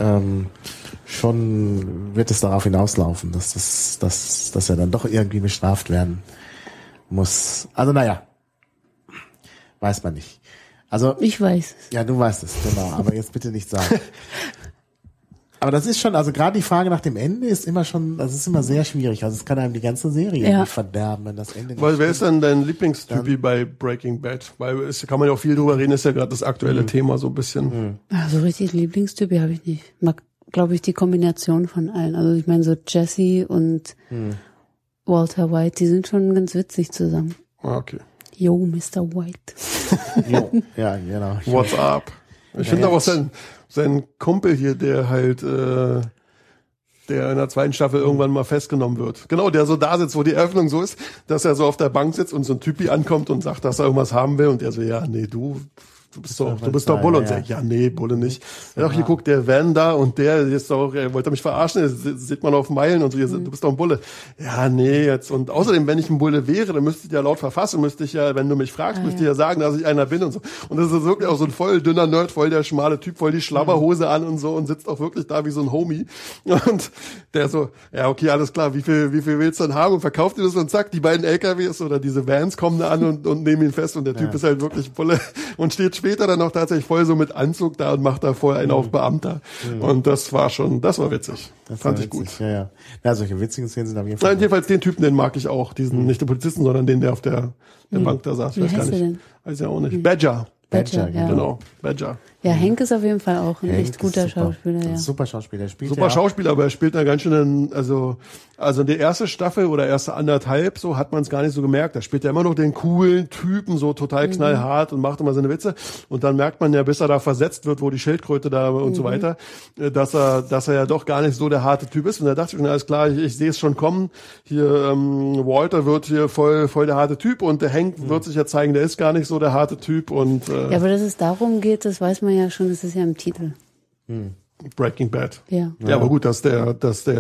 schon wird es darauf hinauslaufen, dass er dann doch irgendwie bestraft werden muss. Also naja, weiß man nicht. Also ich weiß es. Ja, du weißt es, genau. Aber jetzt bitte nicht sagen. Aber das ist schon, also gerade die Frage nach dem Ende ist immer schon, das ist immer sehr schwierig. Also es kann einem die ganze Serie irgendwie verderben, wenn das Ende nicht Weil wer ist denn dein Lieblingstypi bei Breaking Bad? Weil es kann man ja auch viel drüber reden, ist ja gerade das aktuelle Thema so ein bisschen. Also richtig Lieblingstypi habe ich nicht. Mag, glaube ich, die Kombination von allen. Also ich meine so Jesse und Walter White, die sind schon ganz witzig zusammen. Okay. Yo, Mr. White. Jo, ja, genau. What's up? Ich finde aber auch sein Kumpel hier, der halt, der in der 2. Staffel irgendwann mal festgenommen wird. Genau, der so da sitzt, wo die Eröffnung so ist, dass er so auf der Bank sitzt und so ein Typi ankommt und sagt, dass er irgendwas haben will und er so, ja, nee, du bist doch Bulle und sagt, ja, nee, Bulle nicht. Ja, doch, hier guckt der Van da und der ist doch, er wollte mich verarschen, das sieht man auf Meilen und so, du bist doch ein Bulle. Ja, nee, jetzt, und außerdem, wenn ich ein Bulle wäre, dann müsste ich ja laut Verfassung, wenn du mich fragst, müsste ich ja sagen, dass ich einer bin und so. Und das ist wirklich auch so ein voll dünner Nerd, voll der schmale Typ, voll die Schlabberhose an und so und sitzt auch wirklich da wie so ein Homie. Und der so, ja, okay, alles klar, wie viel willst du dann haben und verkauft dir das und zack, die beiden LKWs oder diese Vans kommen da an und nehmen ihn fest und der Typ ist halt wirklich Bulle und steht später dann noch tatsächlich voll so mit Anzug da und macht da vorher einen auf Beamter. Und das war witzig. Fand ich gut. Ja, solche witzigen Szenen sind auf jeden Fall. Nein, jedenfalls den Typen, den mag ich auch. Diesen, nicht den Polizisten, sondern den, der auf der Bank da saß. Wie heißt der denn? Weiß ja auch nicht. Badger, ja. genau. Badger. Ja, Hank ist auf jeden Fall auch ein echt guter Schauspieler, ja. Super Schauspieler. Super Schauspieler, aber er spielt da ganz schön, also in der ersten Staffel oder erste 1,5, so hat man es gar nicht so gemerkt. Da spielt er immer noch den coolen Typen, so total knallhart und macht immer seine Witze. Und dann merkt man ja, bis er da versetzt wird, wo die Schildkröte da und so weiter, dass er ja doch gar nicht so der harte Typ ist. Und da dachte ich schon, alles klar, ich sehe es schon kommen. Hier, Walter wird hier voll der harte Typ und der Hank wird sich ja zeigen, der ist gar nicht so der harte Typ und, ja, aber dass es darum geht, das weiß man ja schon, das ist ja im Titel. Breaking Bad. Ja. Ja, aber gut, dass der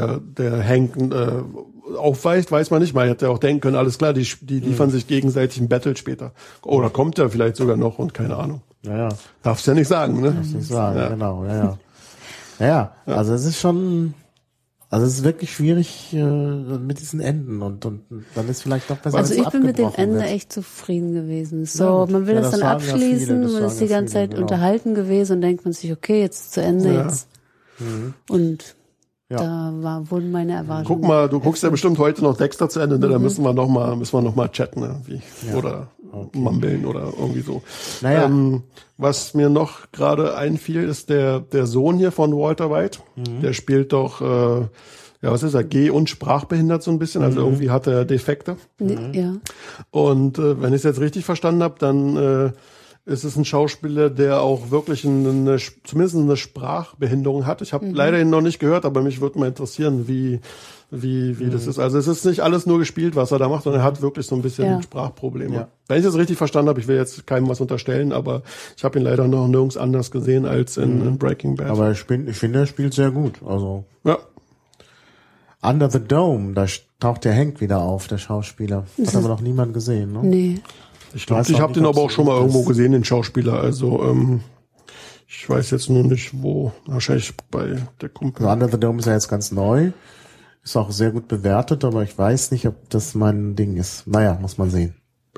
Hank aufweicht, weiß man nicht. Man hätte ja auch denken können, alles klar, die liefern sich gegenseitig ein Battle später. Oder kommt er vielleicht sogar noch und keine Ahnung. Ja. Darfst ja nicht sagen, ne? Darfst nicht sagen, genau, ja. Also es ist schon, Also es ist wirklich schwierig mit diesen Enden und dann ist vielleicht doch besser. Also wenn es ich bin mit dem abgebrochen Ende wird. echt zufrieden gewesen. Ja, So, man will ja, das das dann sagen ja viele, abschließen, das man ist sagen die ja ganze viele, Zeit genau. unterhalten gewesen und denkt man sich, okay, jetzt zu Ende Ja. jetzt. Und Ja. wurden meine Erwartungen. Guck mal, du guckst ja bestimmt heute noch Dexter zu Ende, ne? Da müssen wir noch mal chatten, ne? Oder mambeln oder irgendwie so. Naja. Was mir noch gerade einfiel, ist der Sohn hier von Walter White. Der spielt doch, was ist er, Geh- und sprachbehindert so ein bisschen, also irgendwie hat er Defekte. Ja. Und wenn ich es jetzt richtig verstanden habe, dann ist es ein Schauspieler, der auch wirklich zumindest eine Sprachbehinderung hat. Ich habe leider ihn noch nicht gehört, aber mich würde mal interessieren, wie das ist. Also es ist nicht alles nur gespielt, was er da macht, sondern er hat wirklich so ein bisschen Sprachprobleme. Ja. Wenn ich das richtig verstanden habe, ich will jetzt keinem was unterstellen, aber ich habe ihn leider noch nirgends anders gesehen als in Breaking Bad. Aber ich finde, er spielt sehr gut. Also ja. Under the Dome, da taucht der Hank wieder auf, der Schauspieler. Hat aber noch niemand gesehen, ne? Nee. Ich glaube, ich habe den aber auch schon mal irgendwo gesehen, den Schauspieler. Also ich weiß jetzt nur nicht wo. Wahrscheinlich bei der Kumpel. Also Under the Dome ist ja jetzt ganz neu. Ist auch sehr gut bewertet, aber ich weiß nicht, ob das mein Ding ist. Naja, muss man sehen.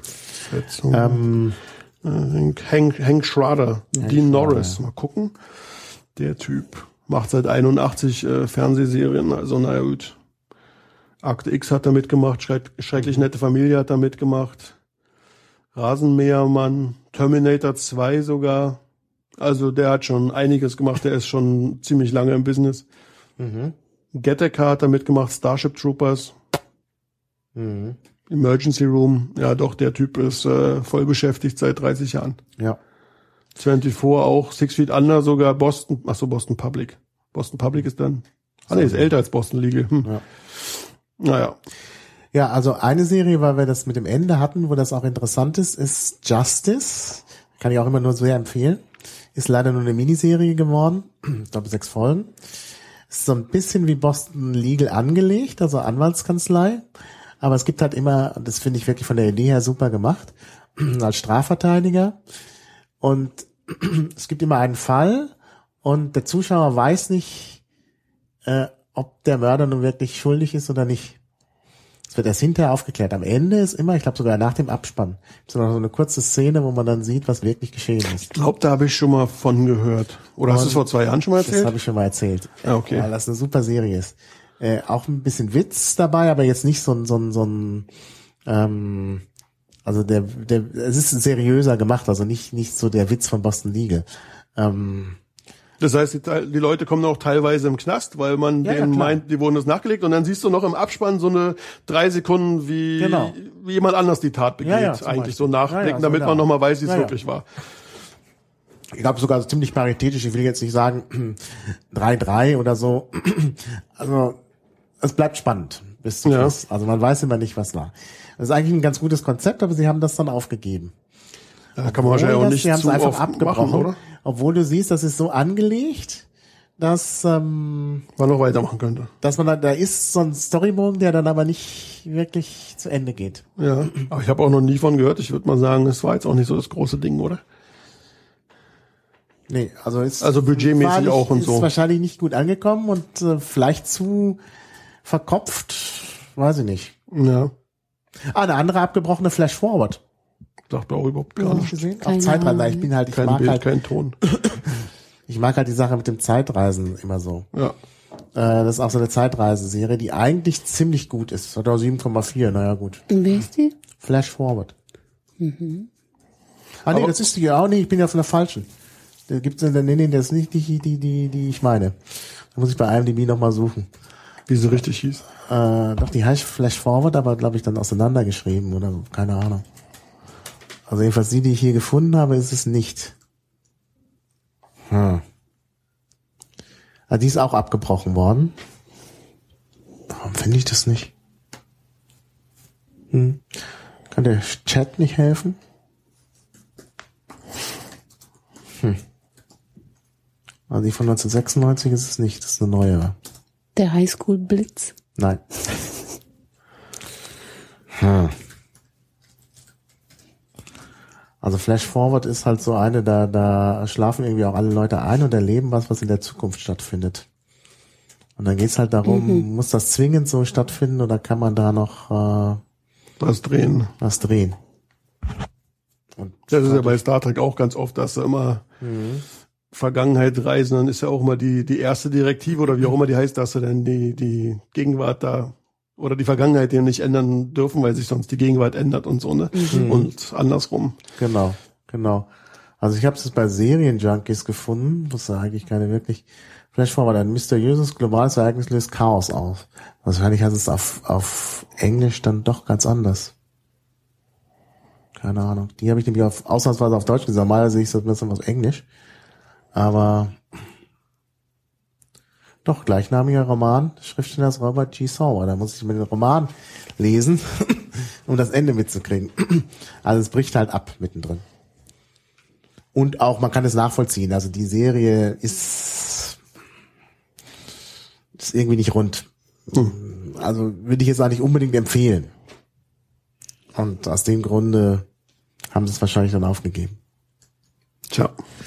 Hank Schrader, Dean Norris. Mal gucken. Der Typ macht seit 81 Fernsehserien. Also naja gut. Akte X hat er mitgemacht. Schrecklich nette Familie hat er mitgemacht. Rasenmähermann, Terminator 2 sogar. Also der hat schon einiges gemacht, der ist schon ziemlich lange im Business. Gattaca hat er mitgemacht, Starship Troopers, Emergency Room. Ja doch, der Typ ist voll beschäftigt seit 30 Jahren. Ja. 24 auch, 6 Feet Under sogar, Boston Public. Boston Public ist dann, ist älter als Boston Legal. Ja. Naja. Ja, also eine Serie, weil wir das mit dem Ende hatten, wo das auch interessant ist Justice. Kann ich auch immer nur sehr empfehlen. Ist leider nur eine Miniserie geworden. Ich glaube 6 Folgen. Ist so ein bisschen wie Boston Legal angelegt, also Anwaltskanzlei. Aber es gibt halt immer, das finde ich wirklich von der Idee her super gemacht, als Strafverteidiger. Und es gibt immer einen Fall und der Zuschauer weiß nicht, ob der Mörder nun wirklich schuldig ist oder nicht. Es wird erst hinterher aufgeklärt. Am Ende ist immer, ich glaube sogar nach dem Abspann, so eine kurze Szene, wo man dann sieht, was wirklich geschehen ist. Ich glaube, da habe ich schon mal von gehört. Oder hast du es vor 2 Jahren schon mal erzählt? Das habe ich schon mal erzählt. Ah, okay. Weil das eine super Serie ist. Auch ein bisschen Witz dabei, aber jetzt nicht so ein also es ist seriöser gemacht, also nicht so der Witz von Boston Legal. Das heißt, die Leute kommen auch teilweise im Knast, weil man meint, die wurden das nachgelegt und dann siehst du noch im Abspann so eine 3 Sekunden, wie jemand anders die Tat begeht, eigentlich so nachblicken, damit man nochmal weiß, wie es wirklich war. Ich glaube sogar so ziemlich paritätisch, ich will jetzt nicht sagen 3-3 oder so. Also es bleibt spannend bis zum Schluss. Also man weiß immer nicht, was war. Das ist eigentlich ein ganz gutes Konzept, aber sie haben das dann aufgegeben. Da kann man wahrscheinlich auch nicht sie haben es zu einfach oft abgebrochen, machen, oder? Obwohl du siehst, das ist so angelegt, dass man noch weitermachen könnte. Dass man da ist so ein Storybogen, der dann aber nicht wirklich zu Ende geht. Ja, aber ich habe auch noch nie von gehört. Ich würde mal sagen, es war jetzt auch nicht so das große Ding, oder? Nee, also budgetmäßig auch und so. Ist wahrscheinlich nicht gut angekommen und vielleicht zu verkopft, weiß ich nicht. Ja. Eine andere abgebrochene Flash Forward. Sagt auch überhaupt gar nicht. Gesehen? Auch Zeitreisen. Ich bin halt, kein Bild, kein Ton. Ich mag halt die Sache mit dem Zeitreisen immer so. Ja. Das ist auch so eine Zeitreiseserie, die eigentlich ziemlich gut ist. Hat auch 7,4, naja gut. Und wie ist die? Flash Forward. Nee, das ist die auch nicht, ich bin ja von der falschen. Da gibt's das ist nicht die ich meine. Da muss ich bei IMDb nochmal suchen. Wie sie richtig hieß. Doch, die heißt Flash Forward, aber glaube ich dann auseinandergeschrieben oder keine Ahnung. Also jedenfalls die ich hier gefunden habe, ist es nicht. Also die ist auch abgebrochen worden. Warum finde ich das nicht? Kann der Chat nicht helfen? Also die von 1996 ist es nicht, das ist eine neuere. Der Highschool Blitz? Nein. Also Flash Forward ist halt so eine, da schlafen irgendwie auch alle Leute ein und erleben was in der Zukunft stattfindet. Und dann geht's halt darum, muss das zwingend so stattfinden oder kann man da noch Was drehen. was drehen? Und Das ist ja bei Star Trek auch ganz oft, dass sie immer Vergangenheit reisen, dann ist ja auch immer die erste Direktive oder wie auch immer die heißt, dass sie dann die Gegenwart da oder die Vergangenheit die nicht ändern dürfen, weil sich sonst die Gegenwart ändert und so, ne? Und andersrum. Genau. Also ich habe es bei Serienjunkies gefunden, das ist eigentlich keine wirklich Flashforward, ein mysteriöses globales Ereignis löst Chaos auf. Wahrscheinlich heißt es auf Englisch dann doch ganz anders. Keine Ahnung. Die habe ich nämlich ausnahmsweise auf Deutsch gesagt. Normalerweise sehe ich das ein bisschen auf Englisch. Aber doch, gleichnamiger Roman, Schriftstellers Robert G. Sauer. Da muss ich mir den Roman lesen, um das Ende mitzukriegen. Also es bricht halt ab mittendrin. Und auch, man kann es nachvollziehen. Also die Serie ist irgendwie nicht rund. Also würde ich jetzt auch nicht unbedingt empfehlen. Und aus dem Grunde haben sie es wahrscheinlich dann aufgegeben. Tja.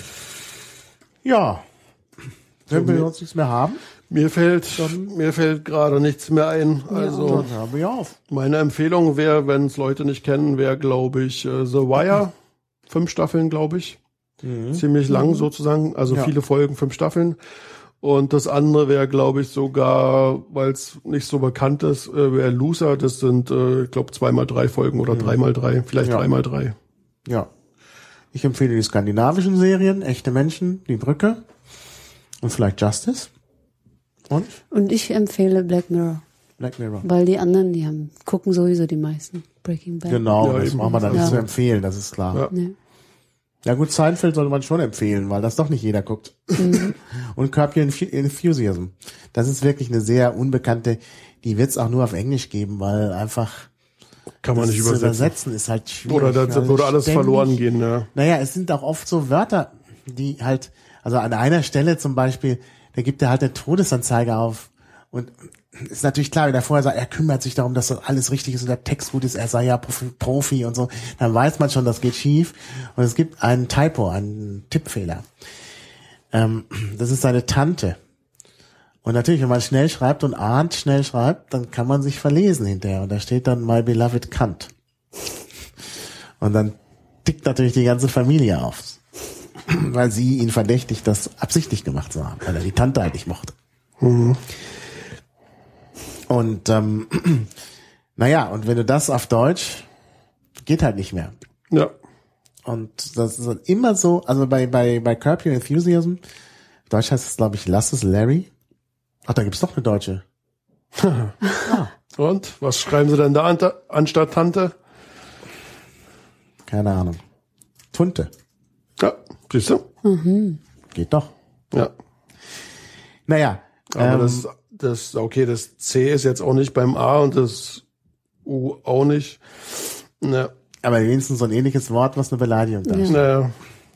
Ja. Wenn wir sonst nichts mehr haben, Mir fällt gerade nichts mehr ein. Also dann hören wir auf. meine Empfehlung wäre, wenn es Leute nicht kennen, wäre, glaube ich, The Wire. 5 Staffeln, glaube ich. Ziemlich lang sozusagen. Also viele Folgen, 5 Staffeln. Und das andere wäre, glaube ich, sogar, weil es nicht so bekannt ist, wäre Loser. Das sind, ich glaube, 2x3 Folgen oder 3x3, vielleicht 3x3. Ja. Ich empfehle die skandinavischen Serien, Echte Menschen, Die Brücke und vielleicht Justice. Und ich empfehle Black Mirror, Black Mirror. weil die anderen, gucken sowieso die meisten Breaking Bad. Genau, Ja, das eben. braucht man dann nicht Ja. zu empfehlen, das ist klar. Ja. Nee. Ja gut, Seinfeld sollte man schon empfehlen, weil das doch nicht jeder guckt. Und Curb Your Enthusiasm. Das ist wirklich eine sehr unbekannte, die wird es auch nur auf Englisch geben, weil einfach Kann man das nicht zu übersetzen. übersetzen ist halt schwierig. Oder da Also würde alles ständig- verloren gehen, ja. Naja, es sind auch oft so Wörter, die halt, also an einer Stelle zum Beispiel, da gibt er halt eine Todesanzeige auf. Und ist natürlich klar, wenn er vorher sagt, er kümmert sich darum, dass das alles richtig ist und der Text gut ist, er sei ja Profi und so, dann weiß man schon, das geht schief. Und es gibt einen Typo, einen Tippfehler. Das ist seine Tante. Und natürlich, wenn man schnell schreibt und ahnt schnell schreibt, dann kann man sich verlesen hinterher. Und da steht dann My Beloved Kant. Und dann tickt natürlich die ganze Familie auf. Weil sie ihn verdächtigt, das absichtlich gemacht zu haben, weil er die Tante halt nicht mochte. Und naja, und wenn du das auf Deutsch, geht halt nicht mehr. Ja. Und das ist halt immer so, also bei Curb Your Enthusiasm, Deutsch heißt es, glaube ich, Lass es Larry. Ach, da gibt's doch eine deutsche. Und? Was schreiben sie denn da anstatt Tante? Keine Ahnung. Tunte. Ja, siehst du? Geht doch. Ja. Naja. Aber das C ist jetzt auch nicht beim A und das U auch nicht. Ja. Aber wenigstens so ein ähnliches Wort, was eine Beleidigung darstellt. Naja.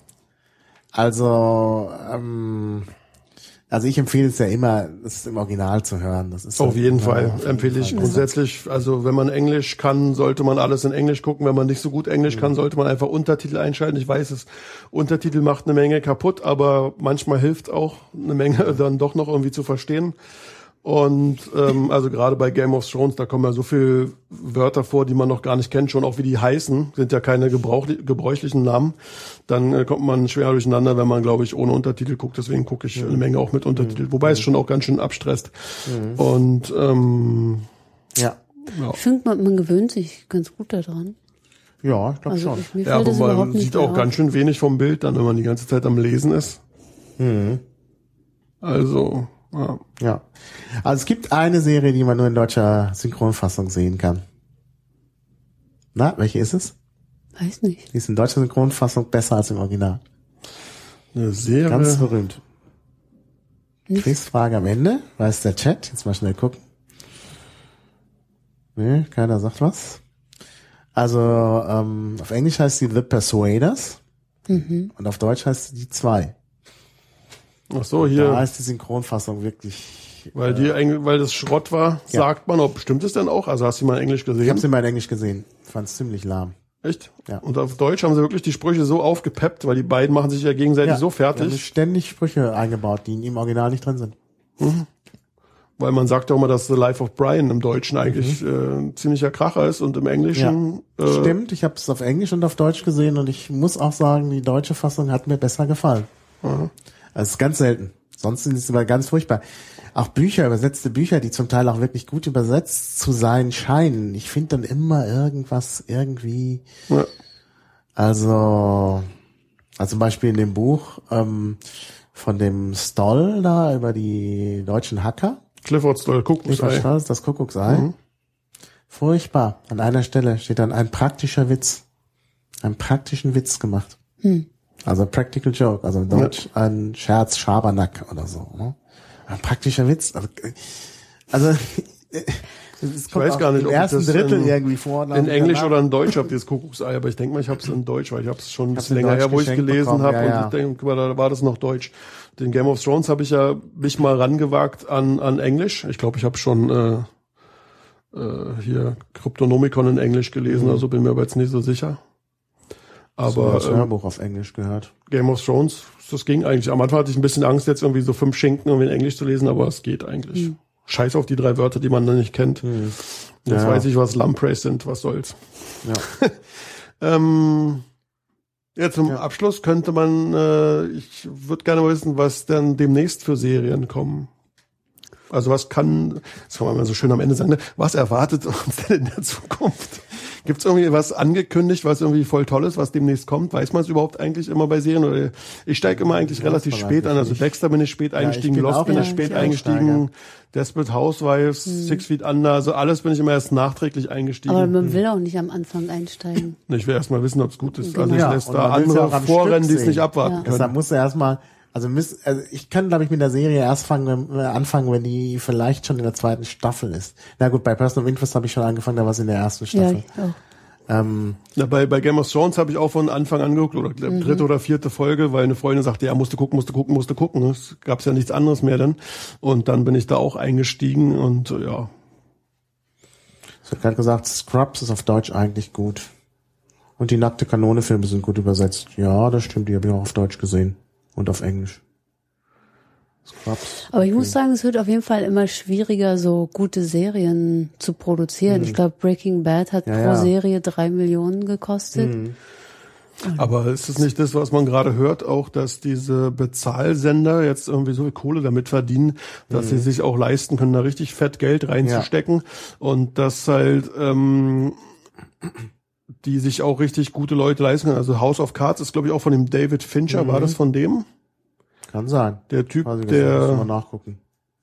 Also ich empfehle es ja immer, es im Original zu hören. Das ist Auf jeden ja, Fall auf jeden empfehle ich Fall. grundsätzlich, also wenn man Englisch kann, sollte man alles in Englisch gucken. Wenn man nicht so gut Englisch kann, sollte man einfach Untertitel einschalten. Ich weiß es, Untertitel macht eine Menge kaputt, aber manchmal hilft auch eine Menge dann doch noch irgendwie zu verstehen. Und also gerade bei Game of Thrones, da kommen ja so viele Wörter vor, die man noch gar nicht kennt, schon auch wie die heißen, sind ja keine gebräuchlichen Namen. Dann kommt man schwer durcheinander, wenn man, glaube ich, ohne Untertitel guckt. Deswegen gucke ich eine Menge auch mit Untertitel, wobei es schon auch ganz schön abstresst. Und Ja. Ich finde, man gewöhnt sich ganz gut daran. Ja, ich glaube Also schon. mir ja, fällt aber das überhaupt man nicht sieht mehr auch auf. ganz schön wenig vom Bild dann, wenn man die ganze Zeit am Lesen ist. Also, ja. Ja. Also es gibt eine Serie, die man nur in deutscher Synchronfassung sehen kann. Na, welche ist es? Weiß nicht. Die ist in deutscher Synchronfassung besser als im Original. Eine Serie. Ganz berühmt. Nicht? Quizfrage am Ende. Weiß der Chat? Jetzt mal schnell gucken. Nee, keiner sagt was. Also auf Englisch heißt sie The Persuaders und auf Deutsch heißt sie Die Zwei. Ach so, Da hier, ist die Synchronfassung wirklich... weil das Schrott war, Ja. sagt man, ob stimmt es denn auch? Also hast du mal in Englisch gesehen? Ich habe sie mal in Englisch gesehen. Fand's ziemlich lahm. Echt? Ja. Und auf Deutsch haben sie wirklich die Sprüche so aufgepeppt, weil die beiden machen sich ja gegenseitig so Die haben fertig. ständig Sprüche eingebaut, die im Original nicht drin sind. Weil man sagt ja immer, dass The Life of Brian im Deutschen eigentlich ein ziemlicher Kracher ist und im Englischen... Stimmt, ich habe es auf Englisch und auf Deutsch gesehen und ich muss auch sagen, die deutsche Fassung hat mir besser gefallen. Also es ist ganz selten. Sonst ist es immer ganz furchtbar. Auch Bücher, übersetzte Bücher, die zum Teil auch wirklich gut übersetzt zu sein scheinen. Ich finde dann immer irgendwas irgendwie... Ja. Also zum Beispiel in dem Buch von dem Stoll da über die deutschen Hacker. Clifford Stoll, Kuckucksei. Das Kuckucksei. Furchtbar. An einer Stelle steht dann ein praktischer Witz. Einen praktischen Witz gemacht. Also practical joke, also in Deutsch ein Scherz, Schabernack oder so. Ne? Ein praktischer Witz. Also ich weiß gar nicht, im ob ersten ich das Drittel irgendwie vor. In Englisch oder in Deutsch habt ihr das Kuckucksei, aber ich denke mal, ich habe es in Deutsch, weil ich habe es schon ein bisschen länger her, wo ich gelesen habe und ich denke, da war das noch Deutsch. Den Game of Thrones habe ich ja mich mal rangewagt an Englisch. Ich glaube, ich habe schon hier Kryptonomicon in Englisch gelesen, also bin mir aber jetzt nicht so sicher. Aber das Hörbuch auf Englisch gehört. Game of Thrones, das ging eigentlich. Am Anfang hatte ich ein bisschen Angst, jetzt irgendwie so 5 Schinken irgendwie in Englisch zu lesen, aber es geht eigentlich. Scheiß auf die 3 Wörter, die man noch nicht kennt. Jetzt weiß ich, was Lampreys sind, was soll's. Ja. Jetzt zum Abschluss könnte man, ich würde gerne mal wissen, was denn demnächst für Serien kommen. Also was kann, das kann man mal so schön am Ende sagen, ne? Was erwartet uns denn in der Zukunft? Gibt's irgendwie was angekündigt, was irgendwie voll toll ist, was demnächst kommt? Weiß man es überhaupt eigentlich immer bei Serien? Oder ich steige immer eigentlich relativ spät an. Also Dexter bin ich spät eingestiegen, Lost bin ich spät eingestiegen, Desperate Housewives, 6 Feet Under, also alles bin ich immer erst nachträglich eingestiegen. Aber man will auch nicht am Anfang einsteigen. Ich will erst mal wissen, ob es gut ist. Genau. Also ich lässt da andere vorrennen, die es nicht abwarten können. Deshalb muss er erstmal, also ich kann, glaube ich, mit der Serie erst anfangen, wenn die vielleicht schon in der 2. Staffel ist. Na gut, bei Person of Interest habe ich schon angefangen, da war es in der 1. Staffel. Ja, ich auch. Ja, bei Game of Thrones habe ich auch von Anfang an geguckt, oder 3. oder 4. Folge, weil eine Freundin sagte, ja, musste gucken. Es gab ja nichts anderes mehr dann. Und dann bin ich da auch eingestiegen und ja. Ich habe gerade gesagt, Scrubs ist auf Deutsch eigentlich gut. Und die Nackte Kanone-Filme sind gut übersetzt. Ja, das stimmt, die habe ich auch auf Deutsch gesehen. Und auf Englisch. Scrubs. Aber ich muss sagen, es wird auf jeden Fall immer schwieriger, so gute Serien zu produzieren. Ich glaube, Breaking Bad hat pro Serie 3 Millionen gekostet. Aber ist es nicht das, was man gerade hört, auch, dass diese Bezahlsender jetzt irgendwie so viel Kohle damit verdienen, dass sie sich auch leisten können, da richtig fett Geld reinzustecken und dass halt die sich auch richtig gute Leute leisten können. Also House of Cards ist, glaube ich, auch von dem David Fincher. War das von dem? Kann sein. Der Typ, also, der... Mal nachgucken.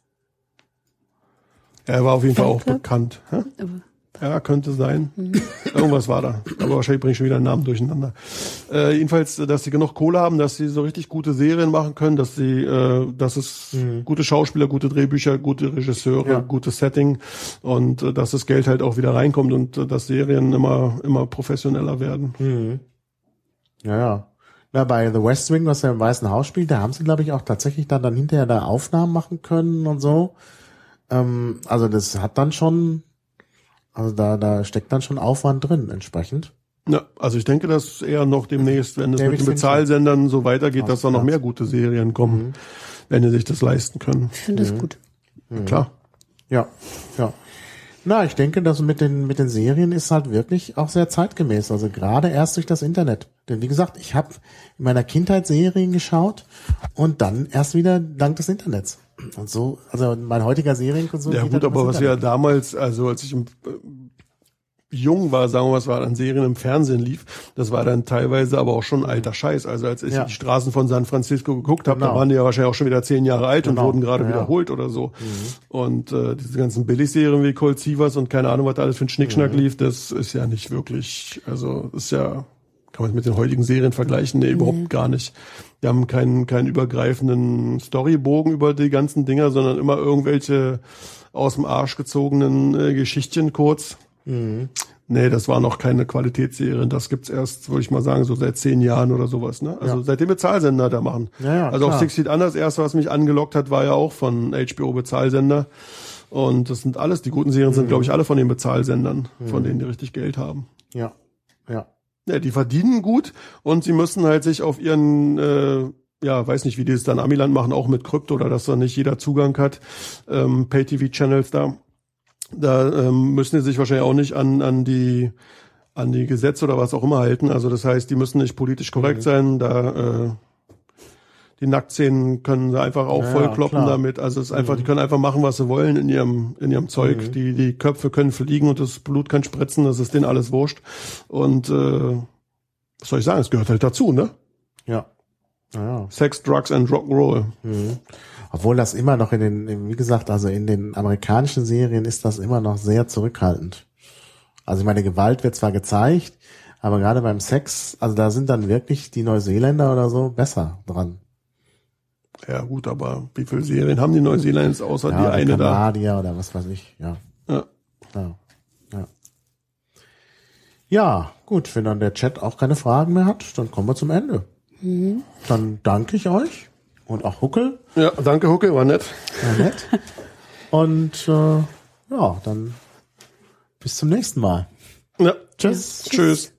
Er war auf jeden Fall auch Club? bekannt. Hä? Ja, könnte sein. Irgendwas war da. Aber wahrscheinlich bringe ich schon wieder einen Namen durcheinander. Jedenfalls, dass sie genug Kohle haben, dass sie so richtig gute Serien machen können, dass es gute Schauspieler, gute Drehbücher, gute Regisseure, gutes Setting und dass das Geld halt auch wieder reinkommt und dass Serien immer professioneller werden. Ja. Ja, bei The West Wing, was ja im Weißen Haus spielt, da haben sie, glaube ich, auch tatsächlich dann hinterher da Aufnahmen machen können und so. Also das hat dann schon, also da steckt dann schon Aufwand drin entsprechend. Ja, also ich denke, dass eher noch demnächst, wenn es mit den Bezahlsendern so weitergeht, dass da noch mehr gute Serien kommen, wenn die sich das leisten können. Ich finde das gut. Klar. Ja. Na, ich denke, dass mit den Serien ist halt wirklich auch sehr zeitgemäß. Also gerade erst durch das Internet. Denn wie gesagt, ich habe in meiner Kindheit Serien geschaut und dann erst wieder dank des Internets. Und so, also mein heutiger Serienkonsum. Ja gut, aber was ja damals, also als ich jung war, sagen wir mal, was war an Serien im Fernsehen lief, das war dann teilweise aber auch schon alter Scheiß. Also als ich die Straßen von San Francisco geguckt habe, da waren die ja wahrscheinlich auch schon wieder 10 Jahre alt und wurden gerade wiederholt oder so. Und diese ganzen Billigserien wie Cold Seavers und keine Ahnung, was da alles für ein Schnickschnack lief, das ist ja nicht wirklich, also ist ja, kann man mit den heutigen Serien vergleichen? Nee, überhaupt gar nicht. Die haben keinen übergreifenden Storybogen über die ganzen Dinger, sondern immer irgendwelche aus dem Arsch gezogenen Geschichtchen kurz. Nee, das war noch keine Qualitätsserie. Das gibt's erst, würde ich mal sagen, so seit 10 Jahren oder sowas, ne? Also seitdem Bezahlsender da machen. Also klar. auch 6 Feet Under, das erste, was mich angelockt hat, war ja auch von HBO Bezahlsender. Und das sind alles, die guten Serien sind, glaube ich, alle von den Bezahlsendern, von denen die richtig Geld haben. Ja. Ja, die verdienen gut und sie müssen halt sich auf ihren weiß nicht, wie die es dann Amiland machen, auch mit Krypto oder dass da nicht jeder Zugang hat. Pay-TV-Channels da müssen die sich wahrscheinlich auch nicht an die Gesetze oder was auch immer halten. Also das heißt, die müssen nicht politisch korrekt sein. Da die Nacktszenen können sie einfach auch vollkloppen damit. Also es ist einfach, die können einfach machen, was sie wollen in ihrem Zeug. Die Köpfe können fliegen und das Blut kann spritzen. Das ist denen alles wurscht. Und was soll ich sagen? Es gehört halt dazu, ne? Ja. Sex, Drugs and Rock'n'Roll. Obwohl das immer noch wie gesagt, also in den amerikanischen Serien ist das immer noch sehr zurückhaltend. Also ich meine, Gewalt wird zwar gezeigt, aber gerade beim Sex, also da sind dann wirklich die Neuseeländer oder so besser dran. Ja gut, aber wie viele Serien haben die Neuseelands außer die eine da? Kanadier oder was weiß ich, ja. Ja, gut, wenn dann der Chat auch keine Fragen mehr hat, dann kommen wir zum Ende. Dann danke ich euch und auch Huckel. Ja, danke Huckel, war nett. Und dann bis zum nächsten Mal. Ja. Tschüss. Tschüss.